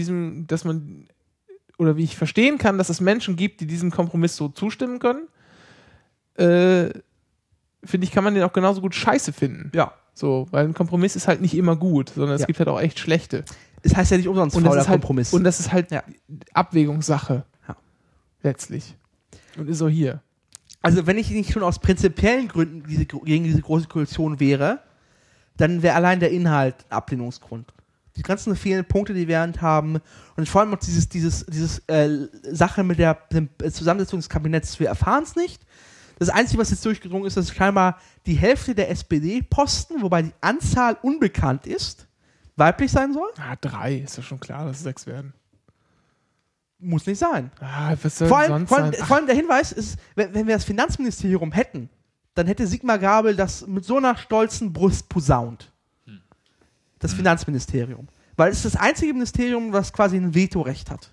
oder wie ich verstehen kann, dass es Menschen gibt, die diesem Kompromiss so zustimmen können, finde ich, kann man den auch genauso gut scheiße finden. Ja. So, weil ein Kompromiss ist halt nicht immer gut, sondern es gibt halt auch echt schlechte. Es heißt ja nicht umsonst fauler Kompromiss. Und das ist halt Abwägungssache. Ja. Letztlich. Und ist so hier. Also, wenn ich nicht schon aus prinzipiellen Gründen gegen diese große Koalition wäre, dann wäre allein der Inhalt ein Ablehnungsgrund. Die ganzen fehlenden Punkte, die wir haben, und vor allem auch dieses Sache mit der Zusammensetzung des Kabinetts, wir erfahren es nicht. Das Einzige, was jetzt durchgedrungen ist, dass scheinbar die Hälfte der SPD-Posten, wobei die Anzahl unbekannt ist, weiblich sein soll. 3, ist ja schon klar, dass es 6 werden. Muss nicht sein. Was soll sonst sein? Vor allem der Hinweis ist, wenn wir das Finanzministerium hätten, dann hätte Sigmar Gabriel das mit so einer stolzen Brust posaunt. Das Finanzministerium. Weil es ist das einzige Ministerium, was quasi ein Vetorecht hat.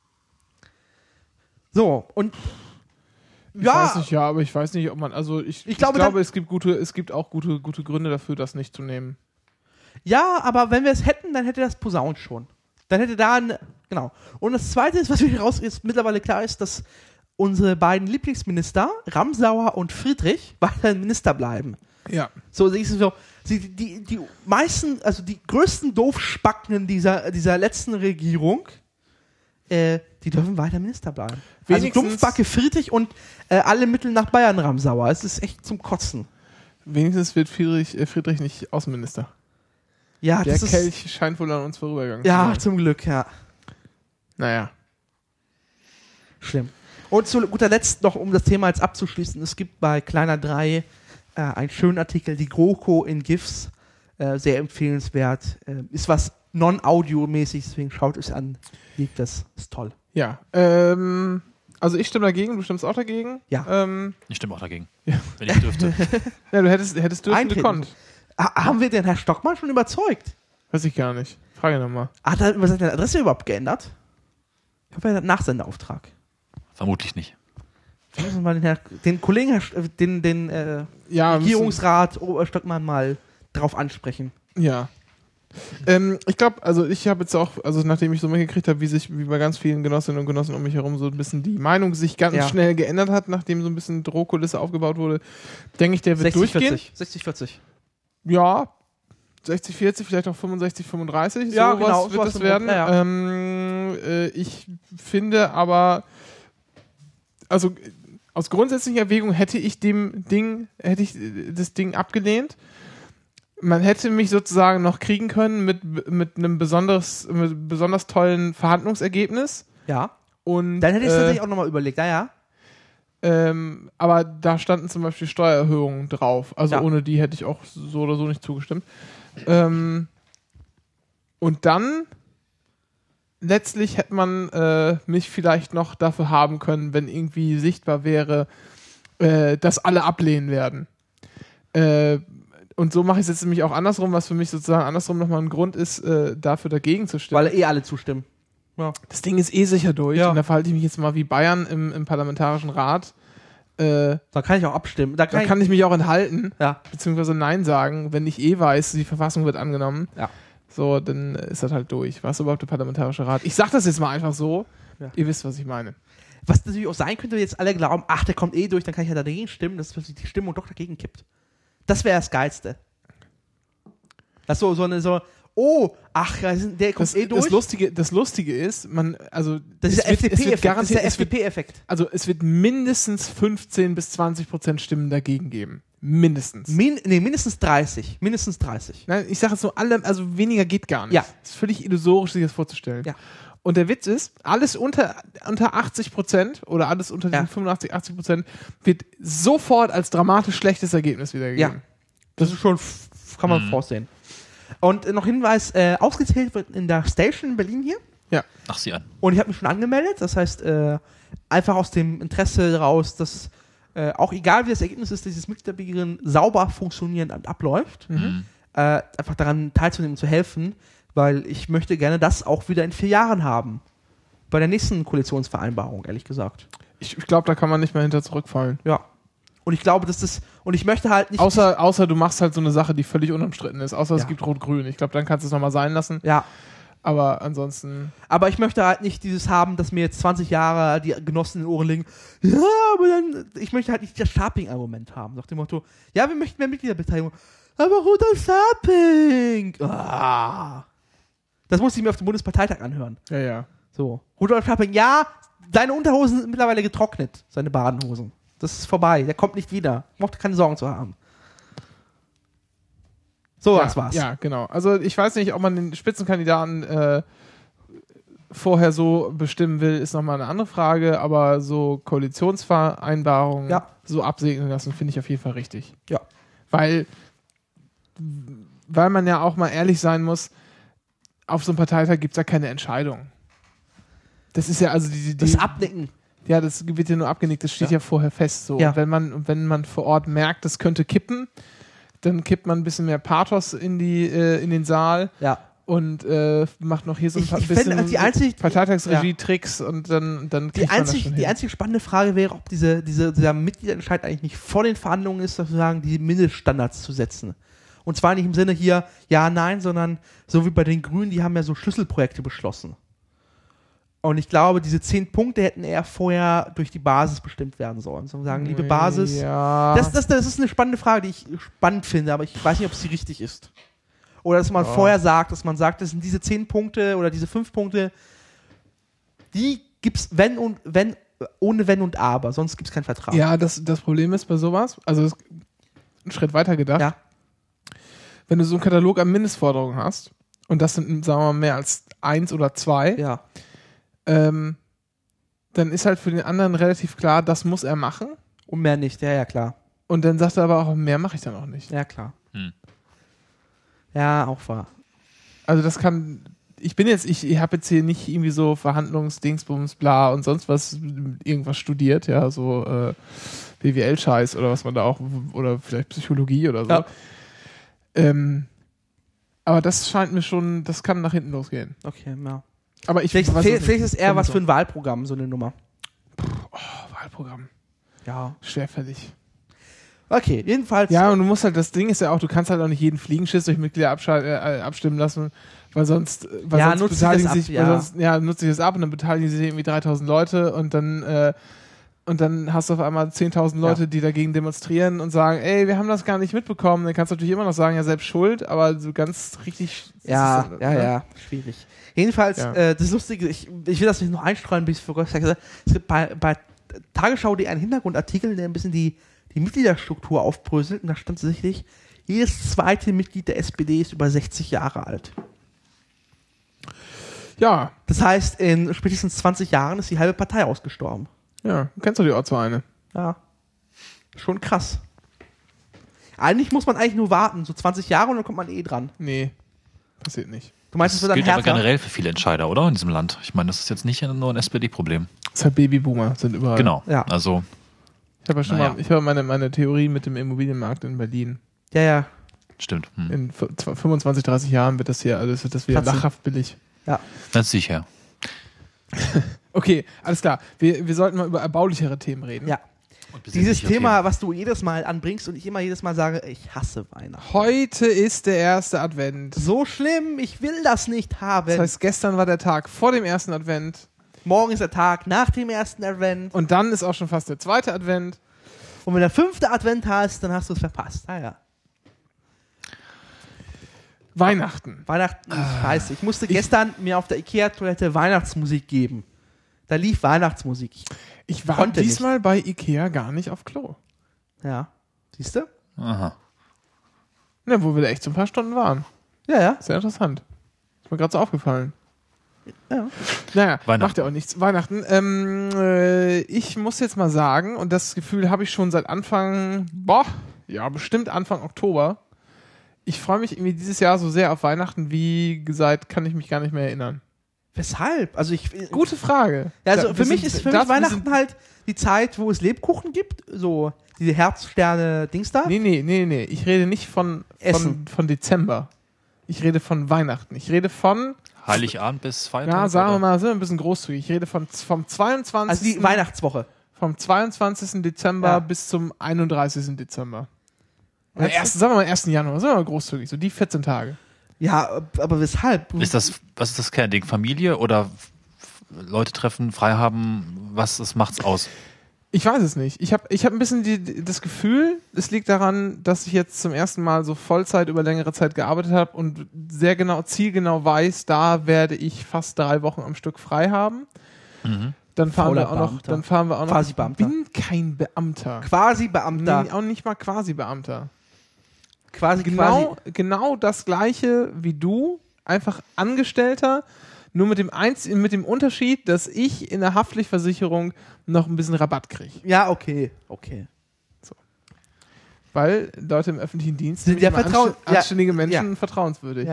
So, und ich weiß nicht, ob man, also ich glaube, es gibt auch gute Gründe dafür, das nicht zu nehmen. Ja, aber wenn wir es hätten, dann hätte das posaunt schon. Dann hätte genau. Und das Zweite ist, was jetzt mittlerweile klar ist, dass unsere beiden Lieblingsminister, Ramsauer und Friedrich, weiterhin Minister bleiben. Ja. So, die meisten, also die größten Doofspacken dieser letzten Regierung, die dürfen weiter Minister bleiben. Also Dumpfbacke Friedrich und alle Mittel nach Bayern Ramsauer. Es ist echt zum Kotzen. Wenigstens wird Friedrich nicht Außenminister. Ja, der Kelch scheint wohl an uns vorübergegangen. Ja, zum Glück, ja. Naja. Schlimm. Und zu guter Letzt noch, um das Thema jetzt abzuschließen, es gibt bei Kleiner 3 einen schönen Artikel, die GroKo in GIFs, sehr empfehlenswert. Ist was non-audio-mäßig, deswegen schaut es an. Das ist toll. Ja, also ich stimme dagegen, du stimmst auch dagegen. Ja. Ich stimme auch dagegen, ja. wenn ich dürfte. Ja, du hättest dürfen gekonnt. Haben wir den Herrn Stockmann schon überzeugt? Weiß ich gar nicht. Frage nochmal. Hat er über seine Adresse überhaupt geändert? Ich hoffe, er hat einen Nachsendeauftrag. Vermutlich nicht. Wir müssen mal den Kollegen, den Regierungsrat Stockmann mal drauf ansprechen. Ja. Ich glaube, also ich habe jetzt auch, also nachdem ich so mitgekriegt habe, wie bei ganz vielen Genossinnen und Genossen um mich herum so ein bisschen die Meinung sich ganz schnell geändert hat, nachdem so ein bisschen Drohkulisse aufgebaut wurde, denke ich, der wird 60, durchgehen. 60-40. Ja, 60-40, vielleicht auch 65-35. Ja, genau. Wird das werden. Ja. Ich finde aber, also aus grundsätzlicher Erwägung hätte ich das Ding abgelehnt. Man hätte mich sozusagen noch kriegen können mit einem besonders tollen Verhandlungsergebnis. Ja. Und, dann hätte ich es tatsächlich auch nochmal überlegt, aber da standen zum Beispiel Steuererhöhungen drauf. Also ohne die hätte ich auch so oder so nicht zugestimmt. Und dann letztlich hätte man mich vielleicht noch dafür haben können, wenn irgendwie sichtbar wäre, dass alle ablehnen werden. Und so mache ich es jetzt nämlich auch andersrum, was für mich sozusagen andersrum nochmal ein Grund ist, dafür dagegen zu stimmen. Weil alle zustimmen. Ja. Das Ding ist sicher durch und da verhalte ich mich jetzt mal wie Bayern im Parlamentarischen Rat. Da kann ich auch abstimmen. Da kann ich mich auch enthalten, beziehungsweise Nein sagen, wenn ich weiß, die Verfassung wird angenommen. Ja. So, dann ist das halt durch. Was ist überhaupt der Parlamentarische Rat? Ich sag das jetzt mal einfach so. Ja. Ihr wisst, was ich meine. Was natürlich auch sein könnte, jetzt alle glauben, der kommt durch, dann kann ich ja dagegen stimmen, dass die Stimmung doch dagegen kippt. Das wäre das Geilste. Das der kommt durch. Das Lustige ist, das ist der FDP-Effekt. Also es wird mindestens 15-20% Stimmen dagegen geben. Mindestens. Mindestens 30. Mindestens 30. Nein, ich sage jetzt nur also weniger geht gar nicht. Ja. Das ist völlig illusorisch, sich das vorzustellen. Ja. Und der Witz ist, alles unter 80% oder alles unter diesen 85-80% wird sofort als dramatisch schlechtes Ergebnis wiedergegeben. Ja. Das ist schon, kann man vorsehen. Und noch Hinweis, ausgezählt wird in der Station in Berlin hier. Ja. Ach, sieh an. Und ich habe mich schon angemeldet, das heißt, einfach aus dem Interesse raus, dass auch egal wie das Ergebnis ist, dieses Mitgliederbegehren sauber funktionieren und abläuft, einfach daran teilzunehmen und zu helfen, weil ich möchte gerne das auch wieder in 4 Jahren haben. Bei der nächsten Koalitionsvereinbarung, ehrlich gesagt. Ich glaube, da kann man nicht mehr hinter zurückfallen. Ja. Und ich glaube, und ich möchte halt nicht... Außer du machst halt so eine Sache, die völlig unumstritten ist. Außer es gibt Rot-Grün. Ich glaube, dann kannst du es nochmal sein lassen. Ja. Aber ansonsten... Aber ich möchte halt nicht dieses haben, dass mir jetzt 20 Jahre die Genossen in den Ohren liegen. Ja, aber dann... Ich möchte halt nicht das Sharping-Argument haben. Nach dem Motto, ja, wir möchten mehr Mitgliederbeteiligung. Aber Rudolf Scharping! Das muss ich mir auf dem Bundesparteitag anhören. Ja, ja. So. Rudolf Scharping, ja, seine Unterhosen sind mittlerweile getrocknet. Seine Badenhosen. Das ist vorbei. Der kommt nicht wieder. Braucht keine Sorgen zu haben. So, das war's. Ja, genau. Also ich weiß nicht, ob man den Spitzenkandidaten vorher so bestimmen will, ist nochmal eine andere Frage, aber so Koalitionsvereinbarungen so absegnen lassen, finde ich auf jeden Fall richtig. Ja. Weil man ja auch mal ehrlich sein muss, auf so einem Parteitag gibt es ja keine Entscheidung. Das ist ja also das Abnicken. Ja, das wird ja nur abgenickt, das steht ja vorher fest. So. Ja. Wenn man vor Ort merkt, das könnte kippen, dann kippt man ein bisschen mehr Pathos in den Saal und macht noch hier so ein bisschen Parteitagsregie-Tricks und dann die einzige spannende Frage wäre, ob dieser Mitgliederentscheid eigentlich nicht vor den Verhandlungen ist, sozusagen die Mindeststandards zu setzen. Und zwar nicht im Sinne hier, ja, nein, sondern so wie bei den Grünen, die haben ja so Schlüsselprojekte beschlossen. Und ich glaube, diese 10 Punkte hätten eher vorher durch die Basis bestimmt werden sollen. So sagen, liebe Basis. Ja. Das ist eine spannende Frage, die ich spannend finde, aber ich weiß nicht, ob sie richtig ist. Oder dass man vorher sagt, das sind diese 10 Punkte oder diese 5 Punkte, die gibt's ohne Wenn und Aber, sonst gibt's keinen Vertrag. Ja, das Problem ist bei sowas, also einen Schritt weiter gedacht, wenn du so einen Katalog an Mindestforderungen hast und das sind, sagen wir mal, mehr als 1 oder 2, dann ist halt für den anderen relativ klar, das muss er machen. Und mehr nicht, ja, klar. Und dann sagt er aber auch, mehr mache ich dann auch nicht. Ja, klar. Ja, auch wahr. Also das kann, ich habe jetzt hier nicht irgendwie so Verhandlungsdingsbums, bla und sonst was, irgendwas studiert, ja, so BWL-Scheiß oder was man da auch, oder vielleicht Psychologie oder so. Ja. Aber das scheint mir schon, das kann nach hinten losgehen. Okay, ja. Aber Vielleicht ist es eher was für ein Wahlprogramm, so eine Nummer. Wahlprogramm. Ja. Schwerfällig. Okay, jedenfalls. Ja, und du musst halt, das Ding ist ja auch, du kannst halt auch nicht jeden Fliegenschiss durch Mitglieder abstimmen lassen, weil sonst beteiligen sich, nutzt sich das ab und dann beteiligen sich irgendwie 3000 Leute und dann hast du auf einmal 10.000 Leute, die dagegen demonstrieren und sagen, ey, wir haben das gar nicht mitbekommen. Dann kannst du natürlich immer noch sagen, ja, selbst schuld, aber so ganz richtig. Ja, schwierig. Jedenfalls, das Lustige, ich will das nicht noch einstreuen, bis ich vor Gott gesagt, es gibt bei Tagesschau.de einen Hintergrundartikel, der ein bisschen die Mitgliederstruktur aufbröselt und da stand tatsächlich, jedes zweite Mitglied der SPD ist über 60 Jahre alt. Ja. Das heißt, in spätestens 20 Jahren ist die halbe Partei ausgestorben. Ja, du kennst doch die Ortsvereine. Ja. Schon krass. Eigentlich muss man nur warten, so 20 Jahre und dann kommt man dran. Nee, passiert nicht. Du meinst, das gilt aber generell für viele Entscheider, oder? In diesem Land. Ich meine, das ist jetzt nicht nur ein SPD-Problem. Das ist halt Babyboomer, sind überall. Genau, ja. Also... Ich habe ja schon mal, meine Theorie mit dem Immobilienmarkt in Berlin. Ja. Stimmt. In 25, 30 Jahren wird das wieder lachhaft billig. Ja. Das ist sicher. Okay, alles klar. Wir sollten mal über erbaulichere Themen reden. Ja. Dieses Thema, was du jedes Mal anbringst und ich immer jedes Mal sage, ich hasse Weihnachten. Heute ist der erste Advent. So schlimm, ich will das nicht haben. Das heißt, gestern war der Tag vor dem ersten Advent. Morgen ist der Tag nach dem ersten Advent. Und dann ist auch schon fast der zweite Advent. Und wenn du der 5. Advent hast, dann hast du es verpasst. Ja. Weihnachten. Scheiße. Ich musste gestern mir auf der Ikea-Toilette Weihnachtsmusik geben. Da lief Weihnachtsmusik. Ich war diesmal bei Ikea gar nicht auf Klo. Ja. Siehst du? Aha. Ja, wo wir da echt so ein paar Stunden waren. Ja. Sehr interessant. Ist mir gerade so aufgefallen. Ja. Naja, macht ja auch nichts. Weihnachten. Ich muss jetzt mal sagen, und das Gefühl habe ich schon seit bestimmt Anfang Oktober. Ich freue mich irgendwie dieses Jahr so sehr auf Weihnachten, wie gesagt, kann ich mich gar nicht mehr erinnern. Weshalb? Also gute Frage. Ja, also für mich Weihnachten halt die Zeit, wo es Lebkuchen gibt, so diese Herzsterne-Dings da. Nee. Ich rede nicht von Dezember. Ich rede von Weihnachten. Ich rede von Heiligabend bis Feiertag? Ja, sagen wir mal, sind wir ein bisschen großzügig. Ich rede vom 22. Also die Weihnachtswoche. Vom 22. Dezember bis zum 31. Dezember. Sagen wir mal 1. Januar, sind wir mal großzügig, so die 14 Tage. Ja, aber weshalb? Was ist das Kernding? Familie oder Leute treffen, frei haben? Was macht's aus? Ich weiß es nicht. Ich hab ein bisschen das Gefühl, es liegt daran, dass ich jetzt zum ersten Mal so Vollzeit über längere Zeit gearbeitet habe und sehr genau, zielgenau weiß, da werde ich fast 3 Wochen am Stück frei haben. Mhm. Dann fahren wir auch noch. Quasi Beamter. Ich bin kein Beamter. Quasi Beamter. Nee, auch nicht mal quasi Beamter. Quasi. Genau das Gleiche wie du, einfach Angestellter. Nur mit dem Unterschied, dass ich in der Haftpflichtversicherung noch ein bisschen Rabatt kriege. Ja, okay. So. Weil Leute im öffentlichen Dienst sind ja anständige Menschen vertrauenswürdig.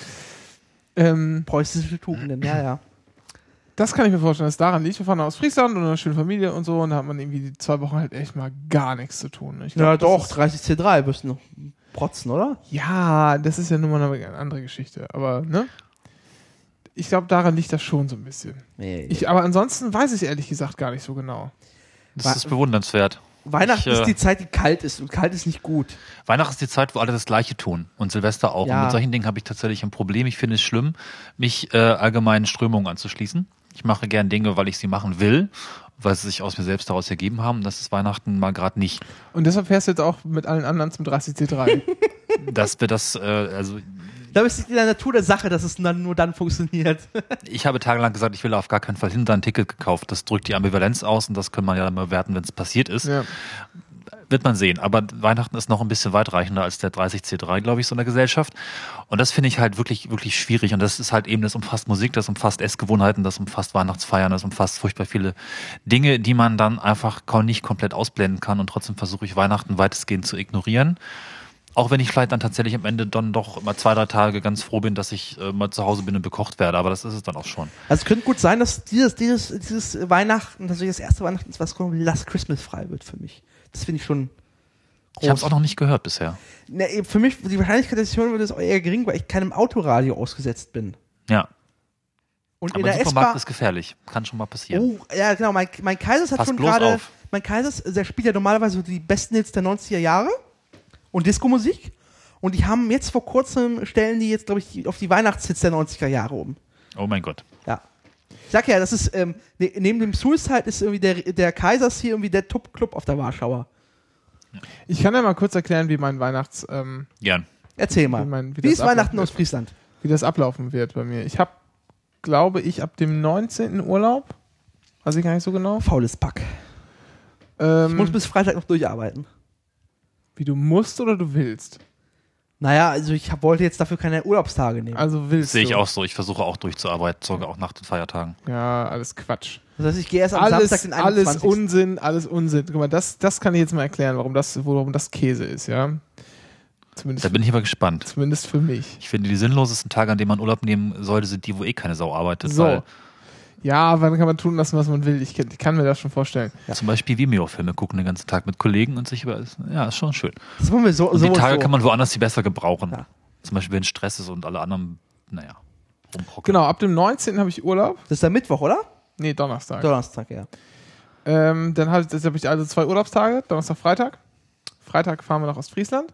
Ja. Preußische Tugenden, ja. Das kann ich mir vorstellen, dass daran liegt. Wir fahren aus Friesland und einer schönen Familie und so und da hat man irgendwie die 2 Wochen halt echt mal gar nichts zu tun. Ich glaub, ja doch, 30C3 wirst du noch protzen, oder? Ja, das ist ja nun mal eine andere Geschichte. Aber, ne? Ich glaube, daran liegt das schon so ein bisschen. Nee. Aber ansonsten weiß ich ehrlich gesagt gar nicht so genau. Das ist bewundernswert. Weihnachten ist die Zeit, die kalt ist und kalt ist nicht gut. Weihnachten ist die Zeit, wo alle das Gleiche tun und Silvester auch. Ja. Und mit solchen Dingen habe ich tatsächlich ein Problem. Ich finde es schlimm, mich allgemeinen Strömungen anzuschließen. Ich mache gern Dinge, weil ich sie machen will, weil sie sich aus mir selbst daraus ergeben haben. Das ist Weihnachten mal gerade nicht. Und deshalb fährst du jetzt auch mit allen anderen zum 30C3. Dass wir das, also... Da ist es in der Natur der Sache, dass es dann nur dann funktioniert. Ich habe tagelang gesagt, ich will auf gar keinen Fall hin, da ein Ticket gekauft. Das drückt die Ambivalenz aus und das kann man ja dann bewerten, wenn es passiert ist. Ja. Wird man sehen. Aber Weihnachten ist noch ein bisschen weitreichender als der 30C3, glaube ich, so in der Gesellschaft. Und das finde ich halt wirklich, wirklich schwierig. Und das ist halt eben, das umfasst Musik, das umfasst Essgewohnheiten, das umfasst Weihnachtsfeiern, das umfasst furchtbar viele Dinge, die man dann einfach nicht komplett ausblenden kann. Und trotzdem versuche ich Weihnachten weitestgehend zu ignorieren. Auch wenn ich vielleicht dann tatsächlich am Ende dann doch mal 2-3 Tage ganz froh bin, dass ich mal zu Hause bin und bekocht werde. Aber das ist es dann auch schon. Also es könnte gut sein, dass dieses Weihnachten, also das erste Weihnachten, was kommt, Last Christmas frei wird für mich. Das finde ich schon groß. Ich habe es auch noch nicht gehört bisher. Ne, für mich, die Wahrscheinlichkeit, dass ich hören würde, ist eher gering, weil ich keinem Autoradio ausgesetzt bin. Ja. Und aber in der der Supermarkt S-Bahn ist gefährlich. Kann schon mal passieren. Oh, ja genau, mein Kaisers hat Pass schon bloß gerade, auf. mein Kaisers, der spielt ja normalerweise so die besten Hits der 90er Jahre und Disco-Musik. Und die haben jetzt vor kurzem, stellen die jetzt, glaube ich, auf die Weihnachtshits der 90er Jahre um. Oh mein Gott. Ja. Ich sag ja, das ist, neben dem Suicide ist irgendwie der Kaisers hier irgendwie der Top-Club auf der Warschauer. Ich kann ja mal kurz erklären, wie mein Weihnachts... Gern. Erzähl mal. Wie ist Weihnachten aus Friesland? Wie das ablaufen wird bei mir. Ich habe, glaube ich, ab dem 19. Urlaub. Weiß ich gar nicht so genau. Faules Pack. Ich muss bis Freitag noch durcharbeiten. Wie, du musst oder du willst? Naja, also ich wollte jetzt dafür keine Urlaubstage nehmen. Also willst Sehe du. ich auch so. Ich versuche auch durchzuarbeiten, sogar auch nach den Feiertagen. Ja, alles Quatsch. Das heißt, ich gehe erst am Samstag den 21. Alles Unsinn. Guck mal, das kann ich jetzt mal erklären, warum das Käse ist, ja. Zumindest, Da bin ich aber gespannt. zumindest für mich. Ich finde, die sinnlosesten Tage, an denen man Urlaub nehmen sollte, sind die, wo keine Sau arbeitet. So. Weil Ja, aber dann kann man tun lassen, was man will. Ich kann mir das schon vorstellen. zum Beispiel Vimeo-Filme gucken den ganzen Tag mit Kollegen und sich über... Ja, ist schon schön. Das wollen wir so. Und die Tage so. kann man woanders die besser gebrauchen. Ja. Zum Beispiel, wenn Stress ist und alle anderen, rumhocken. Genau, ab dem 19. habe ich Urlaub. Das ist der Mittwoch, oder? Nee, Donnerstag. Donnerstag, ja. Dann habe ich also 2 Urlaubstage, Donnerstag, Freitag. Freitag fahren wir nach Ostfriesland.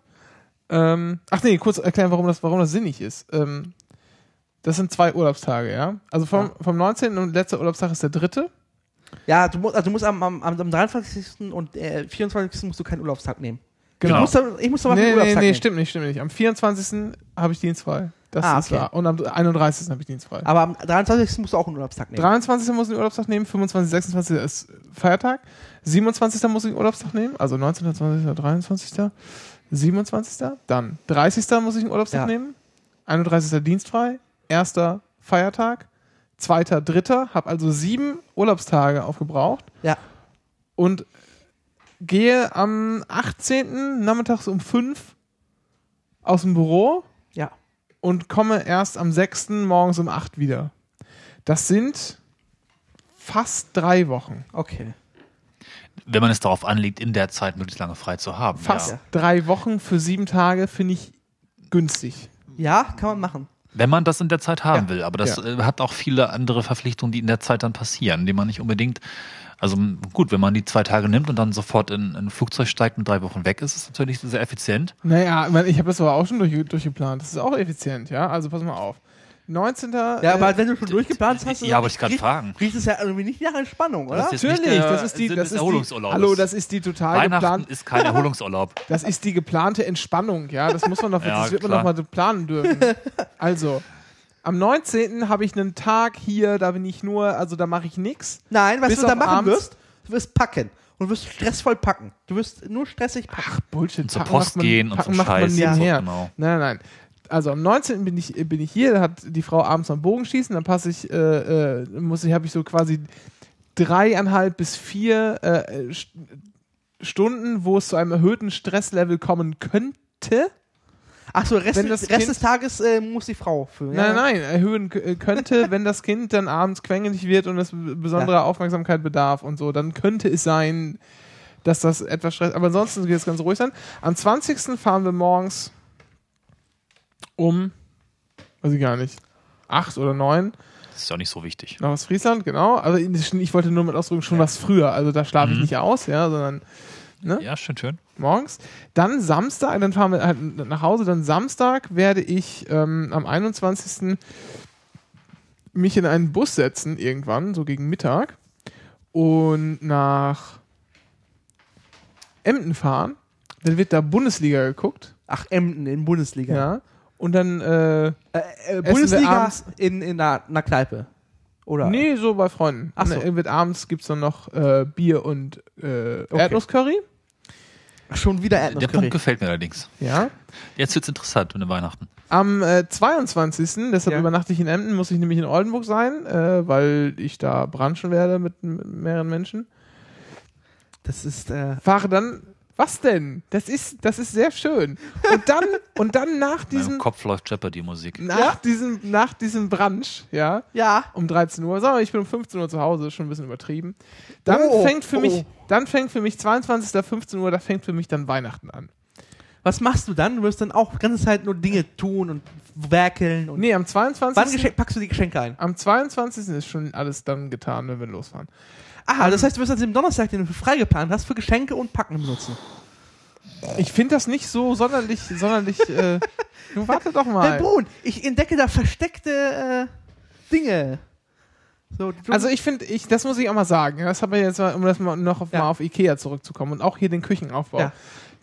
Kurz erklären, warum das sinnig ist. Das sind 2 Urlaubstage, ja. Also vom 19. und letzter Urlaubstag ist der 3. Ja, du musst am 23. und 24. musst du keinen Urlaubstag nehmen. Genau. Ich muss aber keinen Urlaubstag nehmen. Stimmt nicht. Am 24. habe ich dienstfrei. Das ist okay. wahr. Und am 31. habe ich dienstfrei. Aber am 23. musst du auch einen Urlaubstag nehmen. 23. muss ich einen Urlaubstag nehmen, 25. 26. ist Feiertag. 27. muss ich einen Urlaubstag nehmen, also 19., 20., 23., 27. Dann 30. muss ich einen Urlaubstag nehmen, 31. dienstfrei, 1. Feiertag, 2., 3., habe also 7 Urlaubstage aufgebraucht. Ja. Und gehe am 18. nachmittags um 5 aus dem Büro. Ja. Und komme erst am 6. morgens um 8 wieder. Das sind fast 3 Wochen. Okay. Wenn man es darauf anlegt, in der Zeit möglichst lange frei zu haben. Fast Ja. 3 Wochen für 7 Tage finde ich günstig. Ja, kann man machen. Wenn man das in der Zeit haben Ja. will. Aber das hat auch viele andere Verpflichtungen, die in der Zeit dann passieren, die man nicht unbedingt... Also gut, wenn man die 2 Tage nimmt und dann sofort in ein Flugzeug steigt und 3 Wochen weg ist, ist es natürlich sehr effizient. Naja, ich habe das aber auch schon durchgeplant. Das ist auch effizient, ja. Also pass mal auf. 19. Ja, aber wenn du schon durchgeplant hast, Ja, wollte ich gerade fragen. riecht es ja irgendwie nicht nach Entspannung, oder? Das ist jetzt Natürlich, nicht der das ist die Sinn des Erholungsurlaubs. Hallo, das ist die total Weihnachten geplante. ist kein Erholungsurlaub. Das ist die geplante Entspannung, ja. Das muss man noch, Ja, das wird man klar. noch mal planen dürfen. Also, am 19. habe ich einen Tag hier, da bin ich nur, also da mache ich nichts. Nein, was Bis du da auf machen abends. wirst, du wirst packen. Und du wirst stressvoll packen. Du wirst nur stressig packen. Ach, Bullshit. Zur Packen Post macht man- gehen und Packen so macht man Scheiß. nebenher. So, genau. Nein. Also am 19. bin ich hier, da hat die Frau abends am Bogenschießen, dann habe ich so quasi 3,5 bis 4 Stunden, wo es zu einem erhöhten Stresslevel kommen könnte. Ach so, Rest Wenn das des Kind- Tages muss die Frau füllen. Nein, erhöhen könnte, wenn das Kind dann abends quengelig wird und es besondere Aufmerksamkeit bedarf und so, dann könnte es sein, dass das etwas Stress, aber ansonsten geht es ganz ruhig sein. Am 20. fahren wir morgens um, weiß ich gar nicht, 8 oder 9 Das ist ja auch nicht so wichtig. nach Ostfriesland, genau. Also ich wollte nur mit Ausdrücken schon was früher, also da schlafe ich nicht aus, ja, sondern Ja, schön. morgens. Dann Samstag, dann fahren wir halt nach Hause. Dann Samstag werde ich am 21. mich in einen Bus setzen, irgendwann, so gegen Mittag, und nach Emden fahren. Dann wird da Bundesliga geguckt. Ach, Emden in Bundesliga. Ja. Und dann Bundesliga abends- in einer Kneipe. Oder? nee, so bei Freunden. Ach so. Und dann wird abends gibt es dann noch Bier und Erdnusscurry. Schon wieder Der Erdnusscurry. Punkt gefällt mir allerdings. Ja. Jetzt wird's interessant mit Weihnachten. Am 22., deshalb Ja. übernachte ich in Emden, muss ich nämlich in Oldenburg sein, weil ich da brunchen werde mit mehreren Menschen. Das ist, Fahre dann, was denn? Das ist sehr schön. Und dann nach In meinem diesem, Kopf läuft Jeopardy-Musik. nach diesem Brunch, ja, ja. um 13 Uhr, sagen wir, ich bin um 15 Uhr zu Hause, ist schon ein bisschen übertrieben. Dann fängt für mich 22. 15 Uhr, da fängt für mich dann Weihnachten an. Was machst du dann? Du wirst dann auch die ganze Zeit nur Dinge tun und werkeln und. Nee, am 22. Packst du die Geschenke ein? Am 22. ist schon alles dann getan, wenn wir losfahren. Aha, das heißt, du wirst dann den Donnerstag, den du frei geplant hast, für Geschenke und Packen benutzen. Ich finde das nicht so sonderlich, du warte doch mal. Herr Brun, ich entdecke da versteckte Dinge. So, Also ich finde, das muss ich auch mal sagen, ja, das haben wir jetzt mal, um das mal noch mal auf Ikea zurückzukommen und auch hier den Küchenaufbau. Ja.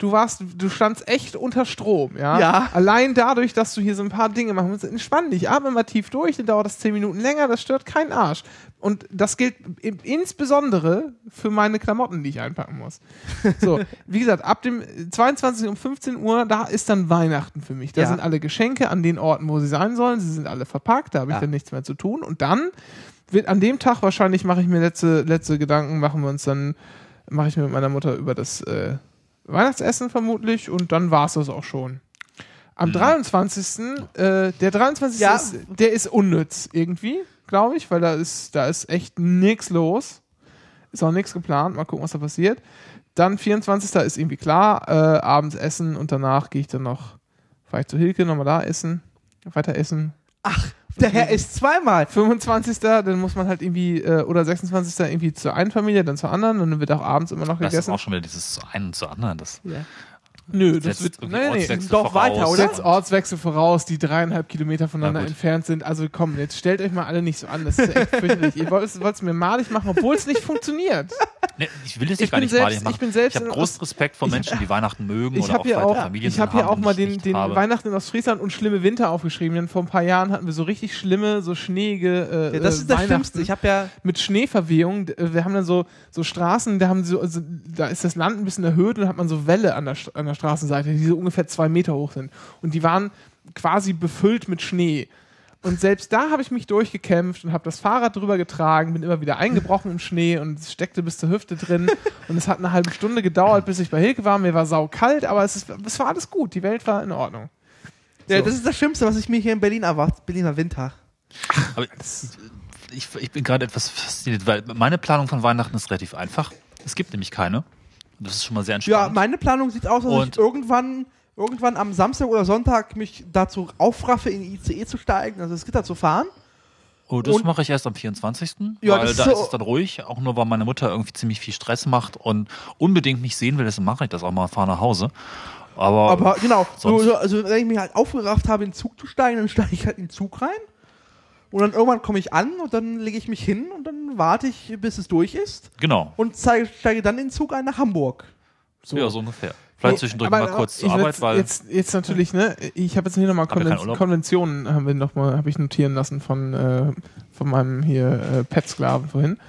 Du standst echt unter Strom, ja? Ja. Allein dadurch, dass du hier so ein paar Dinge machen musst. Entspann dich, atme mal tief durch, dann dauert das 10 Minuten länger, das stört keinen Arsch. Und das gilt insbesondere für meine Klamotten, die ich einpacken muss. So, wie gesagt, ab dem 22. um 15 Uhr, da ist dann Weihnachten für mich. Da sind alle Geschenke an den Orten, wo sie sein sollen. Sie sind alle verpackt, da habe ich dann nichts mehr zu tun. Und dann wird an dem Tag wahrscheinlich, mache ich mir letzte Gedanken, mache ich mir mit meiner Mutter über das Weihnachtsessen vermutlich und dann war es das auch schon. Am 23. Der 23. der ist unnütz irgendwie, glaube ich, weil da ist echt nichts los. Ist auch nichts geplant, mal gucken, was da passiert. Dann 24. ist irgendwie klar, abends essen und danach gehe ich dann fahre ich zu Hilke, nochmal da weiter essen. Ach, der Herr isst zweimal. 25. dann muss man halt irgendwie, oder 26. irgendwie zur einen Familie, dann zur anderen und dann wird auch abends immer noch Das ist gegessen. auch schon wieder dieses zu einen und zu anderen. Das Nö, das setzt wird irgendwie nee, Ortswechsel doch voraus. weiter, oder? setzt Ortswechsel voraus, die 3,5 Kilometer voneinander Na gut. entfernt sind. Also komm, jetzt stellt euch mal alle nicht so an. Das ist echt fürchterlich. Ihr wollt es mir malig machen, obwohl es nicht funktioniert. Nee, ich will es Ich gar bin nicht selbst- malig machen. ich bin selbst Ich habe in großen Respekt vor Menschen, die Weihnachten mögen Ich oder habe auch hier weiter auch, Familien ich hab hier haben, auch mal die ich den nicht habe. Weihnachten in Ostfriesland und schlimme Winter aufgeschrieben, denn vor ein paar Jahren hatten wir so richtig schlimme, so schneeige Ja, das ist das Weihnachten Schlimmste. Ich habe ja. mit Schneeverwehung. Wir haben dann so Straßen, da ist das Land ein bisschen erhöht und da hat man so Wälle an der Straßenseite, die so ungefähr 2 Meter hoch sind. Und die waren quasi befüllt mit Schnee. Und selbst da habe ich mich durchgekämpft und habe das Fahrrad drüber getragen, bin immer wieder eingebrochen im Schnee und es steckte bis zur Hüfte drin. Und es hat eine halbe Stunde gedauert, bis ich bei Hilke war. Mir war saukalt, aber es war alles gut. Die Welt war in Ordnung. Ja, So. das ist das Schlimmste, was ich mir hier in Berlin erwarte. Berliner Winter. Aber ich bin gerade etwas fasziniert, weil meine Planung von Weihnachten ist relativ einfach. Es gibt nämlich keine. Und das ist schon mal sehr Ja, entspannt. meine Planung sieht aus, dass Und- ich irgendwann am Samstag oder Sonntag mich dazu aufraffe, in die ICE zu steigen, also das Gitter zu fahren. Das und- mache ich erst am 24. Ja, weil das da ist so- ist es dann ruhig, auch nur weil meine Mutter irgendwie ziemlich viel Stress macht und unbedingt mich sehen will, deswegen mache ich das auch mal, fahre nach Hause. Aber genau, sonst- also wenn ich mich halt aufgerafft habe, in den Zug zu steigen, dann steige ich halt in den Zug rein. Und dann irgendwann komme ich an und dann lege ich mich hin und dann warte ich, bis es durch ist. Genau, Und steige dann in den Zug ein nach Hamburg. ja, so ungefähr. Vielleicht zwischendurch mal kurz zur Arbeit, weil jetzt natürlich, ne, ich habe jetzt hier nochmal Hab ja keinen Urlaub. Konventionen habe ich notieren lassen von meinem hier Pet-Sklaven vorhin.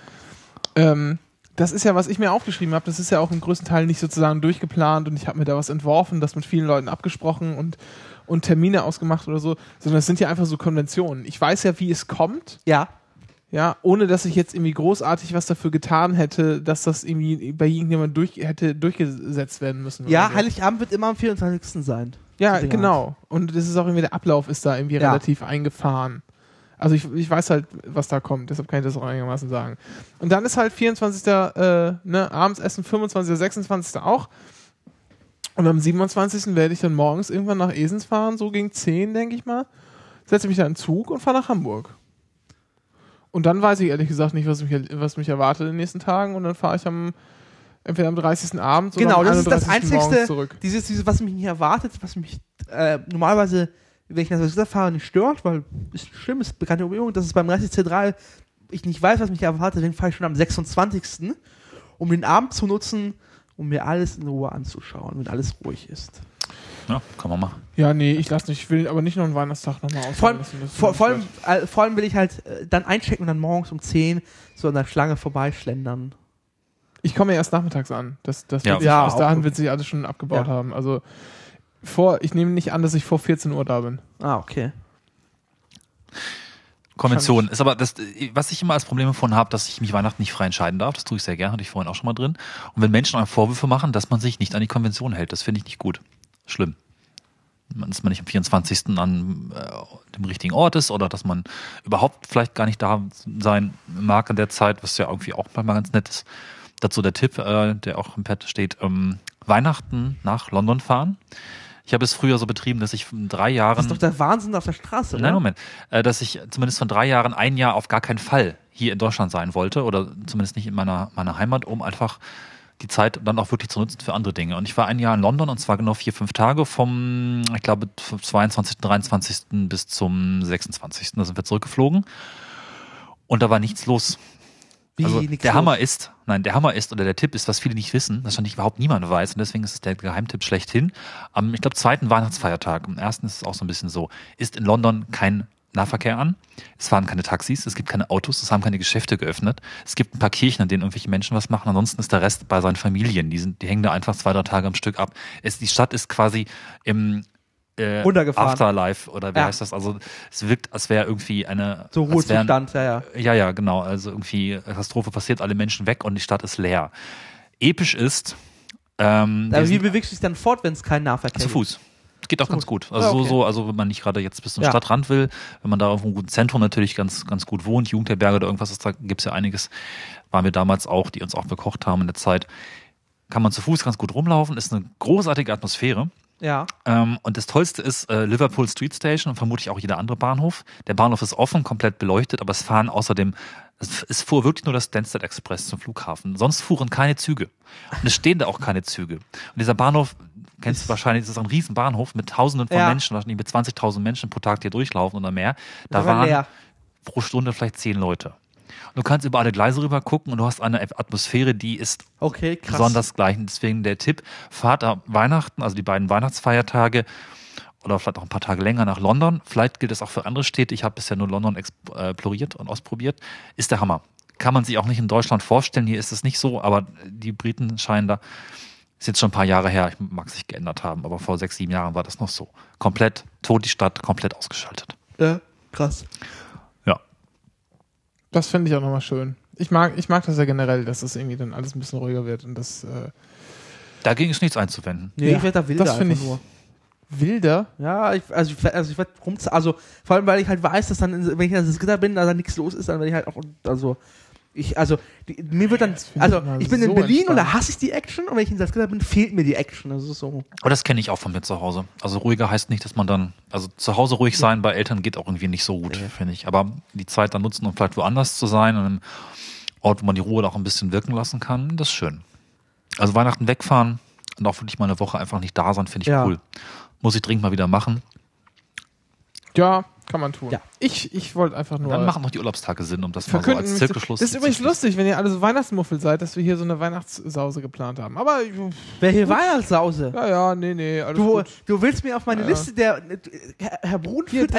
Das ist ja, was ich mir aufgeschrieben habe, das ist ja auch im größten Teil nicht sozusagen durchgeplant und ich habe mir da was entworfen, das mit vielen Leuten abgesprochen und Termine ausgemacht oder so, sondern es sind ja einfach so Konventionen. Ich weiß ja, wie es kommt, ja, ohne dass ich jetzt irgendwie großartig was dafür getan hätte, dass das irgendwie bei irgendjemandem hätte durchgesetzt werden müssen. Ja, oder so. Heiligabend wird immer am 24. sein. Ja, Ja. genau. Und das ist auch irgendwie, der Ablauf ist da irgendwie Ja. relativ eingefahren. Also ich weiß halt, was da kommt, deshalb kann ich das auch einigermaßen sagen. Und dann ist halt 24. Abends essen, 25. 26. auch. Und am 27. werde ich dann morgens irgendwann nach Esens fahren, so gegen 10, denke ich mal. Setze mich dann in den Zug und fahre nach Hamburg. Und dann weiß ich ehrlich gesagt nicht, was mich erwartet in den nächsten Tagen. Und dann fahre ich entweder am 30. Abend oder Genau, am das ist das 31. morgens Einzigste, zurück. dieses, was mich hier erwartet, was mich normalerweise, wenn ich nach Silvester fahre, nicht stört, weil ist schlimm, ist bekannte Übung, dass es beim 30C3 ich nicht weiß, was mich erwartet, deswegen fahre ich schon am 26., um den Abend zu nutzen, um mir alles in Ruhe anzuschauen, wenn alles ruhig ist. ja, kann man machen. Ja, nee, ich will aber nicht noch einen Weihnachtstag nochmal Vor allem, ausfallen lassen. vor allem will ich halt dann einchecken und dann morgens um 10 so an der Schlange vorbeischlendern. Ich komme ja erst nachmittags an. Bis dahin wird sich alles schon abgebaut haben. Also ich nehme nicht an, dass ich vor 14 Uhr da bin. Ah, okay. Konvention ist aber das, was ich immer als Problem davon habe, dass ich mich Weihnachten nicht frei entscheiden darf. Das tue ich sehr gerne, hatte ich vorhin auch schon mal drin. Und wenn Menschen einem Vorwürfe machen, dass man sich nicht an die Konvention hält, das finde ich nicht gut. Schlimm. Dass man nicht am 24. an dem richtigen Ort ist oder dass man überhaupt vielleicht gar nicht da sein mag in der Zeit, was ja irgendwie auch mal ganz nett ist. Dazu der Tipp, der auch im Pad steht, Weihnachten nach London fahren. Ich habe es früher so betrieben, dass ich von 3 Jahren... Das ist doch der Wahnsinn auf der Straße, oder? Nein, Moment. Dass ich zumindest von 3 Jahren ein Jahr auf gar keinen Fall hier in Deutschland sein wollte oder zumindest nicht in meiner Heimat, um einfach die Zeit dann auch wirklich zu nutzen für andere Dinge. Und ich war ein Jahr in London und zwar genau 4-5 Tage vom 22., 23. bis zum 26. Da sind wir zurückgeflogen und da war nichts los. Also der Hammer ist, oder der Tipp ist, was viele nicht wissen, das wahrscheinlich überhaupt niemand weiß und deswegen ist es der Geheimtipp schlechthin. Am, ich glaube, 2. Weihnachtsfeiertag, am 1. ist es auch so ein bisschen so, ist in London kein Nahverkehr an, es fahren keine Taxis, es gibt keine Autos, es haben keine Geschäfte geöffnet, es gibt ein paar Kirchen, an denen irgendwelche Menschen was machen, ansonsten ist der Rest bei seinen Familien, die hängen da einfach 2-3 Tage am Stück ab. Die Stadt ist quasi im Afterlife oder wie heißt das? Also es wirkt, als wäre irgendwie eine... So Ruhezustand, ja. Ja, genau. Also irgendwie Katastrophe passiert, alle Menschen weg und die Stadt ist leer. Episch ist... aber wie bewegst du dich dann fort, wenn es keinen Nahverkehr gibt? Zu Fuß. Geht auch ganz gut. Also also wenn man nicht gerade jetzt bis zum Stadtrand will, wenn man da auf einem guten Zentrum natürlich ganz gut wohnt, Jugendherberge oder irgendwas ist, da gibt es ja einiges. Waren wir damals auch, die uns auch bekocht haben in der Zeit. Kann man zu Fuß ganz gut rumlaufen, ist eine großartige Atmosphäre. Ja. Und das Tollste ist Liverpool Street Station und vermutlich auch jeder andere Bahnhof. Der Bahnhof ist offen, komplett beleuchtet, aber es fuhr wirklich nur das Stansted Express zum Flughafen. Sonst fuhren keine Züge. Und es stehen da auch keine Züge. Und dieser Bahnhof, kennst du wahrscheinlich, das ist ein Riesenbahnhof mit Tausenden von Menschen, wahrscheinlich mit 20.000 Menschen pro Tag, die hier durchlaufen oder mehr. Da waren pro Stunde vielleicht 10 Leute. Du kannst über alle Gleise rüber gucken und du hast eine Atmosphäre, die ist besonders gleich. Und deswegen der Tipp, fahrt am Weihnachten, also die beiden Weihnachtsfeiertage oder vielleicht auch ein paar Tage länger nach London. Vielleicht gilt es auch für andere Städte. Ich habe bisher nur London exploriert und ausprobiert. Ist der Hammer. Kann man sich auch nicht in Deutschland vorstellen. Hier ist es nicht so, aber die Briten scheinen da, ist jetzt schon ein paar Jahre her, mag sich geändert haben, aber vor 6-7 Jahren war das noch so. Komplett tot, die Stadt, komplett ausgeschaltet. Ja, krass. Das finde ich auch nochmal schön. Ich mag das ja generell, dass das irgendwie dann alles ein bisschen ruhiger wird und das. Dagegen ist nichts einzuwenden. Nee, ich werde da wilder. Das finde ich nur. Wilder? Ja, ich werde also vor allem, weil ich halt weiß, dass dann, wenn ich das Gitter bin, da nichts los ist, dann werde ich halt auch, mir wird dann, ich bin in Berlin und da hasse ich die Action und wenn ich in Salzgitter bin, fehlt mir die Action. Das ist so. Aber das kenne ich auch von mir zu Hause. Also ruhiger heißt nicht, dass man dann, also zu Hause ruhig sein bei Eltern geht auch irgendwie nicht so gut, finde ich. Aber die Zeit dann nutzen, um vielleicht woanders zu sein, an einem Ort, wo man die Ruhe auch ein bisschen wirken lassen kann, das ist schön. Also Weihnachten wegfahren und auch wirklich mal eine Woche einfach nicht da sein, finde ich cool. Muss ich dringend mal wieder machen. Ja, kann man tun. Ja. Ich wollte einfach nur... Dann machen noch die Urlaubstage Sinn, um das mal so als Zirkelschluss zu Das ist übrigens lustig, wenn ihr alle so Weihnachtsmuffel seid, dass wir hier so eine Weihnachtssause geplant haben. Aber... Wer hier Weihnachtssause? Ja, nee, alles gut. Du willst mir auf meine Liste Herr Brun führt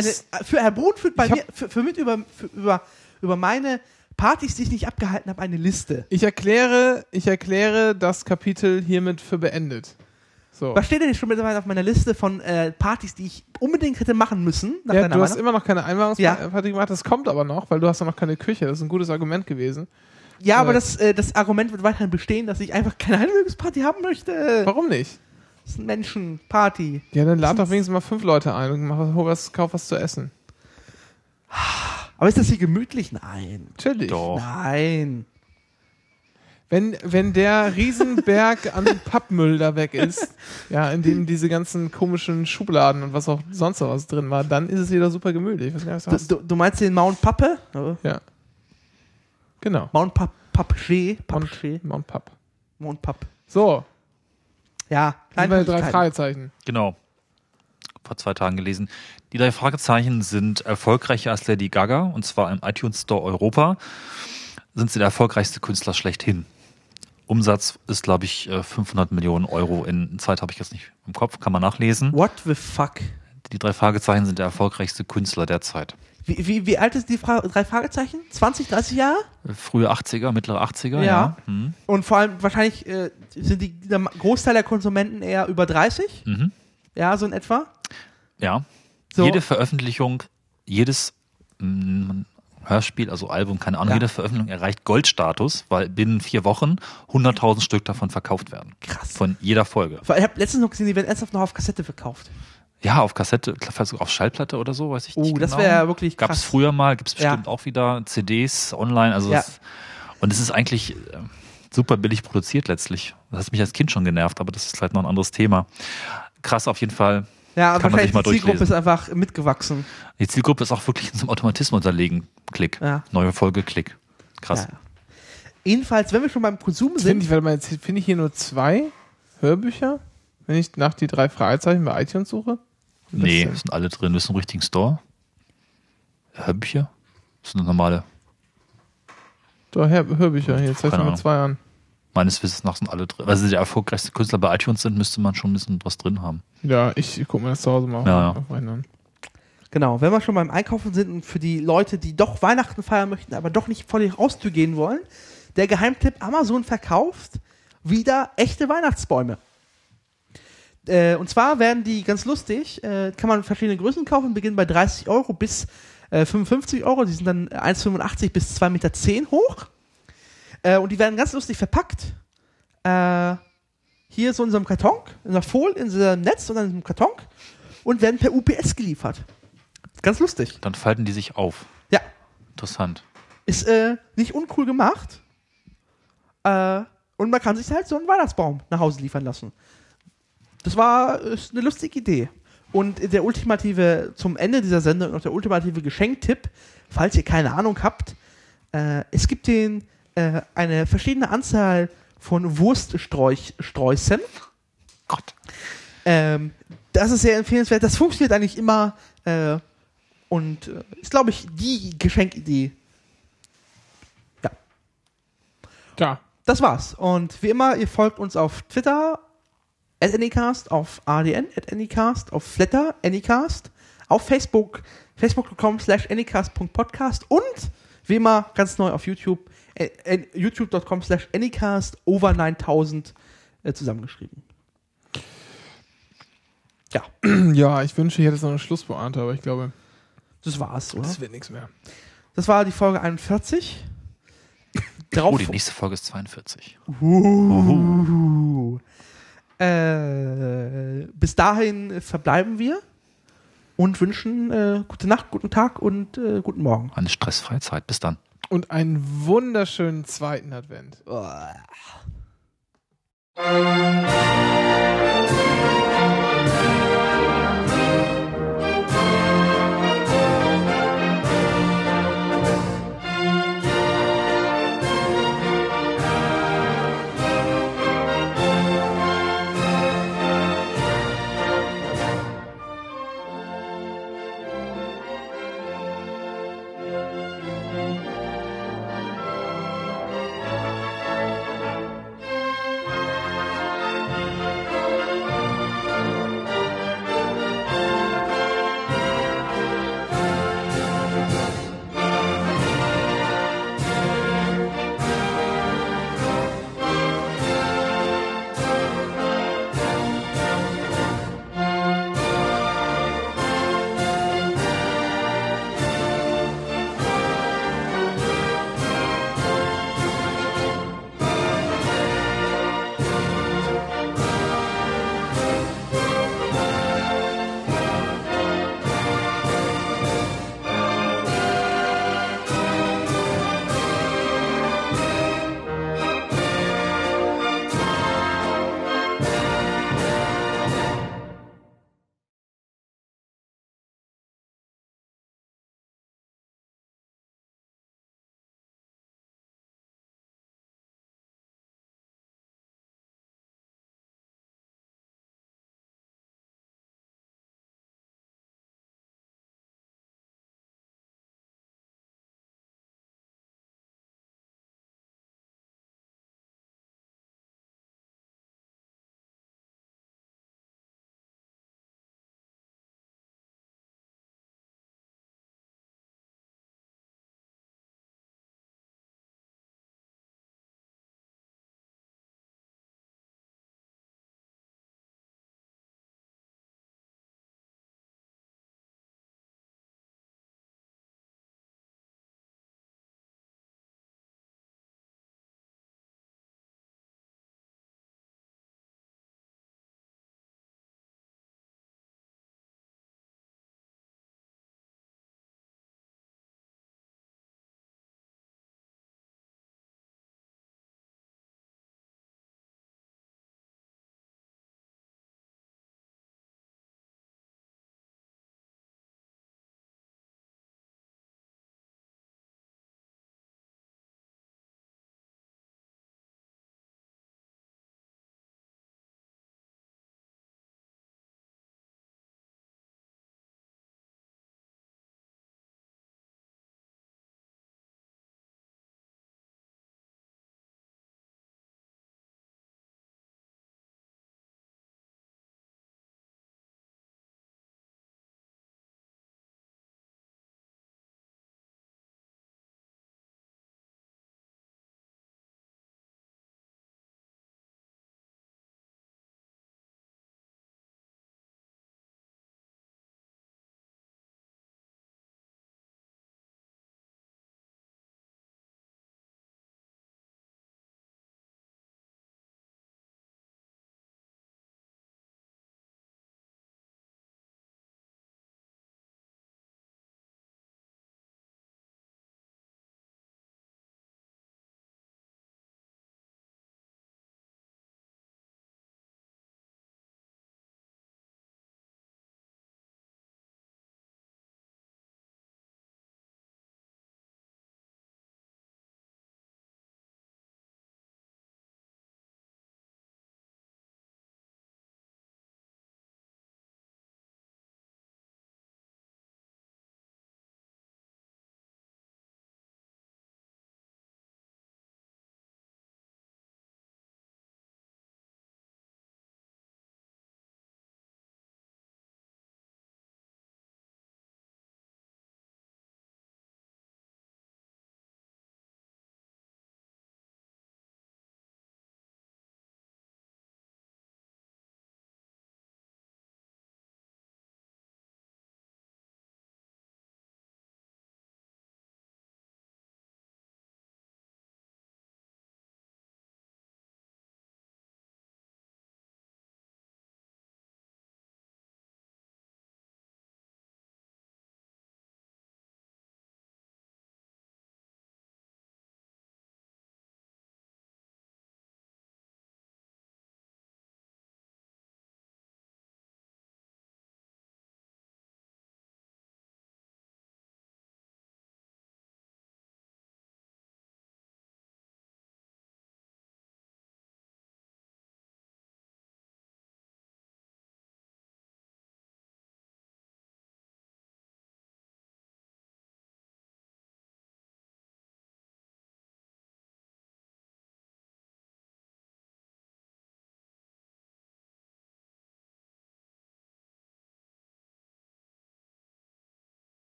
über meine Partys, die ich nicht abgehalten habe, eine Liste. Ich erkläre das Kapitel hiermit für beendet. So. Was steht denn schon mittlerweile auf meiner Liste von Partys, die ich unbedingt hätte machen müssen? Du hast immer noch keine Einweihungsparty gemacht, das kommt aber noch, weil du hast ja noch keine Küche. Das ist ein gutes Argument gewesen. Ja, aber das Argument wird weiterhin bestehen, dass ich einfach keine Einweihungsparty haben möchte. Warum nicht? Das ist eine Menschenparty. Ja, dann lad doch wenigstens mal 5 Leute ein und kauf was zu essen. Aber ist das hier gemütlich? Nein. Natürlich. Doch. Nein. Wenn der Riesenberg an Pappmüll da weg ist, ja, in dem diese ganzen komischen Schubladen und was auch sonst was drin war, dann ist es wieder super gemütlich. Ich weiß gar nicht, du meinst den Mount Pappe? Ja. Genau. Mount Pappsche. Mount Papp. Mount Papp. So. Ja. Sind wir 3 Fragezeichen. Genau. Vor 2 Tagen gelesen. Die 3 Fragezeichen sind erfolgreicher als Lady Gaga, und zwar im iTunes Store Europa. Sind sie der erfolgreichste Künstler schlechthin. Umsatz ist, glaube ich, 500 Millionen Euro in Zeit, habe ich jetzt nicht im Kopf, kann man nachlesen. What the fuck? Die 3 Fragezeichen sind der erfolgreichste Künstler derzeit. Wie alt ist die drei Fragezeichen? 20, 30 Jahre? Frühe 80er, mittlere 80er, Ja. Hm. Und vor allem wahrscheinlich sind der Großteil der Konsumenten eher über 30. Mhm. Ja, so in etwa. Ja. So. Jede Veröffentlichung, jedes Hörspiel, also Album, keine Ahnung, jede Veröffentlichung erreicht Goldstatus, weil binnen 4 Wochen 100.000 Stück davon verkauft werden. Krass. Von jeder Folge. Ich habe letztens noch gesehen, die werden ernsthaft noch auf Kassette verkauft. Ja, auf Kassette, vielleicht sogar auf Schallplatte oder so, weiß ich nicht. Das wäre ja wirklich krass. Gab es früher mal, gibt es bestimmt auch wieder CDs online. Also und es ist eigentlich super billig produziert letztlich. Das hat mich als Kind schon genervt, aber das ist vielleicht noch ein anderes Thema. Krass auf jeden Fall. Ja, aber kann man sich mal die Zielgruppe durchlesen. ist einfach mitgewachsen. Die Zielgruppe ist auch wirklich in so einem Automatismus unterlegen. Klick. Ja. Neue Folge, Klick. Krass. Ja. Jedenfalls, wenn wir schon beim Konsum sind. Jetzt finde ich hier nur 2 Hörbücher, wenn ich nach die 3 Fragezeichen bei iTunes suche. Nee, sind alle drin. Bist du im richtigen Store? Hörbücher? Das sind normale. Da, Hörbücher, hier zeige ich Keine mal Ahnung. 2 an. Meines Wissens nach sind alle drin. Weil sie der erfolgreichste Künstler bei iTunes sind, müsste man schon ein bisschen was drin haben. Ja, ich gucke mir das zu Hause mal auf an. Genau, wenn wir schon beim Einkaufen sind und für die Leute, die doch Weihnachten feiern möchten, aber doch nicht vor die Haustür gehen wollen, der Geheimtipp: Amazon verkauft wieder echte Weihnachtsbäume. Und zwar werden die ganz lustig, kann man verschiedene Größen kaufen, beginnen bei 30 € bis 55 €. Die sind dann 1,85 bis 2,10 Meter hoch. Und die werden ganz lustig verpackt. Hier so in so einem Karton, in einer Folie, in so einem Netz und dann in einem Karton und werden per UPS geliefert. Ganz lustig. Dann falten die sich auf. Ja. Interessant. Ist nicht uncool gemacht. Und man kann sich halt so einen Weihnachtsbaum nach Hause liefern lassen. Das ist eine lustige Idee. Und der ultimative, zum Ende dieser Sendung noch der ultimative Geschenktipp, falls ihr keine Ahnung habt, es gibt eine verschiedene Anzahl von Wurststräußen. Gott. Das ist sehr empfehlenswert. Das funktioniert eigentlich immer und ist, glaube ich, die Geschenkidee. Ja. Ja. Das war's. Und wie immer, ihr folgt uns auf Twitter @Anycast, auf ADN @Anycast, auf Flatter Anycast, auf Facebook facebook.com/anycast.podcast und wie immer ganz neu auf YouTube youtube.com/Anycast over 9000 zusammengeschrieben. Ja. Ja, ich wünsche, ich hätte jetzt noch eine Schlusspointe, aber ich glaube, Das war's, oder? das wird nichts mehr. Das war die Folge 41. Die nächste Folge ist 42. Bis dahin verbleiben wir und wünschen gute Nacht, guten Tag und guten Morgen. Eine stressfreie Zeit. Bis dann. Und einen wunderschönen 2. Advent. Oh.